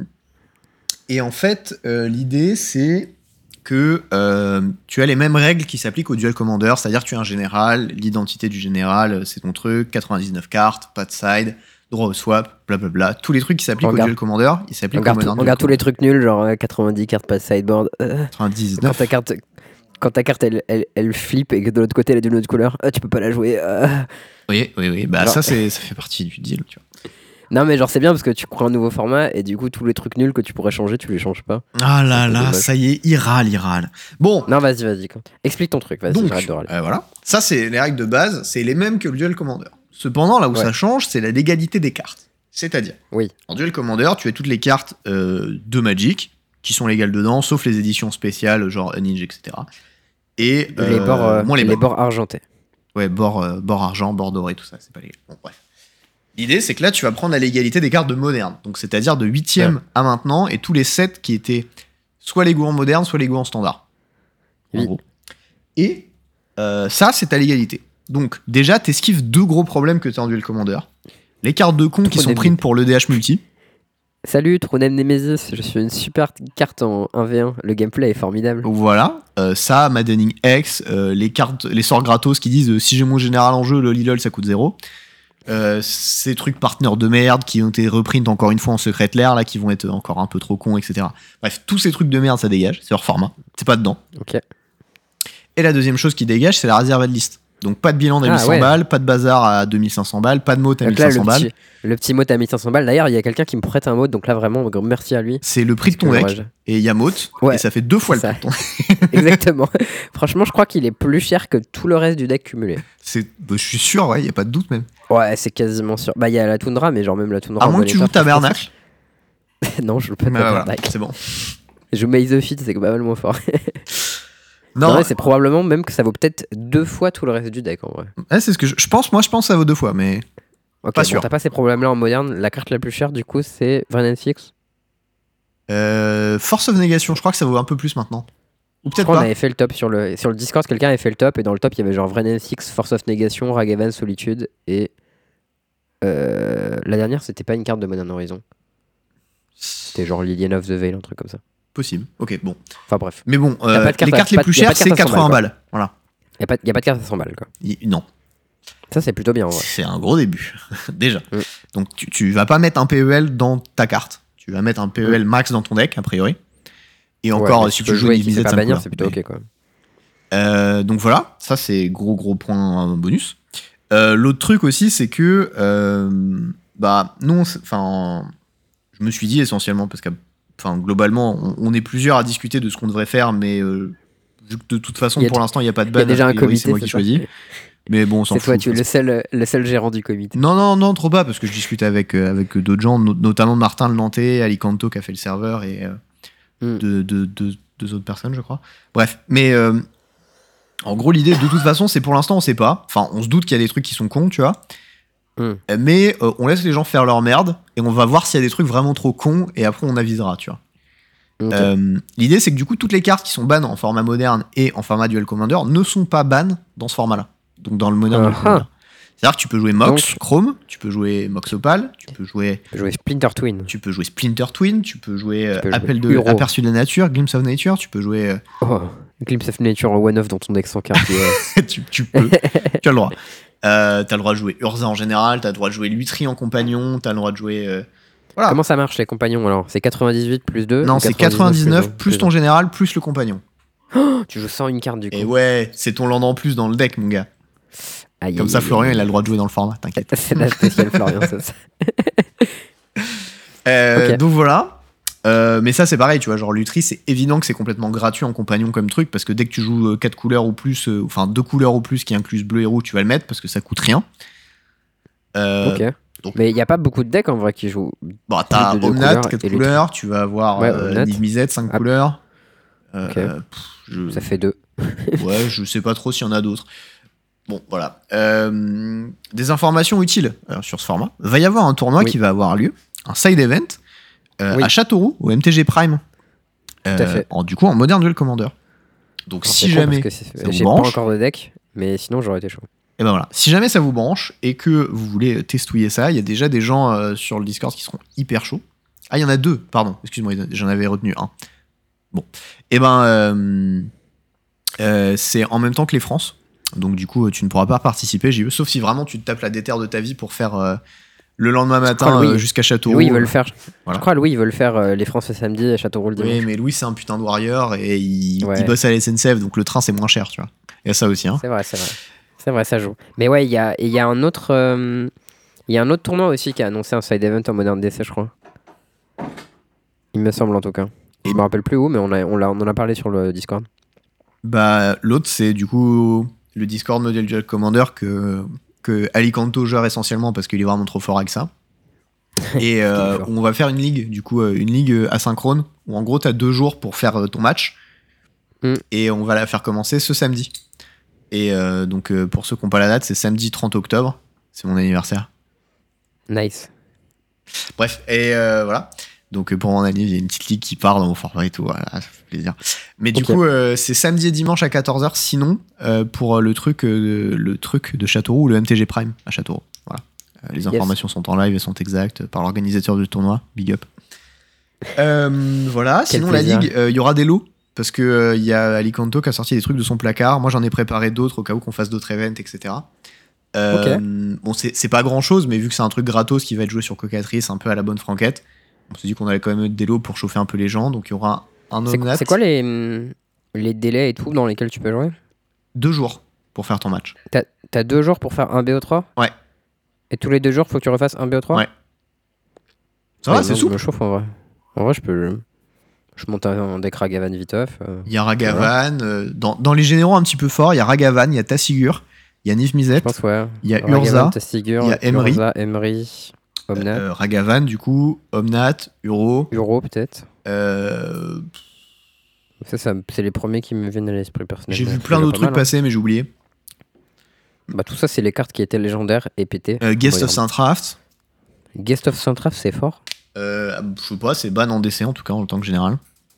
et en fait, euh, l'idée, c'est que euh, tu as les mêmes règles qui s'appliquent au Duel Commander, c'est-à-dire que tu es un général, l'identité du général, c'est ton truc, quatre-vingt-dix-neuf cartes, pas de side, draw au swap, blablabla. Tous les trucs qui s'appliquent On au garde- Duel Commander, ils On s'appliquent au garde, Modern on Duel garde tous les Commander. trucs nuls, genre euh, quatre-vingt-dix cartes pas de sideboard. Euh, quand quatre-vingt-dix-neuf. ta carte, quand ta carte elle, elle, elle flippe et que de l'autre côté elle est d'une autre couleur, ah, tu peux pas la jouer. euh. Oui, oui, oui. Bah, Genre- ça, c'est, ça fait partie du deal, tu vois. Non mais genre c'est bien parce que tu prends un nouveau format et du coup tous les trucs nuls que tu pourrais changer, tu les changes pas. Ah là C'est un peu là, dommage. ça y est, il râle, il râle. Bon, Non vas-y vas-y. quoi. Explique ton truc, vas-y, donc, j'arrête de râler. euh, voilà. Ça, c'est les règles de base, c'est les mêmes que le Duel Commander. Cependant, là où Ouais. ça change, c'est la légalité des cartes. C'est-à-dire, Oui. en Duel Commander, tu as toutes les cartes euh, de Magic qui sont légales dedans, sauf les éditions spéciales, genre Ninja, et cetera. Et les euh, bords, euh, moins les, les bonnes. bords argentés. Ouais, bord, euh, bord argent, bord doré, tout ça, c'est pas légal. Bon, bref. L'idée, c'est que là, tu vas prendre la légalité des cartes de moderne. Donc, c'est-à-dire de huitième Ouais. à maintenant, et tous les sets qui étaient soit les goûts en moderne, soit les goûts en standard. En Oui. gros. Et euh, ça, c'est ta légalité. Donc, déjà, t'esquives deux gros problèmes que t'as en Duel Commander. Les cartes de con qui Trop sont débile. print pour l'E D H multi. Salut Tronem Nemesis, je suis une super carte en un v un, le gameplay est formidable. Voilà, euh, ça, Maddening X, euh, les cartes, les sorts gratos qui disent euh, si j'ai mon général en jeu, le lilol ça coûte zéro. Euh, ces trucs partenaires de merde qui ont été reprint encore une fois en secret lair, là, qui vont être encore un peu trop cons, et cetera. Bref, tous ces trucs de merde, ça dégage, c'est leur format, c'est pas dedans. Ok. Et la deuxième chose qui dégage, c'est la reserve de liste. Donc pas de bilan à Ah, mille cent ouais. balles, pas de bazar à deux mille cinq cents balles, pas de mot à Donc mille là, cinq le cents balles. petit, le petit mot à mille cinq cents balles. D'ailleurs, il y a quelqu'un qui me prête un mot, donc là vraiment, merci à lui. C'est le prix de ton Parce que deck, j'aurais- et il y a Moat, Ouais, et ça fait deux fois le c'est prix ça. de ton deck. Exactement. Franchement, je crois qu'il est plus cher que tout le reste du deck cumulé. C'est- bah, je suis sûr, ouais, il y a pas de doute même. Ouais, c'est quasiment sûr. Bah, il y a la Toundra, mais genre même la Toundra. À en moins bon que tu joues état, Tabernacle. Non, je joue pas de Bah, voilà, Tabernacle. c'est bon. Je joue Maze of It, c'est pas mal moins fort. Non, Non, ouais, c'est probablement même que ça vaut peut-être deux fois tout le reste du deck en vrai. ouais, c'est ce que je, je pense. Moi, je pense que ça vaut deux fois, mais Ok, Pas bon, sûr. t'as pas ces problèmes-là en moderne. La carte la plus chère, du coup, c'est Vrenn Six. euh, Force of Negation, je crois que ça vaut un peu plus maintenant. Ou Je peut-être crois qu'on pas. avait fait le top sur le, sur le Discord, quelqu'un avait fait le top, et dans le top, il y avait genre Vrenn Six, Force of Negation, Ragavan, Solitude, et euh, la dernière, c'était pas une carte de Modern Horizon. C'était genre Lilian of the Veil, un truc comme ça. Possible. Ok, bon. Enfin bref, Mais bon, Y a euh, pas de carte les à- cartes les pas de- plus y a pas chères, de carte c'est à cent quatre-vingts balles, balles. Voilà. y a pas, y a pas de carte à cent balles quoi. Y- non. Ça, c'est plutôt bien, ouais. C'est un gros début, déjà. Mm. Donc, tu, tu vas pas mettre un P E L dans ta carte. Tu vas mettre un P E L max dans ton deck, a priori. Et encore, Ouais, si tu tu peux joues jouer une et qu'il divisée fait de pas cinq bannir, couleurs. c'est plutôt Mais- ok, quand même. Euh, donc voilà, ça c'est gros gros point euh, bonus. Euh, L'autre truc aussi, c'est que euh, bah non, enfin, je me suis dit essentiellement parce que, enfin, globalement, on, on est plusieurs à discuter de ce qu'on devrait faire, mais euh, vu que de toute façon, Il y a pour d- l'instant, il n'y a pas de Il y a ban, déjà a un priori, comité, c'est moi c'est qui ça choisis. Mais bon, on s'en C'est toi, fout. tu es de le toute façon. seul, le seul gérant du comité. Non, non, non, trop pas, parce que je discute avec, euh, avec d'autres gens, no- notamment Martin le Nantais, Alicanto qui a fait le serveur et euh, Mm. deux, deux- deux- deux autres personnes, je crois. Bref, mais euh, en gros, l'idée, de toute façon, c'est pour l'instant, on sait pas. Enfin, on se doute qu'il y a des trucs qui sont cons, tu vois. Mm. Mais euh, on laisse les gens faire leur merde et on va voir s'il y a des trucs vraiment trop cons et après on avisera, tu vois. Ok. Euh, L'idée, c'est que du coup, toutes les cartes qui sont ban en format moderne et en format Duel Commander ne sont pas ban dans ce format-là. Donc dans le moderne Duel Ah ah. Commander. C'est-à-dire que tu peux jouer Mox, Donc- Chrome, tu peux jouer Mox Opal, tu peux jouer, Tu peux jouer Splinter Twin. tu peux jouer Splinter Twin, tu peux jouer euh, peux jouer Appel de, Uro. Aperçu de la Nature, Glimpse of Nature, tu peux jouer. euh, Oh, Glimpse of Nature en one-off dans ton deck sans carte. ouais. tu, tu peux, tu as le droit. Euh, t'as le droit de jouer Urza en général, t'as le droit de jouer Lutri en compagnon, t'as le droit de jouer. euh, Voilà. Comment ça marche les compagnons alors? C'est quatre-vingt-dix-huit plus deux? Non, ou c'est quatre-vingt-dix-neuf plus, plus ton général plus le compagnon. un Tu joues sans une carte du coup. Et ouais, c'est ton land en plus dans le deck, mon gars. Aïe, Comme aïe, ça, aïe, Florian, aïe. il a le droit de jouer dans le format, t'inquiète. C'est la spéciale Florian, c'est ça. Euh, Ok. Donc voilà. Euh, mais ça, c'est pareil, tu vois. Genre, Lutri, c'est évident que c'est complètement gratuit en compagnon comme truc parce que dès que tu joues quatre couleurs ou plus, euh, enfin deux couleurs ou plus qui inclusent bleu et rouge, tu vas le mettre parce que ça coûte rien. Euh, Ok. donc- Mais il n'y a pas beaucoup de decks en vrai qui jouent. Bah, t'as de deux Omnat, couleurs quatre et Lutri. couleurs, tu vas avoir Ouais, euh, Omnat. Niv-Mizzet, cinq Ah. couleurs. Euh, Ok. pff, je- Ça fait deux. Ouais, je sais pas trop s'il y en a d'autres. Bon, voilà. Euh, des informations utiles alors, sur ce format. Va y avoir un tournoi Oui. qui va avoir lieu, un side event, euh, Oui. à Châteauroux, au M T G Prime. Euh, Tout à fait. en- du coup, en Modern Duel Commander. Donc, Alors, si c'est con jamais parce que c'est- ça vous j'ai pas branche, encore de deck, mais sinon j'aurais été chaud. et ben voilà. Si jamais ça vous branche et que vous voulez testouiller ça, il y a déjà des gens euh, sur le Discord qui seront hyper chauds. Ah, il y en a deux, pardon. Excuse-moi, j'en avais retenu un. Bon. Et ben, euh, euh, c'est en même temps que les France. Donc du coup, tu ne pourras pas participer, j'y veux, sauf si vraiment tu te tapes la déterre de ta vie pour faire euh, le lendemain matin crois, Louis- euh, jusqu'à Châteauroux. Louis, ils veulent faire. Voilà. Je crois Louis, ils veulent faire euh, les France samedi et Châteauroux le dimanche. Oui, mais Louis, c'est un putain de warrior et il, Ouais. il bosse à la S N C F, donc le train, c'est moins cher, tu vois. Il y a ça aussi, hein. C'est vrai, c'est vrai. C'est vrai, ça joue. Mais ouais, il y a, il y a un autre. euh, Il y a un autre tournoi aussi qui a annoncé un side event en Modern D C, je crois. Il me semble en tout cas. Je me rappelle plus où, mais on, a, on, l'a- on en a parlé sur le Discord. Bah, l'autre, c'est du coup le Discord Model Duel Commander que, que Alicanto gère essentiellement parce qu'il est vraiment trop fort avec ça. Et euh, fort. on va faire une ligue, du coup, euh, une ligue euh, asynchrone où en gros, t'as deux jours pour faire euh, ton match. Mm. Et on va la faire commencer ce samedi. Et euh, donc, euh, pour ceux qui n'ont pas la date, c'est samedi trente octobre. C'est mon anniversaire. Nice. Bref, et euh, voilà. Donc euh, pour mon anniv, il y a une petite ligue qui part dans mon format et tout, voilà, ça fait plaisir. Mais du Ok. coup, euh, c'est samedi et dimanche à quatorze heures, sinon, euh, pour le truc, euh, le truc de Châteauroux, le M T G Prime à Châteauroux. Voilà. Euh, les informations sont en live et sont exactes par l'organisateur du tournoi, big up. Euh, voilà, Quel sinon la plaisir. ligue, euh, il y aura des lots, parce qu'il euh, y a Alicanto qui a sorti des trucs de son placard. Moi, j'en ai préparé d'autres au cas où qu'on fasse d'autres events, et cetera. Euh, Bon, c'est c'est pas grand chose, mais vu que c'est un truc gratos qui va être joué sur Cocatrice, un peu à la bonne franquette, on s'est dit qu'on allait quand même mettre des lots pour chauffer un peu les gens. Donc il y aura un C'est, Omnat, c'est quoi les, hum, les délais et tout dans lesquels tu peux jouer? deux jours pour faire ton match. T'as, t'as deux jours pour faire un B O trois? Ouais. Et tous les deux jours, faut que tu refasses un B O trois? Ouais. Ça va, Ouais, c'est non, Je souple. me chauffe en vrai. En vrai, je peux. Je monte un, un deck Ragavan Viteuf. euh. Il y a Ragavan. euh, dans, dans les généraux un petit peu forts, il y a Ragavan, il y a Tassigur, il y a Niv-Mizzet, Je pense, ouais. il y a Ragavan, Urza, Tassigur, il y a Emery. Urza, Emery, Omnat, euh, Ragavan du coup, Omnat, Uro. Uro peut-être. euh, Ça, ça, c'est les premiers qui me viennent à l'esprit personnellement. J'ai vu C'est plein déjà d'autres pas trucs mal, hein. passer, mais j'ai oublié. Bah, tout ça, c'est les cartes qui étaient légendaires et pétées. Euh, Guest Regarde. of Saint-Raft. Guest of Centraf, c'est fort. Euh, je sais pas, c'est ban en D C en tout cas en tant que général.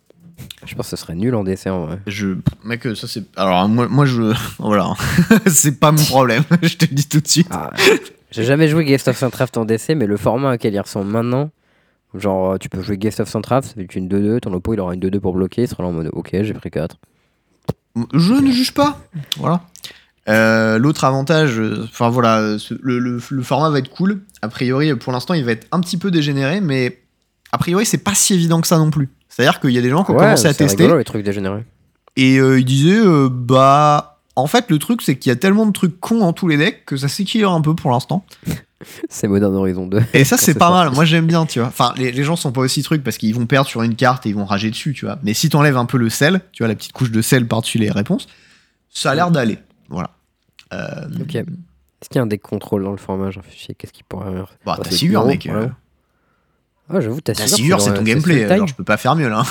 Je pense que ce serait nul en D C en vrai. Je, mec, ça c'est. Alors moi, moi je, voilà, c'est pas mon problème. Je te le dis tout de suite. Ah, j'ai jamais joué Guest of Centraf en D C, mais le format auquel il ressemble maintenant, genre tu peux jouer Guest of Centraf, ça fait une deux deux, ton oppo il aura une deux deux pour bloquer, il sera là en mode ok, j'ai pris quatre. Je ne juge pas. Voilà. Euh, Euh, l'autre avantage, enfin euh, voilà, ce, le, le, le format va être cool. A priori, pour l'instant, il va être un petit peu dégénéré, mais a priori, c'est pas si évident que ça non plus. C'est-à-dire qu'il y a des gens qui ont Ouais, commencé à c'est tester. rigolo, les trucs dégénérés. Et euh, ils disaient, euh, bah, en fait, le truc, c'est qu'il y a tellement de trucs cons dans tous les decks que ça s'équilibre un peu pour l'instant. C'est Modern Horizon deux. Et ça, c'est, c'est pas sorti. mal. Moi, j'aime bien, tu vois. Enfin, les, les gens sont pas aussi trucs parce qu'ils vont perdre sur une carte et ils vont rager dessus, tu vois. Mais si t'enlèves un peu le sel, tu vois, la petite couche de sel par-dessus les réponses, ça a l'air d'aller. Voilà. Euh... Ok. Est-ce qu'il y a un deck contrôle dans le format? J'en fais qu'est-ce qu'il pourrait. Bah, t'as Sigurd, mec. Voilà. Ah, j'avoue, t'as La Sigurd. Sigurd, c'est ton gameplay. Alors, je peux pas faire mieux, là.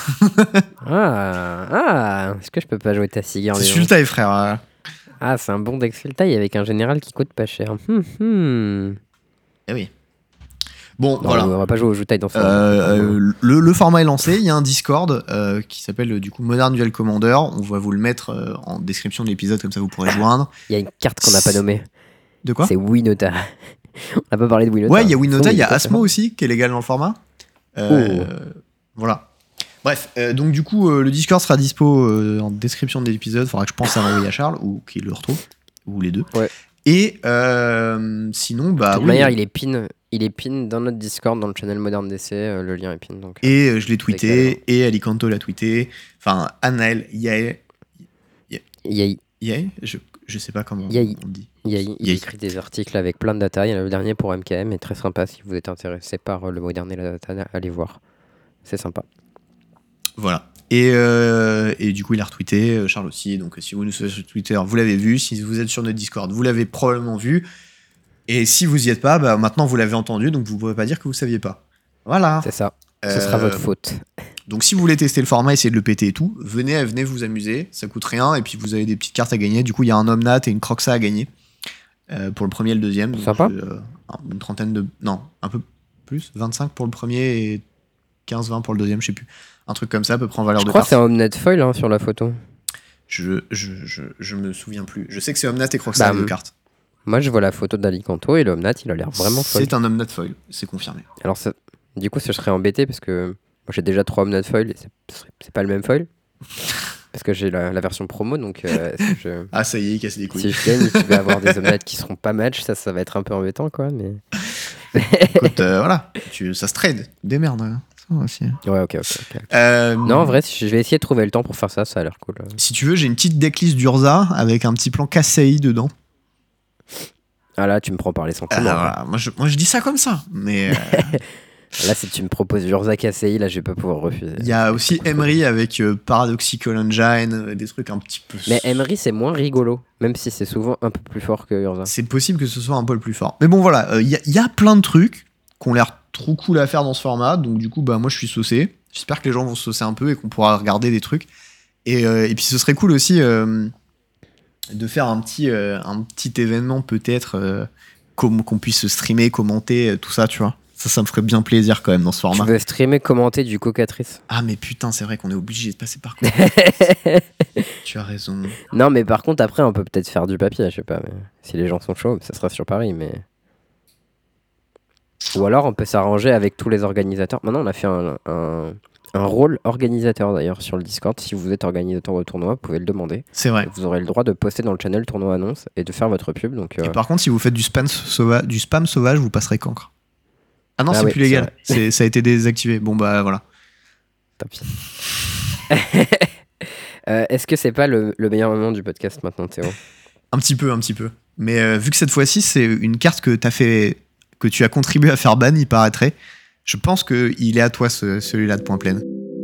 Ah, ah, est-ce que je peux pas jouer ta Sigurd? C'est Sultai, frère. Ah, c'est un bon deck Sultai avec un général qui coûte pas cher. Hum, hum. Eh oui. Bon, Non, voilà. On va pas jouer au Sultai dans ce euh, euh, le, le format est lancé. Il y a un Discord euh, qui s'appelle du coup Modern Duel Commander. On va vous le mettre euh, en description de l'épisode, comme ça vous pourrez joindre. Il y a une carte qu'on n'a pas nommée. De quoi? C'est Winota. On n'a pas parlé de Winota. Ouais, il y a Winota, il y a Asmo aussi, qui est légal dans le format. Euh, oh. Voilà. Bref, euh, donc du coup, euh, le Discord sera dispo euh, en description de l'épisode. Faudra que je pense à l'envoyer à Charles ou qu'il le retrouve, ou les deux. Ouais. Et euh, sinon, bah. De toute oui. manière, il est pin, il est pin dans notre Discord, dans le channel Modern D C. Euh, le lien est pin. Donc, et euh, je l'ai tweeté, et Alicanto l'a tweeté. Enfin, Anaël, Yael. Yael. Yael je, je sais pas comment Yael. on dit. Yael. Il écrit des articles avec plein de data. Il y en a le dernier pour M K M, est très sympa. Si vous êtes intéressé par le Modern et la data, allez voir. C'est sympa. Voilà. Et, euh, et du coup, il a retweeté, Charles aussi. Donc, si vous nous suivez sur Twitter, vous l'avez vu. Si vous êtes sur notre Discord, vous l'avez probablement vu. Et si vous y êtes pas, bah, maintenant vous l'avez entendu. Donc, vous ne pouvez pas dire que vous saviez pas. Voilà. C'est ça. Ce Euh, sera votre faute. Donc, si vous voulez tester le format, essayer de le péter et tout, venez, venez vous amuser. Ça coûte rien. Et puis, vous avez des petites cartes à gagner. Du coup, il y a un Omnat et une Croxa à gagner euh, pour le premier et le deuxième. Donc, Sympa. euh, une trentaine de. Non, un peu plus. vingt-cinq pour le premier et quinze vingt pour le deuxième, je sais plus. Un truc comme ça, à peu près en valeur Je de crois carte. que c'est un Omnet Foil hein, sur la photo. Je, je, je, je me souviens plus. Je sais que c'est Omnat et Croxa Bah, les deux cartes. Moi, je vois la photo d'Alicanto et le Omnat, il a l'air vraiment foil. C'est un Omnat Foil, c'est confirmé. Alors, ça, du coup, je serais embêté parce que moi, j'ai déjà trois Omnat Foil et c'est, c'est pas le même foil. Parce que j'ai la, la version promo, donc euh, si, je, Ah, ça y est, il casse les couilles. si je gagne, tu vas avoir des Omnats qui seront pas match. Ça, ça va être un peu embêtant, quoi. Mais... Écoute, euh, voilà, tu, ça se trade. Des merdes. Hein. Ça aussi. Ouais, ok, ok. ok. Euh, Non, en vrai, si je vais essayer de trouver le temps pour faire ça, ça a l'air cool. Si tu veux, j'ai une petite decklist d'Urza avec un petit plan Kasei dedans. Ah là, tu me prends par les Ah, sentiments. voilà. moi, je, moi, je dis ça comme ça. Mais euh, Là, si tu me proposes Urza Kasei, là, je vais pas pouvoir refuser. il y a aussi Emery avec euh, Paradoxical Engine, euh, des trucs un petit peu. Mais Emery, c'est moins rigolo, même si c'est souvent un peu plus fort que Urza. C'est possible que ce soit un peu le plus fort. Mais bon, voilà, il euh, y, y a plein de trucs qui ont l'air trop cool à faire dans ce format. Donc, du coup, bah, moi, je suis saucé. J'espère que les gens vont se saucer un peu et qu'on pourra regarder des trucs. Et, euh, et puis, ce serait cool aussi euh, de faire un petit, euh, un petit événement, peut-être, euh, com- qu'on puisse streamer, commenter, euh, tout ça, tu vois. Ça, ça me ferait bien plaisir quand même dans ce format. Tu veux streamer, commenter du Cocatrice? Ah, mais putain, c'est vrai qu'on est obligé de passer par quoi. Tu as raison. Non, mais par contre, après, on peut peut-être faire du papier, je sais pas. Mais si les gens sont chauds, ça sera sur Paris, mais. Ou alors, on peut s'arranger avec tous les organisateurs. Maintenant, on a fait un, un, un rôle organisateur d'ailleurs sur le Discord. Si vous êtes organisateur de tournoi, vous pouvez le demander. C'est vrai. Vous aurez le droit de poster dans le channel tournoi annonce et de faire votre pub. Donc, euh... Et par contre, si vous faites du spam, sauva- du spam sauvage, vous passerez cancre. Ah non, Ah c'est oui, plus légal. c'est C'est, ça a été désactivé. Bon, bah voilà. Tant pis. euh, est-ce que c'est pas le, le meilleur moment du podcast maintenant, Théo? Un petit peu, un petit peu. Mais euh, vu que cette fois-ci, c'est une carte que, t'as fait, que tu as contribué à faire ban, il paraîtrait. Je pense qu'il est à toi, ce, celui-là de point plein.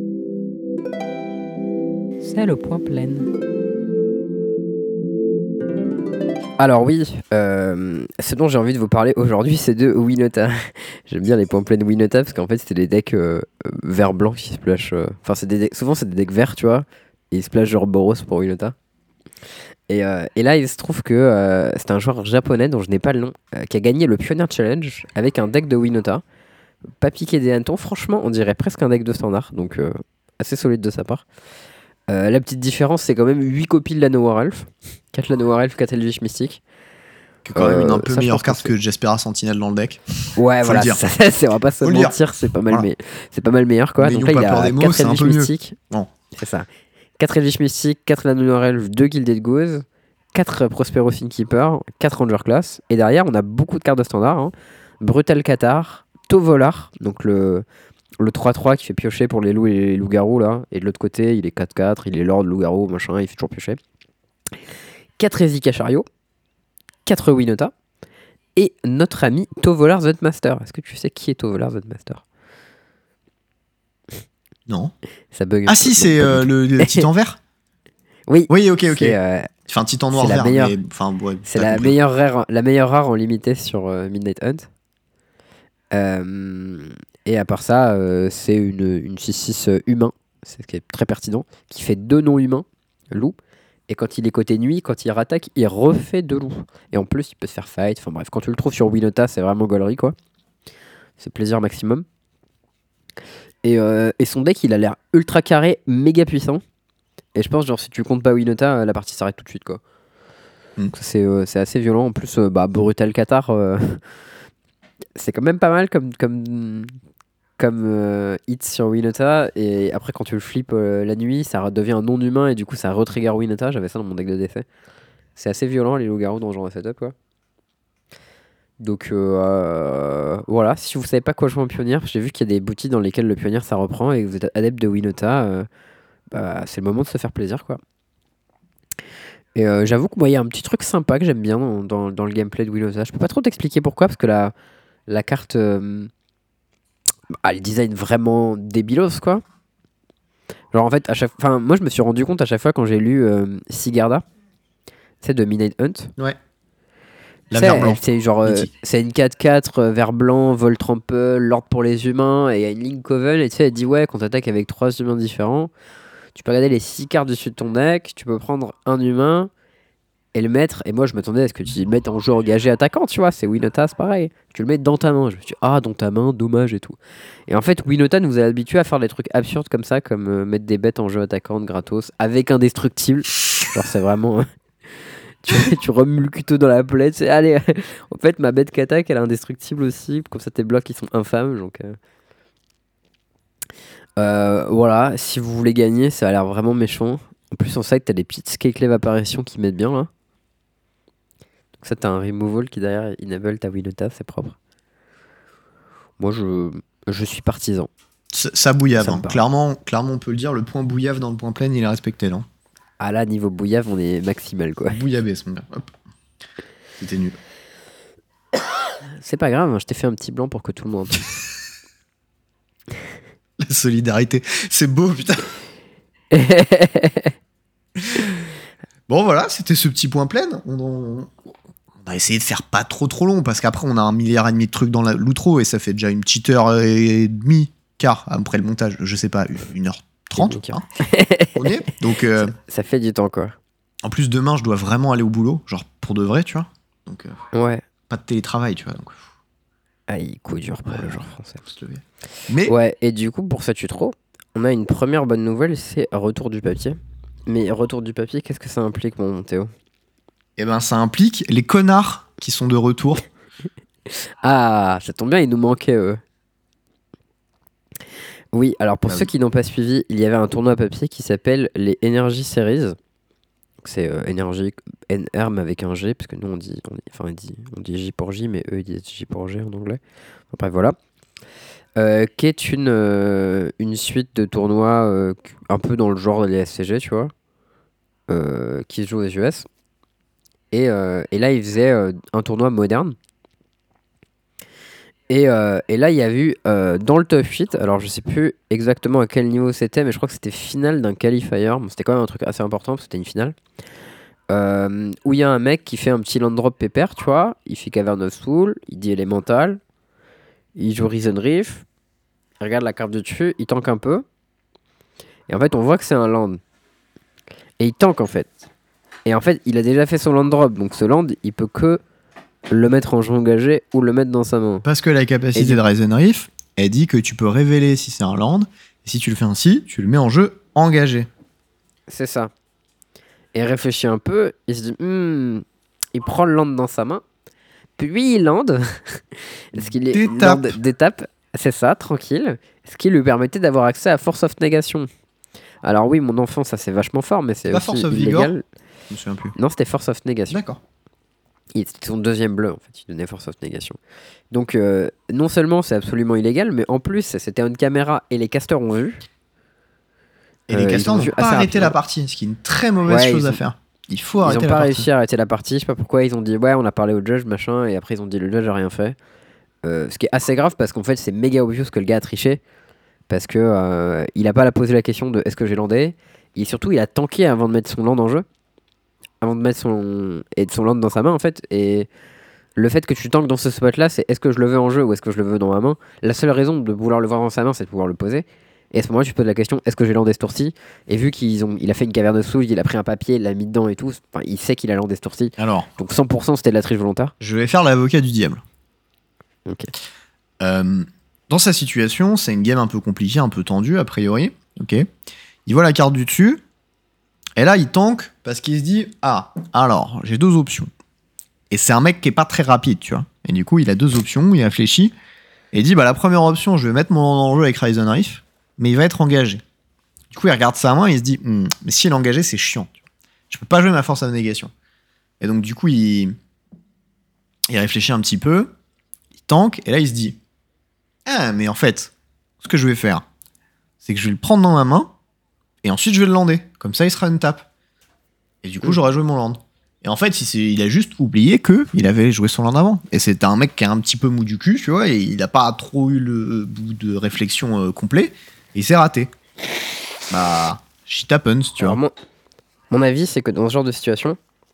C'est le point plein. Alors oui, euh, ce dont j'ai envie de vous parler aujourd'hui, c'est de Winota. J'aime bien les points pleins de Winota parce qu'en fait, c'était des decks euh, vert-blanc qui splashent. Euh, enfin, c'est des decks, souvent, c'est des decks verts, tu vois. Et ils splashent genre Boros pour Winota. Et, euh, et là, il se trouve que euh, c'est un joueur japonais dont je n'ai pas le nom, euh, qui a gagné le Pioneer Challenge avec un deck de Winota. Pas piqué des hannetons, franchement, on dirait presque un deck de standard. Donc, euh, assez solide de sa part. Euh, la petite différence, c'est quand même huit copies de Llanowar Elf, quatre Llanowar Elf, quatre Elvish Mystique. C'est quand même une un Euh, peu ça, je meilleure pense carte que que Jaspera Sentinelle dans le deck. Ouais, Faut voilà, le dire. ça, ça, c'est, on va pas se Faut le mentir, c'est pas mal, Voilà. mais c'est pas mal meilleur quoi. N'ayons Donc là, pas il y peur a des mots, quatre c'est un Elvish peu mieux. Mystiques. Bon. C'est ça. quatre Elvish Mystiques, quatre Llanowar Elf, deux Gilded Gauze, quatre Prospero Keeper, quatre Ranger Class. Et derrière, on a beaucoup de cartes de standard. Hein. Brutal Cathar, Tovolar, donc le, le trois trois qui fait piocher pour les loups et les loups-garous. Là. Et de l'autre côté, il est quatre quatre, il est Lord, loup-garou, machin, il fait toujours piocher. quatre Ezika Chariot, quatre Winota. Et notre ami Tovolar Zedmaster. Est-ce que tu sais qui est Tovolar Zedmaster? Non. Ça bug. Ah si, c'est euh, le, le titan vert. Oui. Oui, ok, ok. C'est, euh, enfin, titan noir c'est la vert. meilleure- Mais, enfin, ouais, c'est t'as la compris. meilleure, rare, la meilleure rare en limité sur euh, Midnight Hunt. Euh, et à part ça, euh, c'est une, une six six humain, c'est ce qui est très pertinent, qui fait deux non humains, loup. Et quand il est côté nuit, quand il rattaque, il refait deux loups. Et en plus, il peut se faire fight. Enfin bref, quand tu le trouves sur Winota, c'est vraiment gaulerie, quoi. C'est plaisir maximum. Et, euh, et son deck, il a l'air ultra carré, méga puissant. Et je pense, genre, si tu comptes pas Winota, la partie s'arrête tout de suite, quoi. Mm. Donc c'est, euh, c'est assez violent. En plus, euh, bah, Brutal Cathar, euh, c'est quand même pas mal comme, comme, comme euh, hit sur Winota. Et après, quand tu le flippes euh, la nuit, ça devient un non-humain et du coup, ça retrigger Winota. J'avais ça dans mon deck de défait. C'est assez violent, les loups-garous dans ce genre de setup, quoi. Donc euh, voilà, si vous savez pas quoi jouer en pionnière, j'ai vu qu'il y a des boutiques dans lesquelles le pionnière ça reprend et que vous êtes adepte de Winota, euh, bah, c'est le moment de se faire plaisir, quoi. Et euh, j'avoue que moi il y a un petit truc sympa que j'aime bien dans, dans, dans le gameplay de Winota. Je peux pas trop t'expliquer pourquoi, parce que la, la carte euh, bah, le design vraiment débilos, quoi. Genre en fait, à chaque, enfin moi je me suis rendu compte à chaque fois quand j'ai lu euh, Sigarda, c'est de Midnight Hunt. Ouais. La C'est, vert blanc. c'est genre euh, Mythique. c'est une quatre quatre euh, vert blanc, vol trample, l'ordre pour les humains, et il y a une ligne coven, et tu sais, elle dit ouais, quand t'attaques avec trois humains différents, tu peux regarder les six cartes dessus de ton deck, tu peux prendre un humain et le mettre, et moi je m'attendais à ce que tu le mettes en jeu engagé attaquant, tu vois, c'est Winota, c'est pareil, tu le mets dans ta main, je me suis dit, ah, dans ta main, dommage et tout. Et en fait, Winota nous a habitués à faire des trucs absurdes comme ça, comme euh, mettre des bêtes en jeu attaquante gratos, avec indestructible, genre c'est vraiment... tu, tu remues le couteau dans la plaie, tu sais, allez, en fait ma bête qu'attaque elle est indestructible aussi, comme ça tes blocs ils sont infâmes, donc euh... Euh, voilà, si vous voulez gagner, ça a l'air vraiment méchant. En plus on sait que t'as des petites Skyclave apparitions qui mettent bien là. Donc ça t'as un removal qui derrière enable ta Winota, c'est propre. Moi je, je suis partisan. Ça, ça bouillave. Ça me hein. parle. Clairement, clairement, on peut le dire, le point bouillave dans le point plein, il est respecté, non? Ah là niveau bouillave on est maximal, quoi. Bouillabaisse, mon gars. Hop. C'était nul. C'est pas grave, hein, je t'ai fait un petit blanc pour que tout le monde... La solidarité. C'est beau, putain. Bon, voilà, c'était ce petit point plein. On, on- on a essayé de faire pas trop trop long, parce qu'après, on a un milliard et demi de trucs dans la- l'outro, et ça fait déjà une petite heure et demie, quart, après le montage. Je sais pas, une heure trente. Une Hein, on est. Donc, euh, Ça fait du temps, quoi. en plus, demain, je dois vraiment aller au boulot, genre pour de vrai, tu vois. Donc, euh, Ouais. pas de télétravail, tu vois. Donc, Aïe, coup dur pour Ouais, le joueur français. faut se lever. Mais, Ouais, et du coup, pour cette utro, on a une première bonne nouvelle, c'est retour du papier. Mais retour du papier, qu'est-ce que ça implique, mon Théo? eh ben, ça implique les connards qui sont de retour. Ah, ça tombe bien, il nous manquait, eux. Oui, alors pour Bah ceux oui. qui n'ont pas suivi, il y avait un tournoi papier qui s'appelle les Energy Series. Donc, c'est euh, énergie N R mais avec un G, parce que nous on dit, on dit, enfin, on dit, on dit J pour J, mais eux ils disent J pour G en anglais. Enfin, bref, voilà. Euh, qui est une, euh, une suite de tournois euh, un peu dans le genre des S C G, tu vois, euh, qui se joue aux U S. Et, euh, et là, ils faisaient euh, un tournoi moderne. Et, euh, et là, il y a eu euh, dans le top huit, alors je sais plus exactement à quel niveau c'était, mais je crois que c'était finale d'un qualifier. Bon, c'était quand même un truc assez important parce que c'était une finale. Euh, où il y a un mec qui fait un petit land drop pépère, tu vois. Il fait Cavern of Soul, il dit Elemental, il joue Risen Reef, il regarde la carte de dessus, il tank un peu. Et en fait, on voit que c'est un land. Et il tank en fait. Et en fait, il a déjà fait son land drop, donc ce land, il peut que le mettre en jeu engagé ou le mettre dans sa main. Parce que la capacité Et du- de Risen Reef, elle dit que tu peux révéler si c'est un land, et si tu le fais ainsi, tu le mets en jeu engagé. C'est ça. Et il réfléchit un peu, il se dit, hmm, il prend le land dans sa main, puis il land, ce qu'il est D'étape. land d'étape, c'est ça, tranquille, ce qui lui permettait d'avoir accès à Force of Negation. Alors oui, mon enfant, ça c'est vachement fort, mais c'est Pas aussi Force of illégal. Vigor Je me souviens plus. Non, c'était Force of Negation. D'accord. Il- C'était son deuxième bleu, en fait. Il donnait Force of Negation. Donc, euh, non seulement c'est absolument illégal, mais en plus, c'était une caméra et les casteurs ont vu. Et Euh, les ils casteurs ont n'ont vu pas assez arrêté la rapidement. partie, ce qui est une très mauvaise Ouais, chose ils à ont- faire. Il faut Ils arrêter ont la pas partie. réussi à arrêter la partie, je sais pas pourquoi. Ils ont dit, ouais, on a parlé au judge, machin, et après ils ont dit, le judge a rien fait. Euh, ce qui est assez grave parce qu'en fait, c'est méga obvious que le gars a triché. Parce que euh, il a pas posé la question de est-ce que j'ai landé. Et surtout, il a tanké avant de mettre son land en jeu. Avant de mettre son. Et de son land dans sa main, en fait. Et le fait que tu tankes dans ce spot là, c'est est-ce que je le veux en jeu ou est-ce que je le veux dans ma main. La seule raison de vouloir le voir dans sa main, c'est de pouvoir le poser. Et à ce moment-là, tu te poses la question est-ce que j'ai landé ce tour-ci. Et vu qu'il ont... il a fait une caverne de sous, il a pris un papier, il l'a mis dedans et tout, enfin, il sait qu'il a landé ce tour-ci. Alors, Donc cent pour cent c'était de la triche volontaire. je vais faire l'avocat du diable. Ok. Euh, dans sa situation, c'est une game un peu compliquée, un peu tendue, a priori. Ok. Il voit la carte du dessus. Et là, il tank parce qu'il se dit ah, alors, j'ai deux options. Et c'est un mec qui est pas très rapide, tu vois. Et du coup, il a deux options, il réfléchit. Et il dit bah, la première option, je vais mettre mon land en jeu avec Ryzen Rift, mais il va être engagé. Du coup, il regarde sa main et il se dit hm, mais si il est engagé, c'est chiant. Tu vois. Je peux pas jouer ma force à négation. Et donc, du coup, il, il réfléchit un petit peu. Il tank. Et là, il se dit ah, mais en fait, ce que je vais faire, c'est que je vais le prendre dans ma main et ensuite je vais le lander. Comme ça, il sera une tape. Et du coup, Mm. j'aurai joué mon land. Et en fait, il, s'est- il a juste oublié que il avait joué son land avant. Et c'est un mec qui est un petit peu mou du cul, tu vois, et il n'a pas trop eu le bout de réflexion euh, complet. Et il s'est raté. Bah, shit happens, tu Alors, vois. mon, mon avis, c'est que dans ce genre de situation,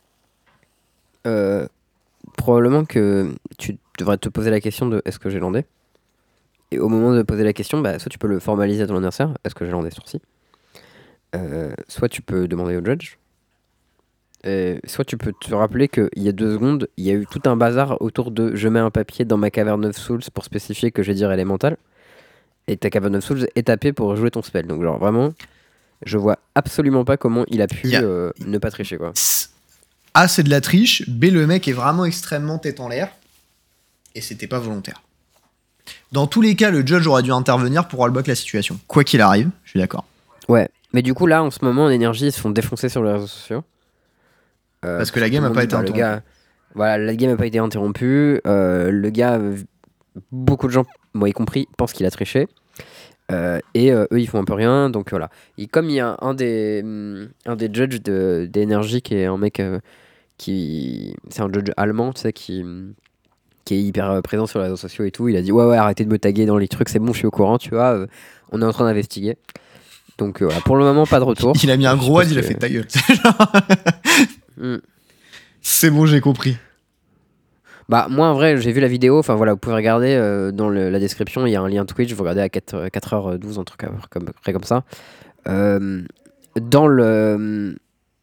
euh, probablement que tu devrais te poser la question de est-ce que j'ai landé. Et au moment de poser la question, bah, soit tu peux le formaliser à ton adversaire, est-ce que j'ai landé ce tour-ci. Euh, soit tu peux demander au judge. Euh, soit tu peux te rappeler qu'il y a deux secondes, il y a eu tout un bazar autour de je mets un papier dans ma caverne of souls pour spécifier que j'ai dire élémental. Et ta caverne of souls est tapée pour jouer ton spell. Donc, genre vraiment, je vois absolument pas comment il a pu Il y a- euh, ne pas tricher, quoi. A, c'est de la triche. B, le mec est vraiment extrêmement tête en l'air. Et c'était pas volontaire. Dans tous les cas, le judge aurait dû intervenir pour rollback la situation. Quoi qu'il arrive, je suis d'accord. Ouais, mais du coup, là, en ce moment, en énergie, ils se font défoncer sur les réseaux sociaux. Euh, Parce que la game tout le a monde pas dit, été bah, le interrompue. gars- Voilà, la game n'a pas été interrompue. Euh, le gars, euh, beaucoup de gens, moi y compris, pensent qu'il a triché. Euh, et euh, eux, ils font un peu rien. Donc voilà. Et comme il y a un des, hum, un des judges de- d'énergie qui est un mec euh, qui. C'est un judge allemand, tu sais, qui, qui est hyper euh, présent sur les réseaux sociaux et tout. Il a dit ouais, ouais, arrêtez de me taguer dans les trucs, c'est bon, je suis au courant, tu vois. euh, on est en train d'investiguer. Donc euh, voilà, pour le moment, pas de retour. Il a mis un Je gros ad, suppose il a que- fait ta gueule. Hmm. C'est bon, j'ai compris. Bah moi en vrai j'ai vu la vidéo, enfin voilà vous pouvez regarder euh, dans le- la description, il y a un lien Twitch, vous regardez à quatre heures douze, un truc à- comme, près comme ça. Euh, dans le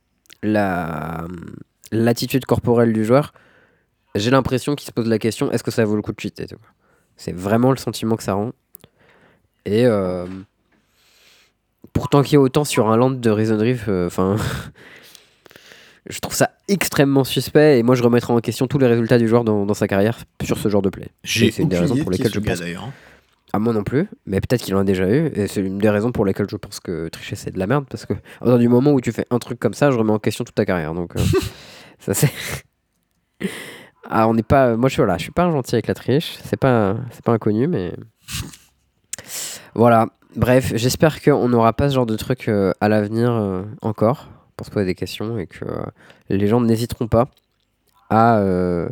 la l'attitude corporelle du joueur, j'ai l'impression qu'il se pose la question est-ce que ça vaut le coup de cheater, tu vois. C'est vraiment le sentiment que ça rend. Et euh, pourtant qu'il y ait autant sur un land de Risen Reef, enfin je trouve ça extrêmement suspect et moi je remettrai en question tous les résultats du joueur dans, dans sa carrière sur ce genre de play. J'ai Et c'est une des aucune raisons idée pour de qui est lesquelles ce je gars, pense. d'ailleurs. Ah, moi non plus, mais peut-être qu'il en a déjà eu, et c'est une des raisons pour lesquelles je pense que tricher c'est de la merde, parce que à partir du moment où tu fais un truc comme ça, je remets en question toute ta carrière, donc euh, ça c'est. Ah, on n'est pas. Moi je suis là, je suis pas un gentil avec la triche, c'est pas, c'est pas inconnu, mais. Voilà, bref, j'espère qu'on n'aura pas ce genre de truc euh, à l'avenir euh, encore, pour se poser des questions, et que euh, les gens n'hésiteront pas à. euh,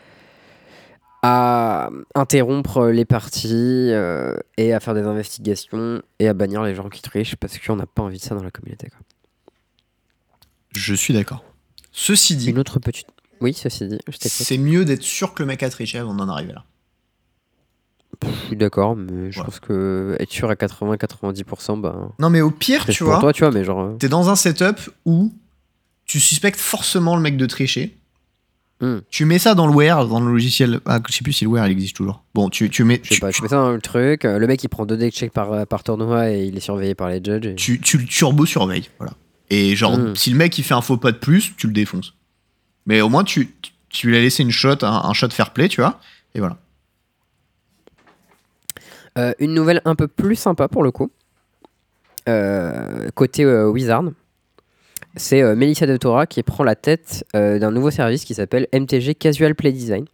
à interrompre les parties euh, et à faire des investigations et à bannir les gens qui trichent parce qu'on n'a pas envie de ça dans la communauté, quoi. Je suis d'accord. Ceci dit, Une autre petite... Oui, ceci dit, je t'écoute. c'est mieux d'être sûr que le mec a triché avant d'en arriver là. Je suis d'accord, mais je Voilà. pense que être sûr à quatre-vingts à quatre-vingt-dix pour cent, bah... Non, mais au pire, triste tu pour vois, toi, tu vois, mais genre... euh, t'es dans un setup où tu suspectes forcément le mec de tricher. Hmm. Tu mets ça dans le ware, dans le logiciel. Ah, je sais plus si le ware il existe toujours. Bon, tu, tu mets. Je sais Tu, pas, tu mets ça dans le truc, euh, le mec il prend deux deck checks par, par tournoi et il est surveillé par les judges. Et... tu, tu le turbo-surveilles. Voilà. Et genre, Mm. si le mec il fait un faux pas de plus, tu le défonces. Mais au moins, tu, tu lui as laissé une shot, un, un shot fair play, tu vois. Et voilà. Euh, une nouvelle un peu plus sympa pour le coup. Euh, côté euh, Wizard. c'est euh, Melissa De Tora qui prend la tête euh, d'un nouveau service qui s'appelle M T G Casual Play Design.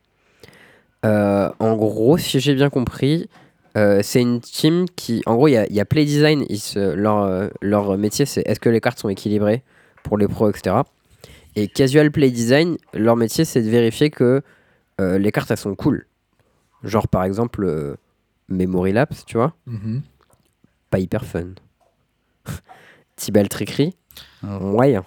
Euh, en gros, si j'ai bien compris, euh, c'est une team qui, en gros, il y a, y a Play Design, ils se- leur, euh, leur métier c'est est-ce que les cartes sont équilibrées pour les pros, et cetera. Et Casual Play Design, leur métier c'est de vérifier que euh, les cartes elles sont cool. Genre par exemple euh, Memory Lapse, tu vois, Mhm. pas hyper fun. Tibalt Trickery, moyen.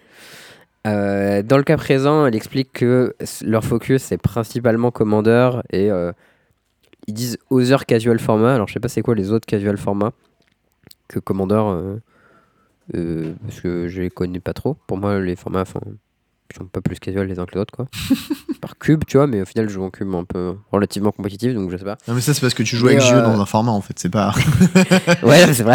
Euh, dans le cas présent, elle explique que s- leur focus c'est principalement Commander et euh, ils disent Other Casual Format. Alors je sais pas c'est quoi les autres casual formats que Commander, euh, euh, parce que je les connais pas trop. Pour moi, les formats, enfin, ils sont pas plus casual les uns que les autres, quoi. Par cube, tu vois, mais au final, je joue en cube un peu relativement compétitif, donc je sais pas. Non, mais ça, c'est parce que tu joues Mais, avec J E euh, dans un format, en fait. C'est pas. Ouais, c'est vrai.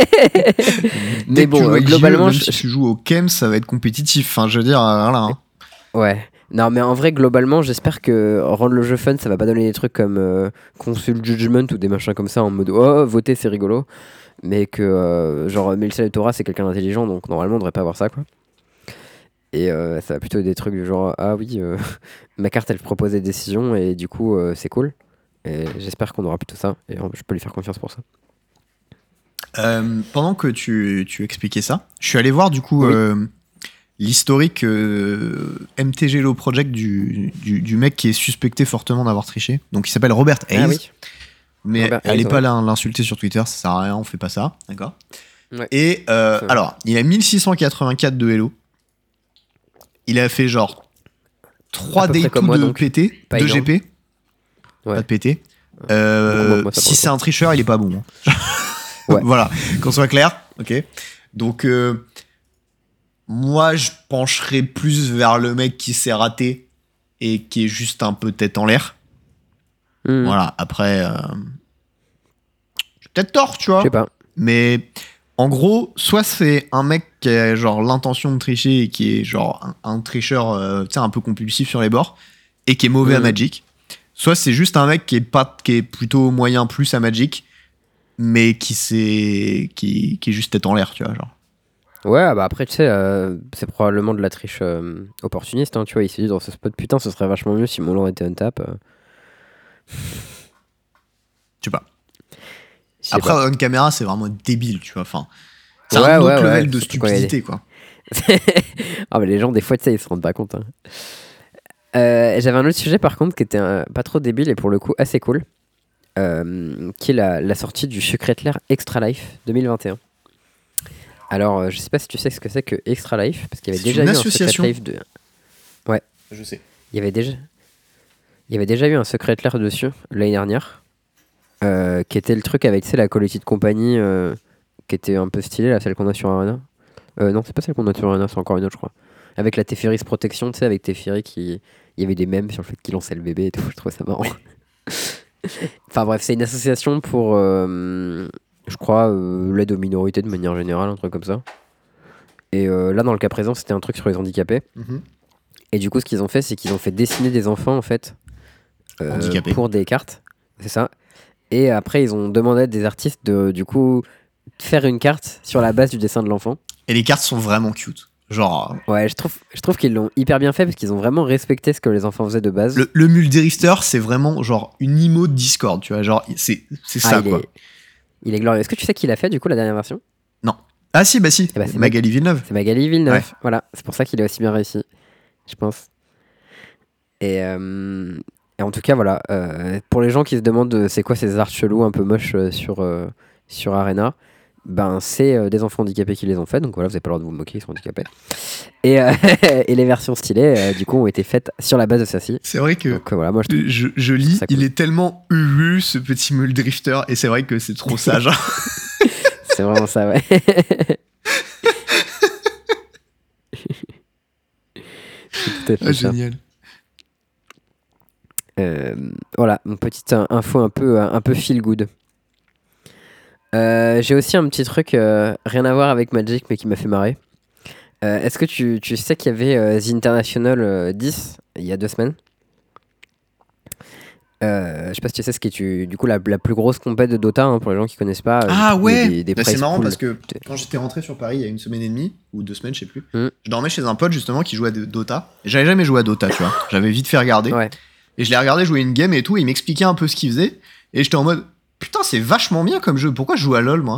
Dès Mais que tu bon, joues euh, avec J E, globalement, même je- si tu joues au Kems, ça va être compétitif. Enfin, je veux dire, euh, voilà. Hein. ouais. Non, mais en vrai, globalement, j'espère que rendre le jeu fun, ça va pas donner des trucs comme euh, Consul Judgment ou des machins comme ça en mode oh, voter c'est rigolo. Mais que, euh, genre, Melissa De Tora, c'est quelqu'un d'intelligent, donc normalement, on devrait pas avoir ça, quoi. Et euh, ça va plutôt être des trucs du genre ah oui, euh, ma carte elle propose des décisions et du coup, euh, c'est cool. Et j'espère qu'on aura plutôt ça et euh, je peux lui faire confiance pour ça. Euh, pendant que tu, tu expliquais ça, je suis allé voir, du coup, Oui. euh, l'historique euh, M T G Low Project du, du, du mec qui est suspecté fortement d'avoir triché. Donc, il s'appelle Robert Hayes. Ah oui. Mais Robert allez Hayes, pas ouais. l'in- l'insulter sur Twitter, ça sert à rien, on fait pas ça, d'accord. Ouais. Et euh, C'est vrai. alors, il a mille six cent quatre-vingt-quatre de Hello. Il a fait genre trois À peu day près comme two moi, de donc. P T, Pas de énorme. G P, Ouais. pas de P T. Beaucoup Euh, moins que moi, ça, pour si le c'est coup. un tricheur, il est pas bon. hein. Ouais. Voilà, qu'on soit clair, ok. Donc, euh, moi, je pencherais plus vers le mec qui s'est raté et qui est juste un peu tête en l'air. Hmm. Voilà, après, euh, j'ai peut-être tort, tu Je sais vois. pas. Mais en gros, soit c'est un mec qui a genre l'intention de tricher et qui est genre un, un tricheur euh, tu sais, un peu compulsif sur les bords et qui est mauvais à Mhm. Magic. Soit c'est juste un mec qui est, pas, qui est plutôt moyen plus à Magic, mais qui, s'est- qui, qui est juste tête en l'air, tu vois. Genre. Ouais, ah bah après, tu sais, euh, c'est probablement de la triche euh, opportuniste, hein, tu vois. Il s'est dit dans ce spot, putain, ce serait vachement mieux si mon lore était untap. Euh, Je sais pas. je sais Après, pas. on caméra, c'est vraiment débile, tu vois. Enfin, c'est Ouais, un autre ouais, ouais, level de surtout quand il y a des- stupidité, quoi. Ah, mais les gens, des fois, tu sais, ils se rendent pas compte. hein. Euh, J'avais un autre sujet, par contre, qui était euh, pas trop débile et pour le coup assez cool. Euh, qui est la, la sortie du Secret Lair Extra Life deux mille vingt et un. Alors, euh, je sais pas si tu sais ce que c'est que Extra Life, parce qu'il y avait C'est déjà une eu association. un Secret Life de. Je sais. Il y avait déjà, il y avait déjà eu un Secret Lair dessus l'année dernière, euh, qui était le truc avec, tu sais, la Collected Company, euh, qui était un peu stylée, là, celle qu'on a sur Arena. Euh, non, c'est pas celle qu'on a sur Arena, c'est encore une autre, je crois. Avec la Teferi Protection, tu sais, avec Teferi qui. Il y avait des mèmes sur le fait qu'il lançait le bébé et tout, je trouvais ça marrant. Enfin bref, c'est une association pour, euh, je crois, euh, l'aide aux minorités de manière générale, un truc comme ça. Et euh, là, dans le cas présent, c'était un truc sur les handicapés. Mhm. Et du coup, ce qu'ils ont fait, c'est qu'ils ont fait dessiner des enfants, en fait, euh, Handicapés. pour des cartes. C'est ça. Et après, ils ont demandé à des artistes de, du coup, faire une carte sur la base du dessin de l'enfant. Et les cartes sont vraiment cute. Genre, Ouais, je trouve, je trouve qu'ils l'ont hyper bien fait parce qu'ils ont vraiment respecté ce que les enfants faisaient de base. le, le Mulderister, c'est vraiment genre une emo de Discord, tu vois. Genre, c'est c'est Ah, ça, il quoi. est, il est glorieux. Est-ce que tu sais qui l'a fait, du coup, la dernière version? Non. Ah, si, bah si. Eh ben, c'est Magali Villeneuve. C'est Magali Villeneuve. Ouais. Voilà, c'est pour ça qu'il est aussi bien réussi, je pense. Et, euh, et en tout cas, voilà. euh, pour les gens qui se demandent euh, c'est quoi ces arts chelous un peu moches euh, sur, euh, sur Arena, ben c'est euh, des enfants handicapés qui les ont fait. Donc voilà, vous n'avez pas le droit de vous moquer, ils sont handicapés. Et, euh, et les versions stylées, euh, du coup, ont été faites sur la base de celle-ci. C'est vrai que Donc euh, voilà, moi je trouve je, je lis, ça cool. il est tellement uru, ce petit Muldrifter, et c'est vrai que c'est trop sage. c'est vraiment ça, ouais. C'est tout à fait Ah, ça. génial. Euh, voilà, une petite euh, info un peu, euh, un peu feel good. Euh, J'ai aussi un petit truc, euh, rien à voir avec Magic, mais qui m'a fait marrer. Euh, Est-ce que tu, tu sais qu'il y avait euh, The International euh, dix il y a deux semaines? Euh, je sais pas si tu sais ce qui est tu, du coup la, la plus grosse compète de Dota hein, pour les gens qui connaissent pas. Ah Du coup, il y a ouais des, des Bah, c'est prize marrant pools. parce que quand j'étais rentré sur Paris il y a une semaine et demie, ou deux semaines, je sais plus, Mm. je dormais chez un pote justement qui jouait à de- Dota. Et j'avais jamais joué à Dota, tu vois. J'avais vite fait regarder. Ouais. Et je l'ai regardé jouer une game et tout, et il m'expliquait un peu ce qu'il faisait. Et j'étais en mode, putain, c'est vachement bien comme jeu. Pourquoi je joue à LoL, moi?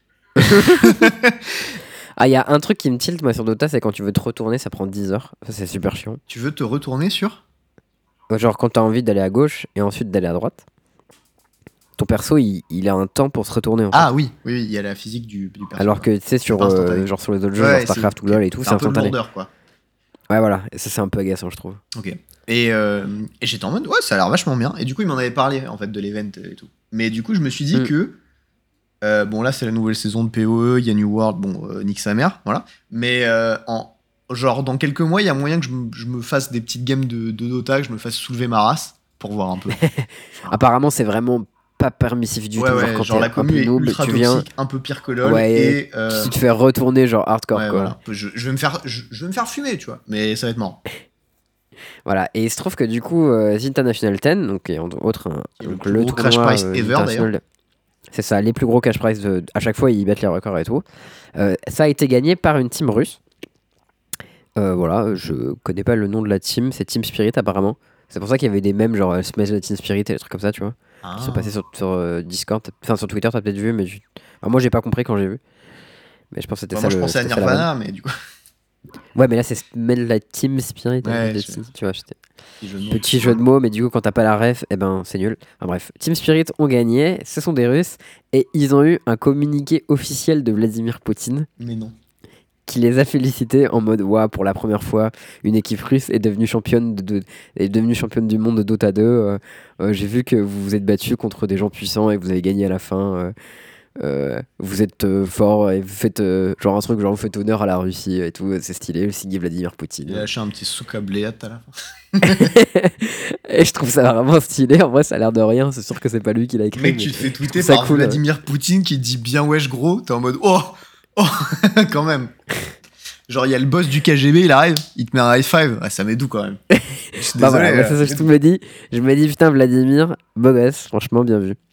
Ah, il y a un truc qui me tilte moi sur Dota, c'est quand tu veux te retourner, ça prend dix heures. Ça, c'est super chiant. Tu veux te retourner sur Genre quand t'as envie d'aller à gauche et ensuite d'aller à droite, ton perso il, il a un temps pour se retourner en fait. Ah oui, oui, oui, il y a la physique du, du personnage. Alors que tu sais, sur, pas instantané. euh, genre sur les autres jeux, Ouais, genre Starcraft c'est- ou LoL et tout, c'est c'est un peu instantané. lourdeur, quoi. Ouais, voilà. Et ça, c'est un peu agaçant, je trouve. Ok. Et, euh, et j'étais en mode, ouais, ça a l'air vachement bien. Et du coup, il m'en avait parlé, en fait, de l'event et tout. Mais du coup, je me suis dit Mm. que, euh, bon, là, c'est la nouvelle saison de P O E, il y a New World, bon, euh, nique sa mère, voilà. Mais, euh, en, genre, dans quelques mois, il y a moyen que je, me- je me fasse des petites games de, de Dota, que je me fasse soulever ma race, pour voir un peu. Apparemment, c'est vraiment pas permissif du ouais, tout. ouais, Genre, quand genre t'es la un commu peu est noob, ultra tu toxique, viens. un peu pire que LoL, Ouais, et... euh, tu te fais retourner, genre hardcore, ouais, quoi. voilà. Je, je vais me faire, je, je vais me faire fumer, tu vois. Mais ça va être marrant. Voilà. Et il se trouve que du coup, euh, The International dix, donc, et entre autres, un- Qui est le donc, plus le gros crash tournoi price euh, ever, international. C'est ça, les plus gros cash prize. De, à chaque fois, ils battent les records et tout. Euh, ça a été gagné par une team russe. Euh, voilà, je connais pas le nom de la team, c'est Team Spirit apparemment. C'est pour ça qu'il y avait des mèmes genre euh, Smash the Team Spirit et des trucs comme ça, tu vois, Ah. qui sont passés sur, sur euh, Discord, t'as- enfin sur Twitter, t'as peut-être vu, mais je- enfin, moi j'ai pas compris quand j'ai vu. Mais je pense que c'était Bah, ça moi, je le. pensais à c'était ça la vanne. Nirvana, mais du coup, Ouais, mais là c'est Smell la Team Spirit, Ouais, euh, je- Destiny, tu vois. J'étais- petit jeu de mots. Petit jeu de mots, mais du coup quand t'as pas la ref, eh ben c'est nul. Enfin bref, Team Spirit ont gagné, ce sont des Russes, et ils ont eu un communiqué officiel de Vladimir Poutine Mais non. qui les a félicités en mode waouh, pour la première fois une équipe russe est devenue championne de, de- est devenue championne du monde de Dota deux. Euh, euh, j'ai vu que vous vous êtes battu contre des gens puissants et que vous avez gagné à la fin. Euh, euh, vous êtes euh, fort et vous faites euh, genre un truc genre vous faites honneur à la Russie et tout, c'est stylé, signé Vladimir Il a Poutine. lâché un petit souk à Bléat à la fin. Et je trouve ça vraiment stylé. En vrai, ça a l'air de rien. C'est sûr que c'est pas lui qui l'a écrit. Mec, mais tu te fais je tweeter trouve ça par cool, ouais. Vladimir Poutine qui dit bien wesh gros. T'es en mode oh, oh, quand même. Genre, il y a le boss du K G B, il arrive, il te met un high five. Ah, ça met doux quand même. Je suis Bah désolé. voilà, moi, euh, c'est ça que je me dis. Je me dis, putain, Vladimir, beau gosse, franchement, bien vu.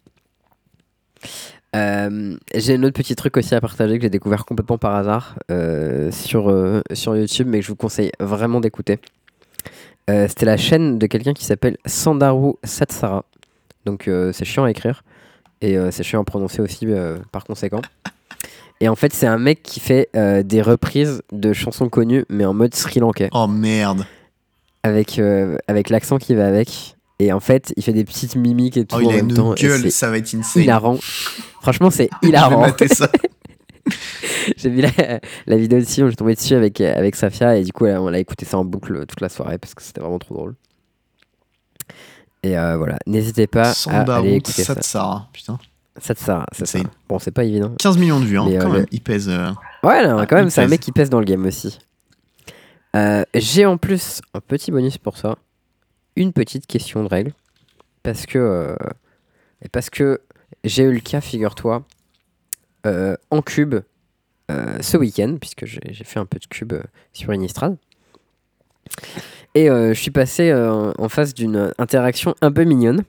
Euh, j'ai un autre petit truc aussi à partager que j'ai découvert complètement par hasard euh, sur, euh, sur YouTube, mais que je vous conseille vraiment d'écouter. Euh, c'était la chaîne de quelqu'un qui s'appelle Sandaru Satsara. Donc euh, c'est chiant à écrire et euh, c'est chiant à prononcer aussi euh, par conséquent. Et en fait, c'est un mec qui fait euh, des reprises de chansons connues, mais en mode sri-lankais, Oh merde. avec, euh, avec l'accent qui va avec. Et en fait, il fait des petites mimiques et tout Oh, il en a même une temps. et gueule, c'est ça va être insane. hilarant. Franchement, c'est Je vais hilarant. mater ça. J'ai vu la, la vidéo dessus, on est tombé dessus avec, avec Safia et du coup on a écouté ça en boucle toute la soirée parce que c'était vraiment trop drôle. Et euh, voilà, n'hésitez pas à aller Sandaru écouter ça. Satsara. Putain. Ça te sert, c'est ça. Insane. Bon, c'est pas évident. quinze millions de vues, hein, Mais, euh, quand le- même. Il pèse. euh, Ouais, non, Ah, quand même, il c'est un pèse. mec qui pèse dans le game aussi. Euh, J'ai en plus un petit bonus pour ça. Une petite question de règle. Parce que, euh, et parce que j'ai eu le cas, figure-toi, euh, en cube euh, ce week-end, puisque j'ai j'ai fait un peu de cube euh, sur Innistrad. Et euh, je suis passé euh, en face d'une interaction un peu mignonne.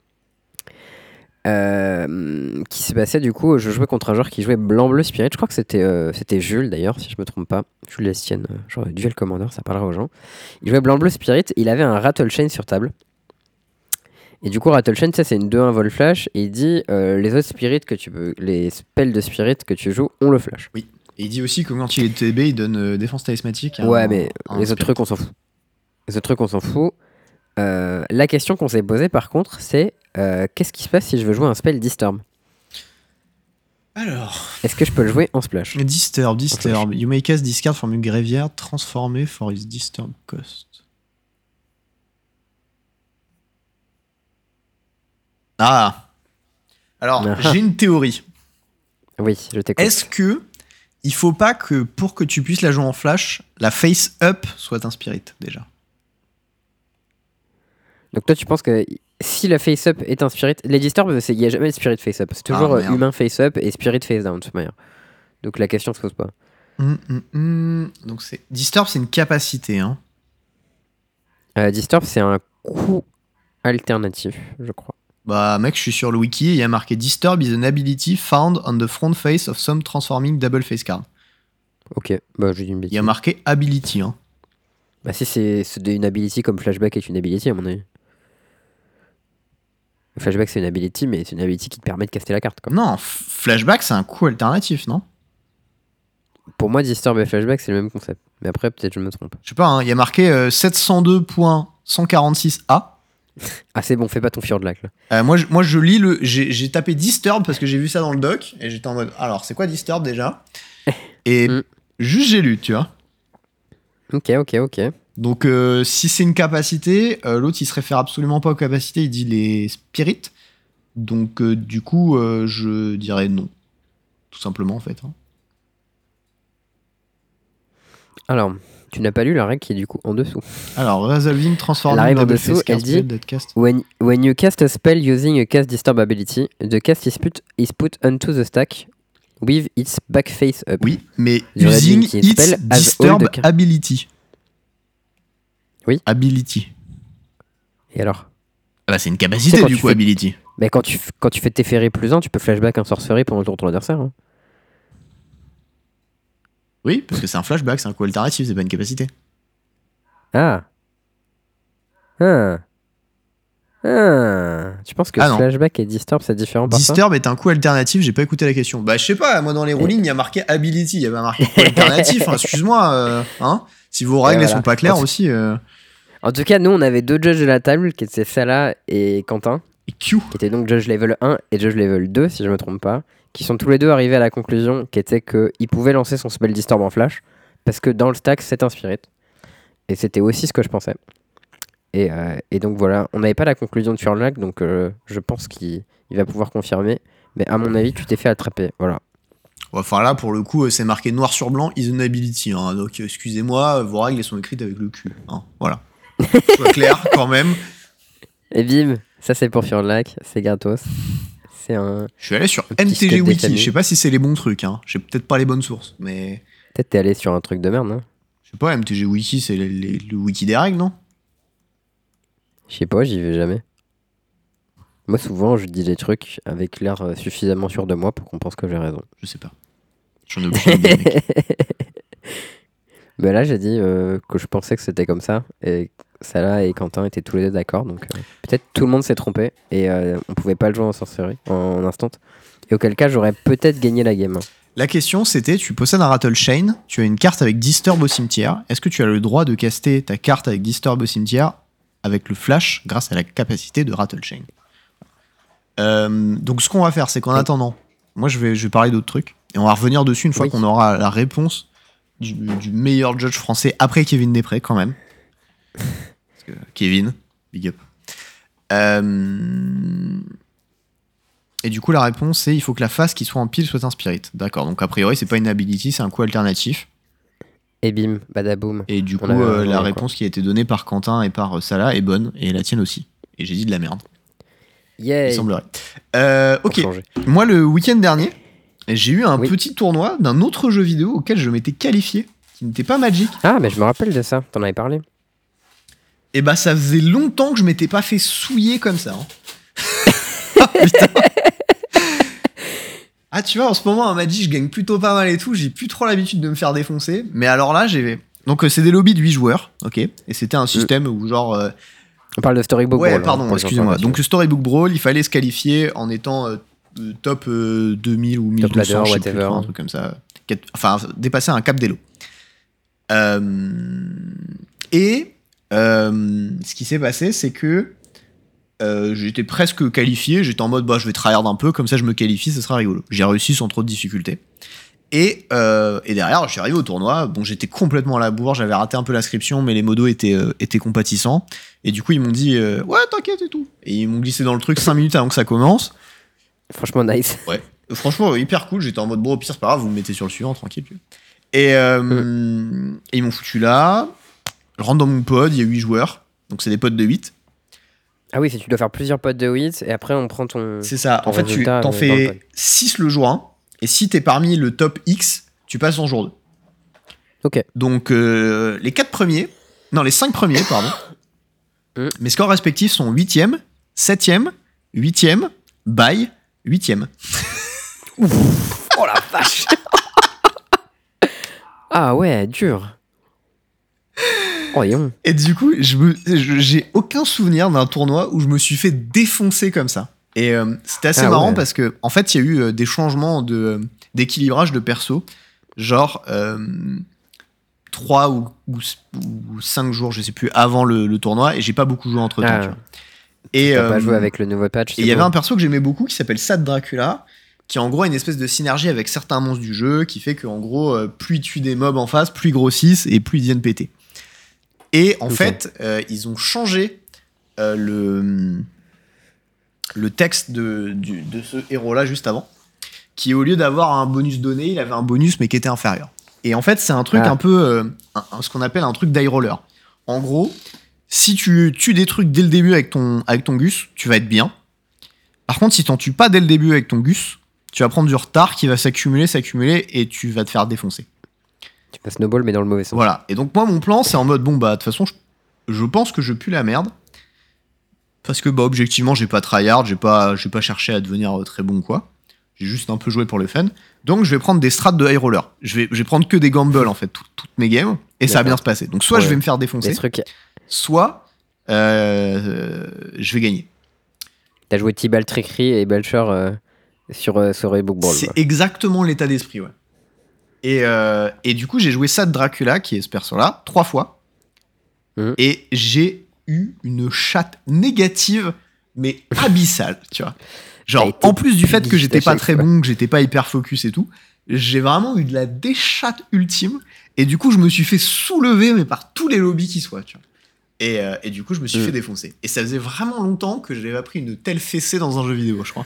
Euh, qui s'est passé du coup, je jouais contre un joueur qui jouait blanc-bleu spirit. Je crois que c'était euh, c'était Jules d'ailleurs, si je me trompe pas. Jules Lestienne, euh, genre Duel Commander, ça parlera aux gens. Il jouait blanc-bleu spirit, il avait un Rattle Chain sur table. Et du coup, Rattle Chain, ça c'est une deux un vol flash. Et il dit euh, les autres spirits que tu peux, les spells de spirit que tu joues ont le flash. Et il dit aussi que quand il est T B, il donne euh, défense talismatique. à Ouais, un- mais à un les autres spirit. trucs, on s'en fout. Les autres trucs, on s'en fout. Euh, la question qu'on s'est posée par contre, c'est euh, qu'est-ce qui se passe si je veux jouer un spell Disturb? Alors. Est-ce que je peux le jouer en splash? Disturb, disturb. You may cast discard from your graveyard, transformé for his disturb cost. Ah. Alors, Ah. j'ai une théorie. Oui, je t'écoute. Est-ce que il faut pas que pour que tu puisses la jouer en flash, la face up soit un spirit déjà? Donc toi, tu penses que si la face-up est un spirit... Les Disturbs, il n'y a jamais de spirit face-up. C'est toujours Ah, euh, merde. humain face-up et spirit face-down, de toute manière. Donc la question se pose pas. Hum, hum, hum. Donc c'est disturb, c'est une capacité, hein. Euh, Disturb, c'est un coup alternatif, je crois. Bah mec, je suis sur le wiki et il y a marqué Disturb is an ability found on the front face of some transforming double face card. Ok, bah je dis une bêtise. Il y a marqué ability. Hein. Bah si c'est, c'est une ability comme flashback est une ability à mon avis. Le flashback c'est une ability, mais c'est une ability qui te permet de caster la carte. Quoi. Non, f- flashback c'est un coup alternatif, non? Pour moi, Disturb et flashback c'est le même concept. Mais après, peut-être je me trompe. Je sais pas, hein, il y a marqué euh, sept cent deux point cent quarante-six A. Ah c'est bon, fais pas ton Fjordlac là. Euh, moi, je, moi, je lis le. J'ai, j'ai tapé Disturb parce que j'ai vu ça dans le doc et j'étais en mode. Alors, c'est quoi Disturb déjà? Et Mm. juste j'ai lu, tu vois. Ok, ok, ok. Donc, euh, si c'est une capacité, euh, l'autre il se réfère absolument pas aux capacités, il dit les spirits. Donc, euh, du coup, euh, je dirais non. Tout simplement, en fait. Hein. Alors, tu n'as pas lu la règle qui est du coup en dessous. Alors, Resolving, La Transforming, règle en Double dessous, Face elle Card, dit- Spell, Dead Cast. When, when you cast a spell using a cast disturb ability, the cast is put, is put onto the stack with its back face up. Oui, mais The using Resolving qui its spell as Disturb all the ca- Ability. Oui. Ability. Et alors Ah bah, c'est une C'est capacité, quand du tu coup, fais- Ability. Mais quand tu, f- quand tu fais Teferi plus un, tu peux flashback un sorcery pendant le tour de ton adversaire. Hein. Oui, parce que c'est un flashback, c'est un coup alternatif, c'est pas une capacité. Ah. Ah. Ah. Tu penses que Ah non. flashback et disturb c'est différent par ça? Disturb est un coup alternatif, j'ai pas écouté la question. Bah, je sais pas, moi dans les rulings, il y a marqué Ability, il y avait marqué coup alternatif, hein, excuse-moi, euh, hein. Si vos règles Et elles voilà. sont pas claires En tout- aussi. Euh... En tout cas, nous on avait deux judges de la table qui étaient Salah et Quentin, Et Q. qui étaient donc judge level un et judge level deux, si je me trompe pas, qui sont tous les deux arrivés à la conclusion qui était qu'ils pouvaient lancer son spell disturb en flash, parce que dans le stack c'est un spirit. Et c'était aussi ce que je pensais. Et, euh, et donc voilà, on n'avait pas la conclusion de Fjordlac, donc euh, je pense qu'il il va pouvoir confirmer. Mais à mon avis, tu t'es fait attraper. Voilà. Enfin là, pour le coup, euh, c'est marqué noir sur blanc, is an ability. Hein, donc euh, excusez-moi, vos règles elles sont écrites avec le cul. Hein, voilà. Soit clair quand même. Et bim, ça c'est pour Fjordlac, c'est gratos. C'est un. Je suis allé sur Un petit N T G skate des Wiki, familles. je sais pas si c'est les bons trucs. Hein. J'ai peut-être pas les bonnes sources, mais Peut-être t'es allé sur un truc de merde, non? je sais pas, M T G Wiki, c'est les- les- le wiki des règles, non? Je sais pas, j'y vais jamais. Moi, souvent, je dis des trucs avec l'air euh, suffisamment sûr de moi pour qu'on pense que j'ai raison. Je sais pas. J'en ai aucune idée, mec. Mais là, j'ai dit euh, que je pensais que c'était comme ça. Et Salah et Quentin étaient tous les deux d'accord. Donc euh, peut-être tout le monde s'est trompé. Et euh, on pouvait pas le jouer en sorcerie, en, en instant. Et auquel cas, j'aurais peut-être gagné la game. La question c'était, tu possèdes un Rattle Chain, tu as une carte avec Disturb au cimetière. Est-ce que tu as le droit de caster ta carte avec Disturb au cimetière avec le flash grâce à la capacité de Rattle Chain? Euh, donc ce qu'on va faire, c'est qu'en Oui. attendant, moi je vais, je vais parler d'autres trucs. Et on va revenir dessus une fois Oui. qu'on aura la réponse du, du meilleur judge français après Kevin Després quand même. Parce que Kevin, big up. Euh... Et du coup, la réponse, c'est il faut que la face qui soit en pile soit un spirit. D'accord, donc a priori, c'est pas une ability, c'est un coup alternatif. Et bim, badaboum. Et du On coup, avait euh, raison, la quoi. réponse qui a été donnée par Quentin et par euh, Salah est bonne, et la tienne aussi. Et j'ai dit de la merde, Yeah. il semblerait. Euh, Pour ok, changer. moi, le week-end dernier, j'ai eu un Oui. petit tournoi d'un autre jeu vidéo auquel je m'étais qualifié, qui n'était pas Magic. Ah, mais je me rappelle de ça. T'en avais parlé. Et bah, ça faisait longtemps que je m'étais pas fait souiller comme ça. Hein. Ah, putain. Ah, tu vois, en ce moment, en Magic, je gagne plutôt pas mal et tout. J'ai plus trop l'habitude de me faire défoncer. Mais alors là, j'ai. Donc, euh, c'est des lobbies de huit joueurs, ok. Et c'était un système où, genre. euh, On parle de Storybook ouais, Brawl, hein, pardon, pour les excusez-moi. informations. Donc, le Storybook Brawl, il fallait se qualifier en étant euh, euh, top euh, deux mille ou mille deux cents, ladder, je sais plus whatever. trop, un truc comme ça. Quat- Enfin, dépasser un cap d'élo. Euh, et euh, ce qui s'est passé, c'est que euh, j'étais presque qualifié. J'étais en mode, bah, je vais tryhard un peu, comme ça je me qualifie, ce sera rigolo. J'ai réussi sans trop de difficultés. Et, euh, et derrière, je suis arrivé au tournoi. Bon, j'étais complètement à la bourre, j'avais raté un peu l'inscription, mais les modos étaient, euh, étaient compatissants. Et du coup, ils m'ont dit, euh, ouais, t'inquiète et tout. Et ils m'ont glissé dans le truc cinq minutes avant que ça commence. Franchement, nice. Ouais. Franchement, hyper cool. J'étais en mode, bon, au pire, c'est pas grave, vous me mettez sur le suivant, tranquille. Et, euh, et ils m'ont foutu là. Je rentre dans mon pod, il y a huit joueurs. Donc, c'est des pods de huit. Ah oui, c'est tu dois faire plusieurs potes de huit et après on prend ton. C'est ça. ton En fait, tu résultat, t'en euh, dans le fais pod. six le jour un. Et si t'es parmi le top X, tu passes en jour deux. Ok. Donc, euh, les quatre premiers. Non, les cinq premiers, pardon. Mm. Mes scores respectifs sont huitième, septième, huitième, bye, huitième. Oh la vache. Ah ouais, dur. Oh, yon. Et du coup, je me, je- j'ai aucun souvenir d'un tournoi où je me suis fait défoncer comme ça. Et euh, c'était assez Ah marrant ouais. parce que, en fait, il y a eu euh, des changements de, euh, d'équilibrage de perso. Genre, euh, trois ou, ou, ou cinq jours, je sais plus, avant le, le tournoi. Et j'ai pas beaucoup joué entre temps. Ah. Tu vois. Et T'as euh, pas joué avec le nouveau patch. et c'est il y avait bon. un perso que j'aimais beaucoup qui s'appelle Sad Dracula, qui en gros a une espèce de synergie avec certains monstres du jeu, qui fait qu'en gros, euh, plus ils tuent des mobs en face, plus ils grossissent et plus ils viennent péter. Et en Ok. fait, euh, ils ont changé euh, le, le texte de, du- de ce héros-là juste avant, qui au lieu d'avoir un bonus donné, il avait un bonus mais qui était inférieur. Et en fait, c'est un truc Ah. un peu, euh, un- un- ce qu'on appelle un truc die roller. En gros, si tu tues des trucs dès le début avec ton, avec ton Gus, tu vas être bien. Par contre, si t'en tues pas dès le début avec ton Gus, tu vas prendre du retard qui va s'accumuler, s'accumuler et tu vas te faire défoncer. Tu passes snowball, mais dans le mauvais sens. Voilà. Et donc, moi, mon plan, c'est en mode bon, bah, de toute façon, je, je pense que je pue la merde. Parce que, bah, objectivement, j'ai pas tryhard, j'ai pas, j'ai pas cherché à devenir euh, très bon, quoi. J'ai juste un peu joué pour le fun. Donc, je vais prendre des strats de high roller. Je vais, je vais prendre que des gambles, en fait, tout- toutes mes games. Et ça va D'accord. bien se passer. Donc, soit Ouais. je vais me faire défoncer, Des trucs. soit euh, je vais gagner. T'as joué Tibalt Trickery et Belcher euh, sur, euh, sur Rebook Ball. C'est quoi. exactement l'état d'esprit, ouais. Et, euh, et du coup, j'ai joué ça de Dracula, qui est ce perso-là, trois fois. Mhm. Et j'ai eu une chatte négative, mais abyssale, tu vois. T'as Genre, été en plus du fait que piste j'étais à pas chaque très fois. bon, que j'étais pas hyper focus et tout, j'ai vraiment eu de la déchatte ultime. Et du coup, je me suis fait soulever, mais par tous les lobbies qui soient, tu vois. Et, euh, et du coup, je me suis Mhm. fait défoncer. Et ça faisait vraiment longtemps que j'avais pas pris une telle fessée dans un jeu vidéo, je crois.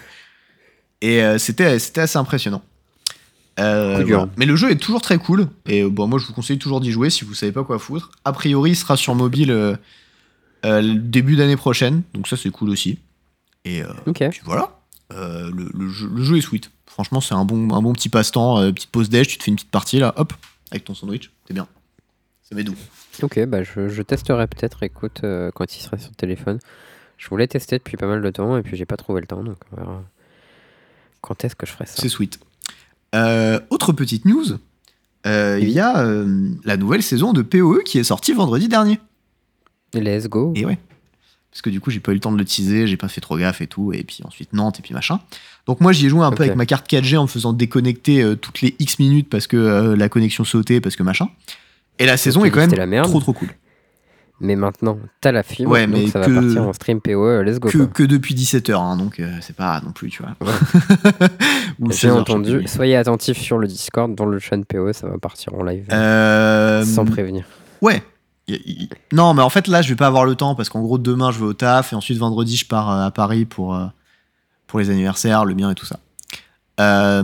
Et euh, c'était, c'était assez impressionnant. Euh, Coup dur. voilà. Mais le jeu est toujours très cool. Et euh, bon, moi, je vous conseille toujours d'y jouer si vous savez pas quoi foutre. A priori, il sera sur mobile euh, euh, le début d'année prochaine. Donc ça, c'est cool aussi. Et euh, Ok. puis voilà. Euh, le, le jeu, le jeu est sweet. Franchement, c'est un bon, un bon petit passe-temps. Euh, petite pause déj, tu te fais une petite partie là, hop, avec ton sandwich. C'est bien. Ça met doux. Ok, bah je, je testerai peut-être, écoute, euh, quand il sera sur le téléphone. Je voulais tester depuis pas mal de temps et puis j'ai pas trouvé le temps, donc on verra quand est-ce que je ferai ça. C'est sweet. Euh, autre petite news. euh, Il Oui. y a euh, la nouvelle saison de P O E qui est sortie vendredi dernier. Let's go. Et ouais. Parce que du coup, j'ai pas eu le temps de le teaser, j'ai pas fait trop gaffe et tout, et puis ensuite Nantes, et puis machin. Donc moi, j'y ai joué un peu Ok. avec ma carte quatre G en me faisant déconnecter euh, toutes les X minutes parce que euh, la connexion sautait, parce que machin. Et la saison Ok, est quand c'était même la merde. trop trop cool. Mais maintenant, t'as la fibre, Ouais, donc mais ça que- va partir en stream P O E, let's go. Que, quoi. que depuis dix-sept heures, hein, donc euh, c'est pas non plus, tu vois. Ou J'ai seize heures, entendu, je sais plus. soyez attentifs sur le Discord, dans le chat P O E, ça va partir en live, Euh, sans prévenir. Ouais. Y- y- Non, mais en fait, là, je vais pas avoir le temps parce qu'en gros, demain, je vais au taf et ensuite, vendredi, je pars euh, à Paris pour, euh, pour les anniversaires, le mien et tout ça. Euh,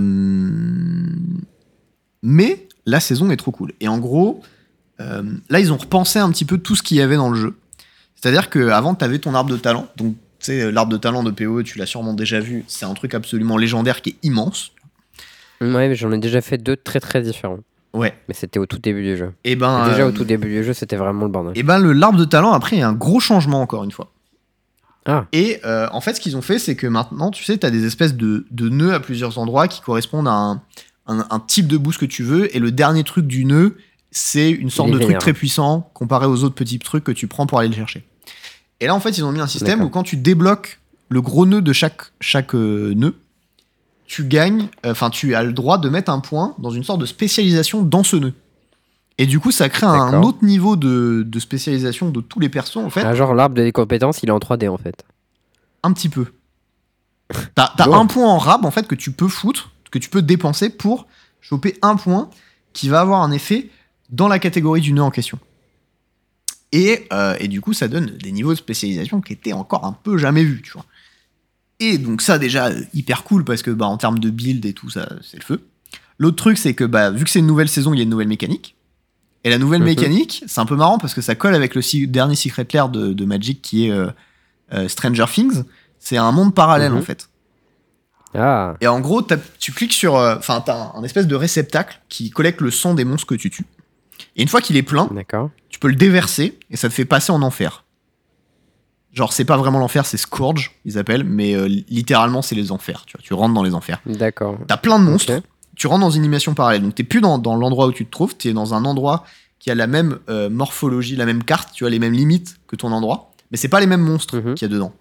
Mais la saison est trop cool. Et en gros, euh, là, ils ont repensé un petit peu tout ce qu'il y avait dans le jeu. C'est-à-dire qu'avant, tu avais ton arbre de talent. Donc, tu sais, l'arbre de talent de P O E, tu l'as sûrement déjà vu. C'est un truc absolument légendaire qui est immense. Ouais, mais j'en ai déjà fait deux très très différents. Ouais. Mais c'était au tout début du jeu. Et ben, Et déjà euh, au tout début du jeu, c'était vraiment le bordel. et ben le l'arbre de talent, après, il y a un gros changement encore une fois. Ah, Et euh, en fait, ce qu'ils ont fait, c'est que maintenant, tu sais, tu as des espèces de, de nœuds à plusieurs endroits qui correspondent à un, un- un type de boost que tu veux. Et le dernier truc du nœud, c'est une sorte Il est de truc vénère. très puissant comparé aux autres petits trucs que tu prends pour aller le chercher. Et là, en fait, ils ont mis un système D'accord. où quand tu débloques le gros nœud de chaque, chaque euh, nœud, tu gagnes, enfin, tu as le droit de mettre un point dans une sorte de spécialisation dans ce nœud. Et du coup, ça crée un D'accord. autre niveau de, de spécialisation de tous les persos, en fait. Ah, genre l'arbre des compétences, il est en trois D en fait. Un petit peu. T'as t'as Bon. un point en rab en fait que tu peux foutre, que tu peux dépenser pour choper un point qui va avoir un effet dans la catégorie du nœud en question. Et, euh, et du coup, ça donne des niveaux de spécialisation qui étaient encore un peu jamais vus, tu vois. Et donc ça déjà euh, hyper cool parce que bah en termes de build et tout ça, c'est le feu. L'autre truc c'est que bah vu que c'est une nouvelle saison, il y a une nouvelle mécanique. Et la nouvelle Mhm. mécanique, c'est un peu marrant parce que ça colle avec le si- dernier Secret Lair de, de Magic qui est euh, euh, Stranger Things. C'est un monde parallèle Mhm. en fait. Ah, Et en gros, t'as- tu cliques sur. Enfin, t'as un, un espèce de réceptacle qui collecte le sang des monstres que tu tues. Et une fois qu'il est plein, d'accord. tu peux le déverser et ça te fait passer en enfer. Genre, c'est pas vraiment l'enfer, c'est Scourge, ils appellent, mais euh, littéralement, c'est les enfers. Tu vois, tu rentres dans les enfers. D'accord. T'as plein de monstres, Ok. tu rentres dans une animation parallèle. Donc, t'es plus dans, dans l'endroit où tu te trouves, t'es dans un endroit qui a la même euh, morphologie, la même carte, tu as les mêmes limites que ton endroit, mais c'est pas les mêmes monstres Mhm. qu'il y a dedans.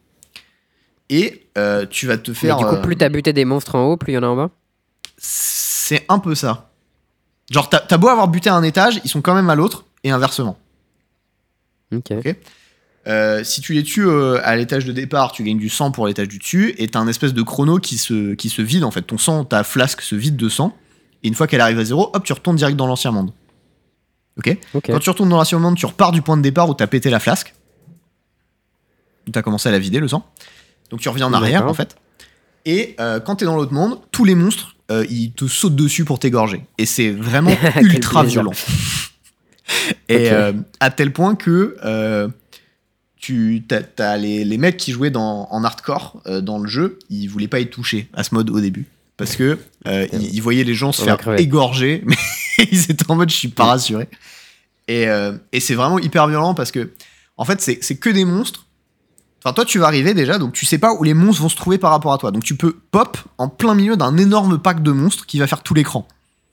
Et euh, tu vas te Mais faire. du coup, euh, plus t'as buté des monstres en haut, plus il y en a en bas. c'est un peu ça. Genre, t'as, t'as beau avoir buté à un étage, ils sont quand même à l'autre, et inversement. Ok. Ok. Euh, si tu les tues euh, à l'étage de départ, tu gagnes du sang pour l'étage du dessus, et t'as un espèce de chrono qui se, qui se vide en fait. Ton sang, ta flasque se vide de sang, et une fois qu'elle arrive à zéro, hop, tu retournes direct dans l'ancien monde. Ok. Ok. Quand tu retournes dans l'ancien monde, tu repars du point de départ où t'as pété la flasque, où t'as commencé à la vider le sang. Donc tu reviens en arrière D'accord. en fait. Et euh, quand t'es dans l'autre monde, tous les monstres, euh, ils te sautent dessus pour t'égorger. Et c'est vraiment Quel ultra plaisir. violent. Et Ok. euh, à tel point que euh, tu t'as, t'as les, les mecs qui jouaient dans, en hardcore euh, dans le jeu, ils voulaient pas y toucher à ce mode au début. Parce que euh, ils, ils voyaient les gens se On va faire crever. égorger, mais ils étaient en mode je suis pas rassuré. Et, euh, et c'est vraiment hyper violent parce que, en fait, c'est, c'est que des monstres. Enfin, toi, tu vas arriver déjà, donc tu sais pas où les monstres vont se trouver par rapport à toi. Donc tu peux pop en plein milieu d'un énorme pack de monstres qui va faire tout l'écran.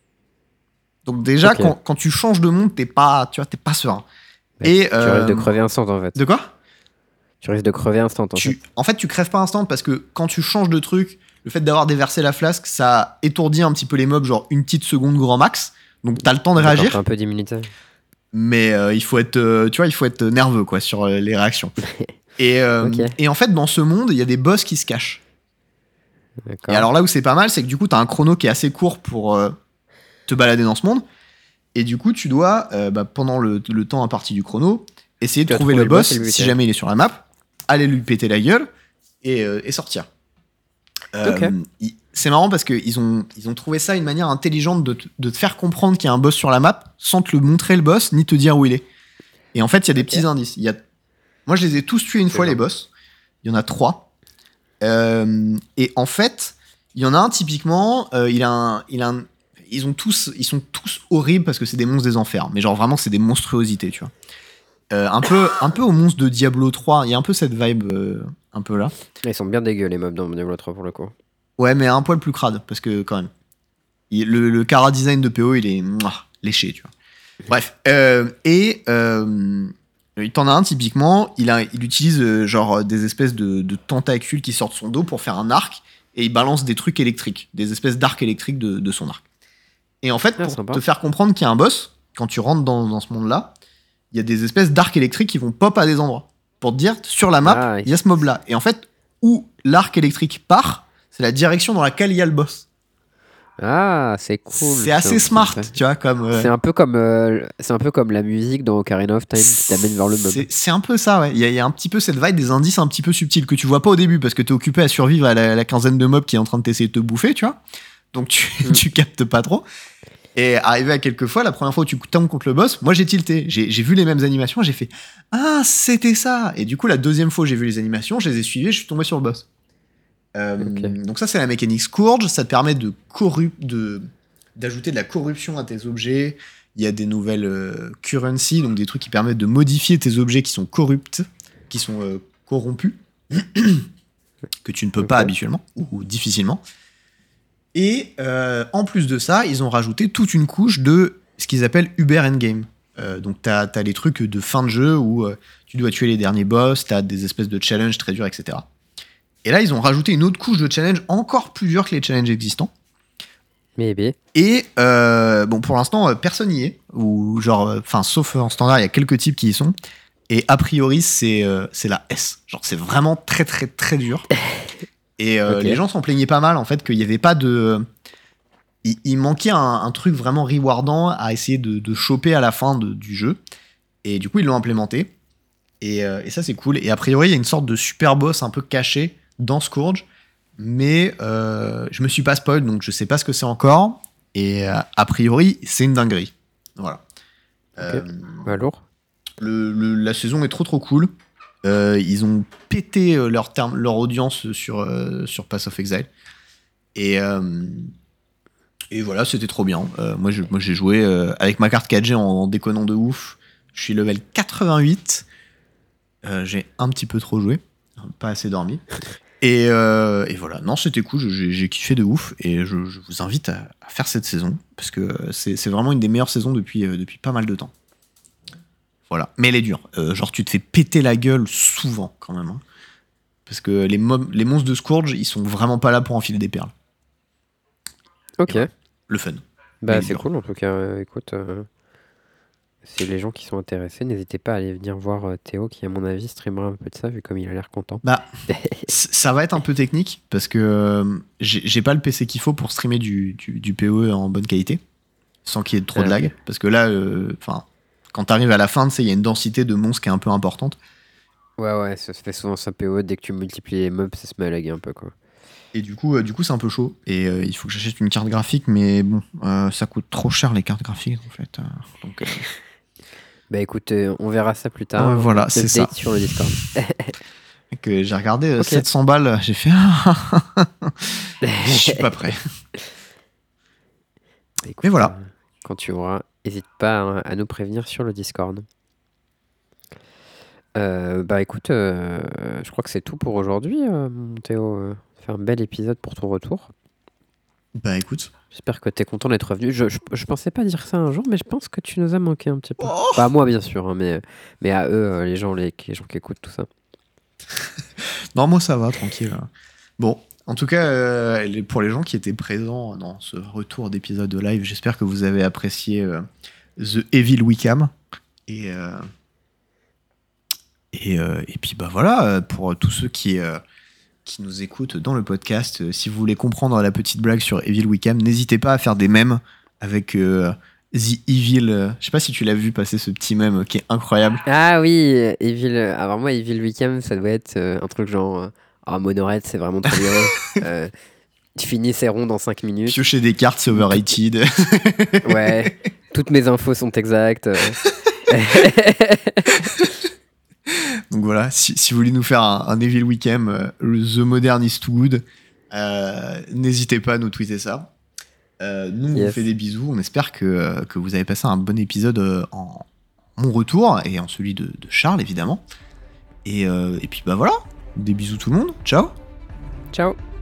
Donc déjà, Ok. quand, quand tu changes de monde, t'es pas, tu vois, t'es pas serein. Ouais, Et, Tu euh, risques de crever instant en fait. De quoi Tu risques de crever instant en fait. tu, En fait, tu crèves pas instant parce que quand tu changes de truc, le fait d'avoir déversé la flasque, ça étourdit un petit peu les mobs, genre une petite seconde grand max. Donc t'as le temps de D'accord, réagir, t'as un peu d'immunité. mais euh, il faut être, euh, tu vois, il faut être nerveux quoi sur euh, les réactions. Et, euh, Ok. et en fait, dans ce monde, il y a des boss qui se cachent. D'accord. Et alors là où c'est pas mal, c'est que du coup, t'as un chrono qui est assez court pour euh, te balader dans ce monde. Et du coup, tu dois, euh, bah, pendant le, le temps imparti du chrono, essayer Tu de vas trouver trouver le le boss boss, et lui si buter. jamais il est sur la map, aller lui péter la gueule et, euh, et sortir. Euh, Ok. il- c'est marrant parce qu'ils ont, ils ont trouvé ça une manière intelligente de te, de te faire comprendre qu'il y a un boss sur la map sans te le montrer le boss ni te dire où il est. Et en fait, il y a des Ok. petits indices. Il y a... Moi, je les ai tous tués une C'est fois, les genre. boss. Il y en a trois. Euh, et en fait, il y en a un typiquement, euh, il a un, il a un- ils ont tous, ils sont tous horribles parce que c'est des monstres des enfers. Mais genre vraiment, c'est des monstruosités, tu vois. Euh, un peu, un peu au monstre de Diablo trois. Il y a un peu cette vibe, euh, un peu là. Ils sont bien dégueux les mobs dans Diablo trois pour le coup. Ouais, mais un poil plus crade parce que quand même, il- le, le chara design de P O, il est mouah, léché, tu vois. Bref, euh, et euh, il t'en a un typiquement, il, a, il utilise euh, genre des espèces de, de tentacules qui sortent de son dos pour faire un arc et il balance des trucs électriques, des espèces d'arcs électriques de, de son arc. Et en fait, Ah, pour sympa. te faire comprendre qu'il y a un boss, quand tu rentres dans, dans ce monde-là, il y a des espèces d'arcs électriques qui vont pop à des endroits. Pour te dire, sur la map, Ah, il y a ce mob-là. Et en fait, où l'arc électrique part, c'est la direction dans laquelle il y a le boss. Ah, c'est cool. c'est assez un- smart, c'est- tu vois, comme... euh, C'est un peu comme, euh, c'est un peu comme la musique dans Ocarina of Time qui t'amène vers le mob. C'est, c'est un peu ça, ouais. Il y, a- il y a un petit peu cette vibe, des indices un petit peu subtils que tu vois pas au début parce que t'es occupé à survivre à la, la quinzaine de mobs qui est en train de t'essayer de te bouffer, tu vois. Donc tu, Mm. tu captes pas trop. Et arrivé à quelques fois, la première fois où tu tombes contre le boss, moi j'ai tilté. J'ai, j'ai vu les mêmes animations, j'ai fait ah, c'était ça. Et du coup, la deuxième fois où j'ai vu les animations, je les ai suivies, je suis tombé sur le boss. Euh, Ok. Donc ça, c'est la mécanique Scourge. Ça te permet de corrup- de d'ajouter de la corruption à tes objets. Il y a des nouvelles euh, currency, donc des trucs qui permettent de modifier tes objets qui sont corrupts, qui sont euh, corrompus, que tu ne peux pas Ok. habituellement ou, ou difficilement. Et euh, en plus de ça, ils ont rajouté toute une couche de ce qu'ils appellent Uber Endgame. Euh, donc t'as as les trucs de fin de jeu où euh, tu dois tuer les derniers boss, t'as des espèces de challenges très durs, et cetera. Et là, ils ont rajouté une autre couche de challenge encore plus dure que les challenges existants. Maybe. Et euh, bon, pour l'instant, euh, personne n'y est. Ou genre, enfin, sauf en standard, il y a quelques types qui y sont. Et a priori, c'est euh, c'est la S. Genre, c'est vraiment très, très, très dur. Et euh, Ok. les gens s'en plaignaient pas mal, en fait, qu'il n'y avait pas de. Il, il manquait un, un truc vraiment rewardant à essayer de, de choper à la fin de- du jeu. Et du coup, ils l'ont implémenté. Et, euh, et ça, c'est cool. Et a priori, il y a une sorte de super boss un peu caché dans Scourge. Mais euh, je me suis pas spoil, donc je sais pas ce que c'est encore. Et euh, a priori, c'est une dinguerie. Voilà. Euh, Bah, lourd. le- le- la saison est trop trop cool. Euh, ils ont pété euh, leur, terme, leur audience sur, euh, sur Pass of Exile. Et, euh, et voilà, c'était trop bien. Euh, moi, je- moi, j'ai joué euh, avec ma carte quatre G en, en déconnant de ouf. Je suis level quatre-vingt-huit. Euh, j'ai un petit peu trop joué, pas assez dormi. Et, euh, et voilà, non, c'était cool, j'ai, j'ai kiffé de ouf. Et je, je vous invite à, à faire cette saison, parce que c'est, c'est vraiment une des meilleures saisons depuis, euh, depuis pas mal de temps. Voilà, mais elle est dure. Euh, genre, tu te fais péter la gueule souvent, quand même. Hein. Parce que les, mo- les monstres de Scourge, ils sont vraiment pas là pour enfiler des perles. Ok. Voilà, le fun. Bah, Mais c'est dur. cool en tout cas. Euh, écoute, euh, si les gens qui sont intéressés, n'hésitez pas à aller venir voir euh, Théo, qui, à mon avis, streamera un peu de ça, vu comme il a l'air content. Bah, c- ça va être un peu technique parce que euh, j'ai, j'ai pas le P C qu'il faut pour streamer du, du, du P O E en bonne qualité, sans qu'il y ait trop de Ah, lag. ok. Parce que là, enfin, quand t'arrives à la fin, tu sais, il y a une densité de monstres qui est un peu importante. Ouais, ouais, ça se fait souvent ça P O E. Dès que tu multiplies les mobs, ça se met à laguer un peu, quoi. Et du coup, euh, du coup, c'est un peu chaud. Et euh, il faut que j'achète une carte graphique, mais bon, euh, ça coûte trop cher les cartes graphiques en fait. euh, donc, euh, Bah écoute, euh, on verra ça plus tard. Ouais, voilà, c'est Update ça. sur le Discord. que j'ai regardé euh, Ok. sept cents balles, j'ai fait. Ah, je suis pas prêt. Bah, écoute, Mais voilà. euh, quand tu auras, n'hésite pas à, à nous prévenir sur le Discord. Euh, bah écoute, euh, je crois que c'est tout pour aujourd'hui, euh, mon Théo. Euh, fait un bel épisode pour ton retour. Bah écoute. J'espère que t'es content d'être revenu. Je, je, je pensais pas dire ça un jour, mais je pense que tu nous as manqué un petit peu. Oh Pas à moi, bien sûr, hein, mais, mais à eux, euh, les gens, les, les gens qui écoutent tout ça. Non, moi ça va, tranquille. Bon, en tout cas, euh, les- pour les gens qui étaient présents dans ce retour d'épisode de live, j'espère que vous avez apprécié euh, The Evil Wickham. Et, euh, et, euh, et puis bah voilà, euh, pour tous ceux qui, euh, qui nous écoutent dans le podcast, euh, si vous voulez comprendre la petite blague sur Evil Wickham, n'hésitez pas à faire des mèmes avec euh, The Evil. euh, je sais pas si tu l'as vu passer ce petit mème qui est incroyable. Ah oui, euh, Evil. euh, Alors moi, Evil Wickham, ça doit être euh, un truc genre. euh, Ah, Monorhead, c'est vraiment trop bien. Euh, tu finis ces rondes en cinq minutes. Piocher des cartes, c'est overrated. Ouais, toutes mes infos sont exactes. euh. Donc voilà, si, si vous voulez nous faire un, un Evil Wickham, euh, The Modern is too good, euh, n'hésitez pas à nous tweeter ça. Euh, nous, on vous Yes. fait des bisous. On espère que, euh, que vous avez passé un bon épisode euh, en mon retour et en celui de, de Charles, évidemment. Et, euh, et puis bah voilà, des bisous tout le monde. Ciao. Ciao.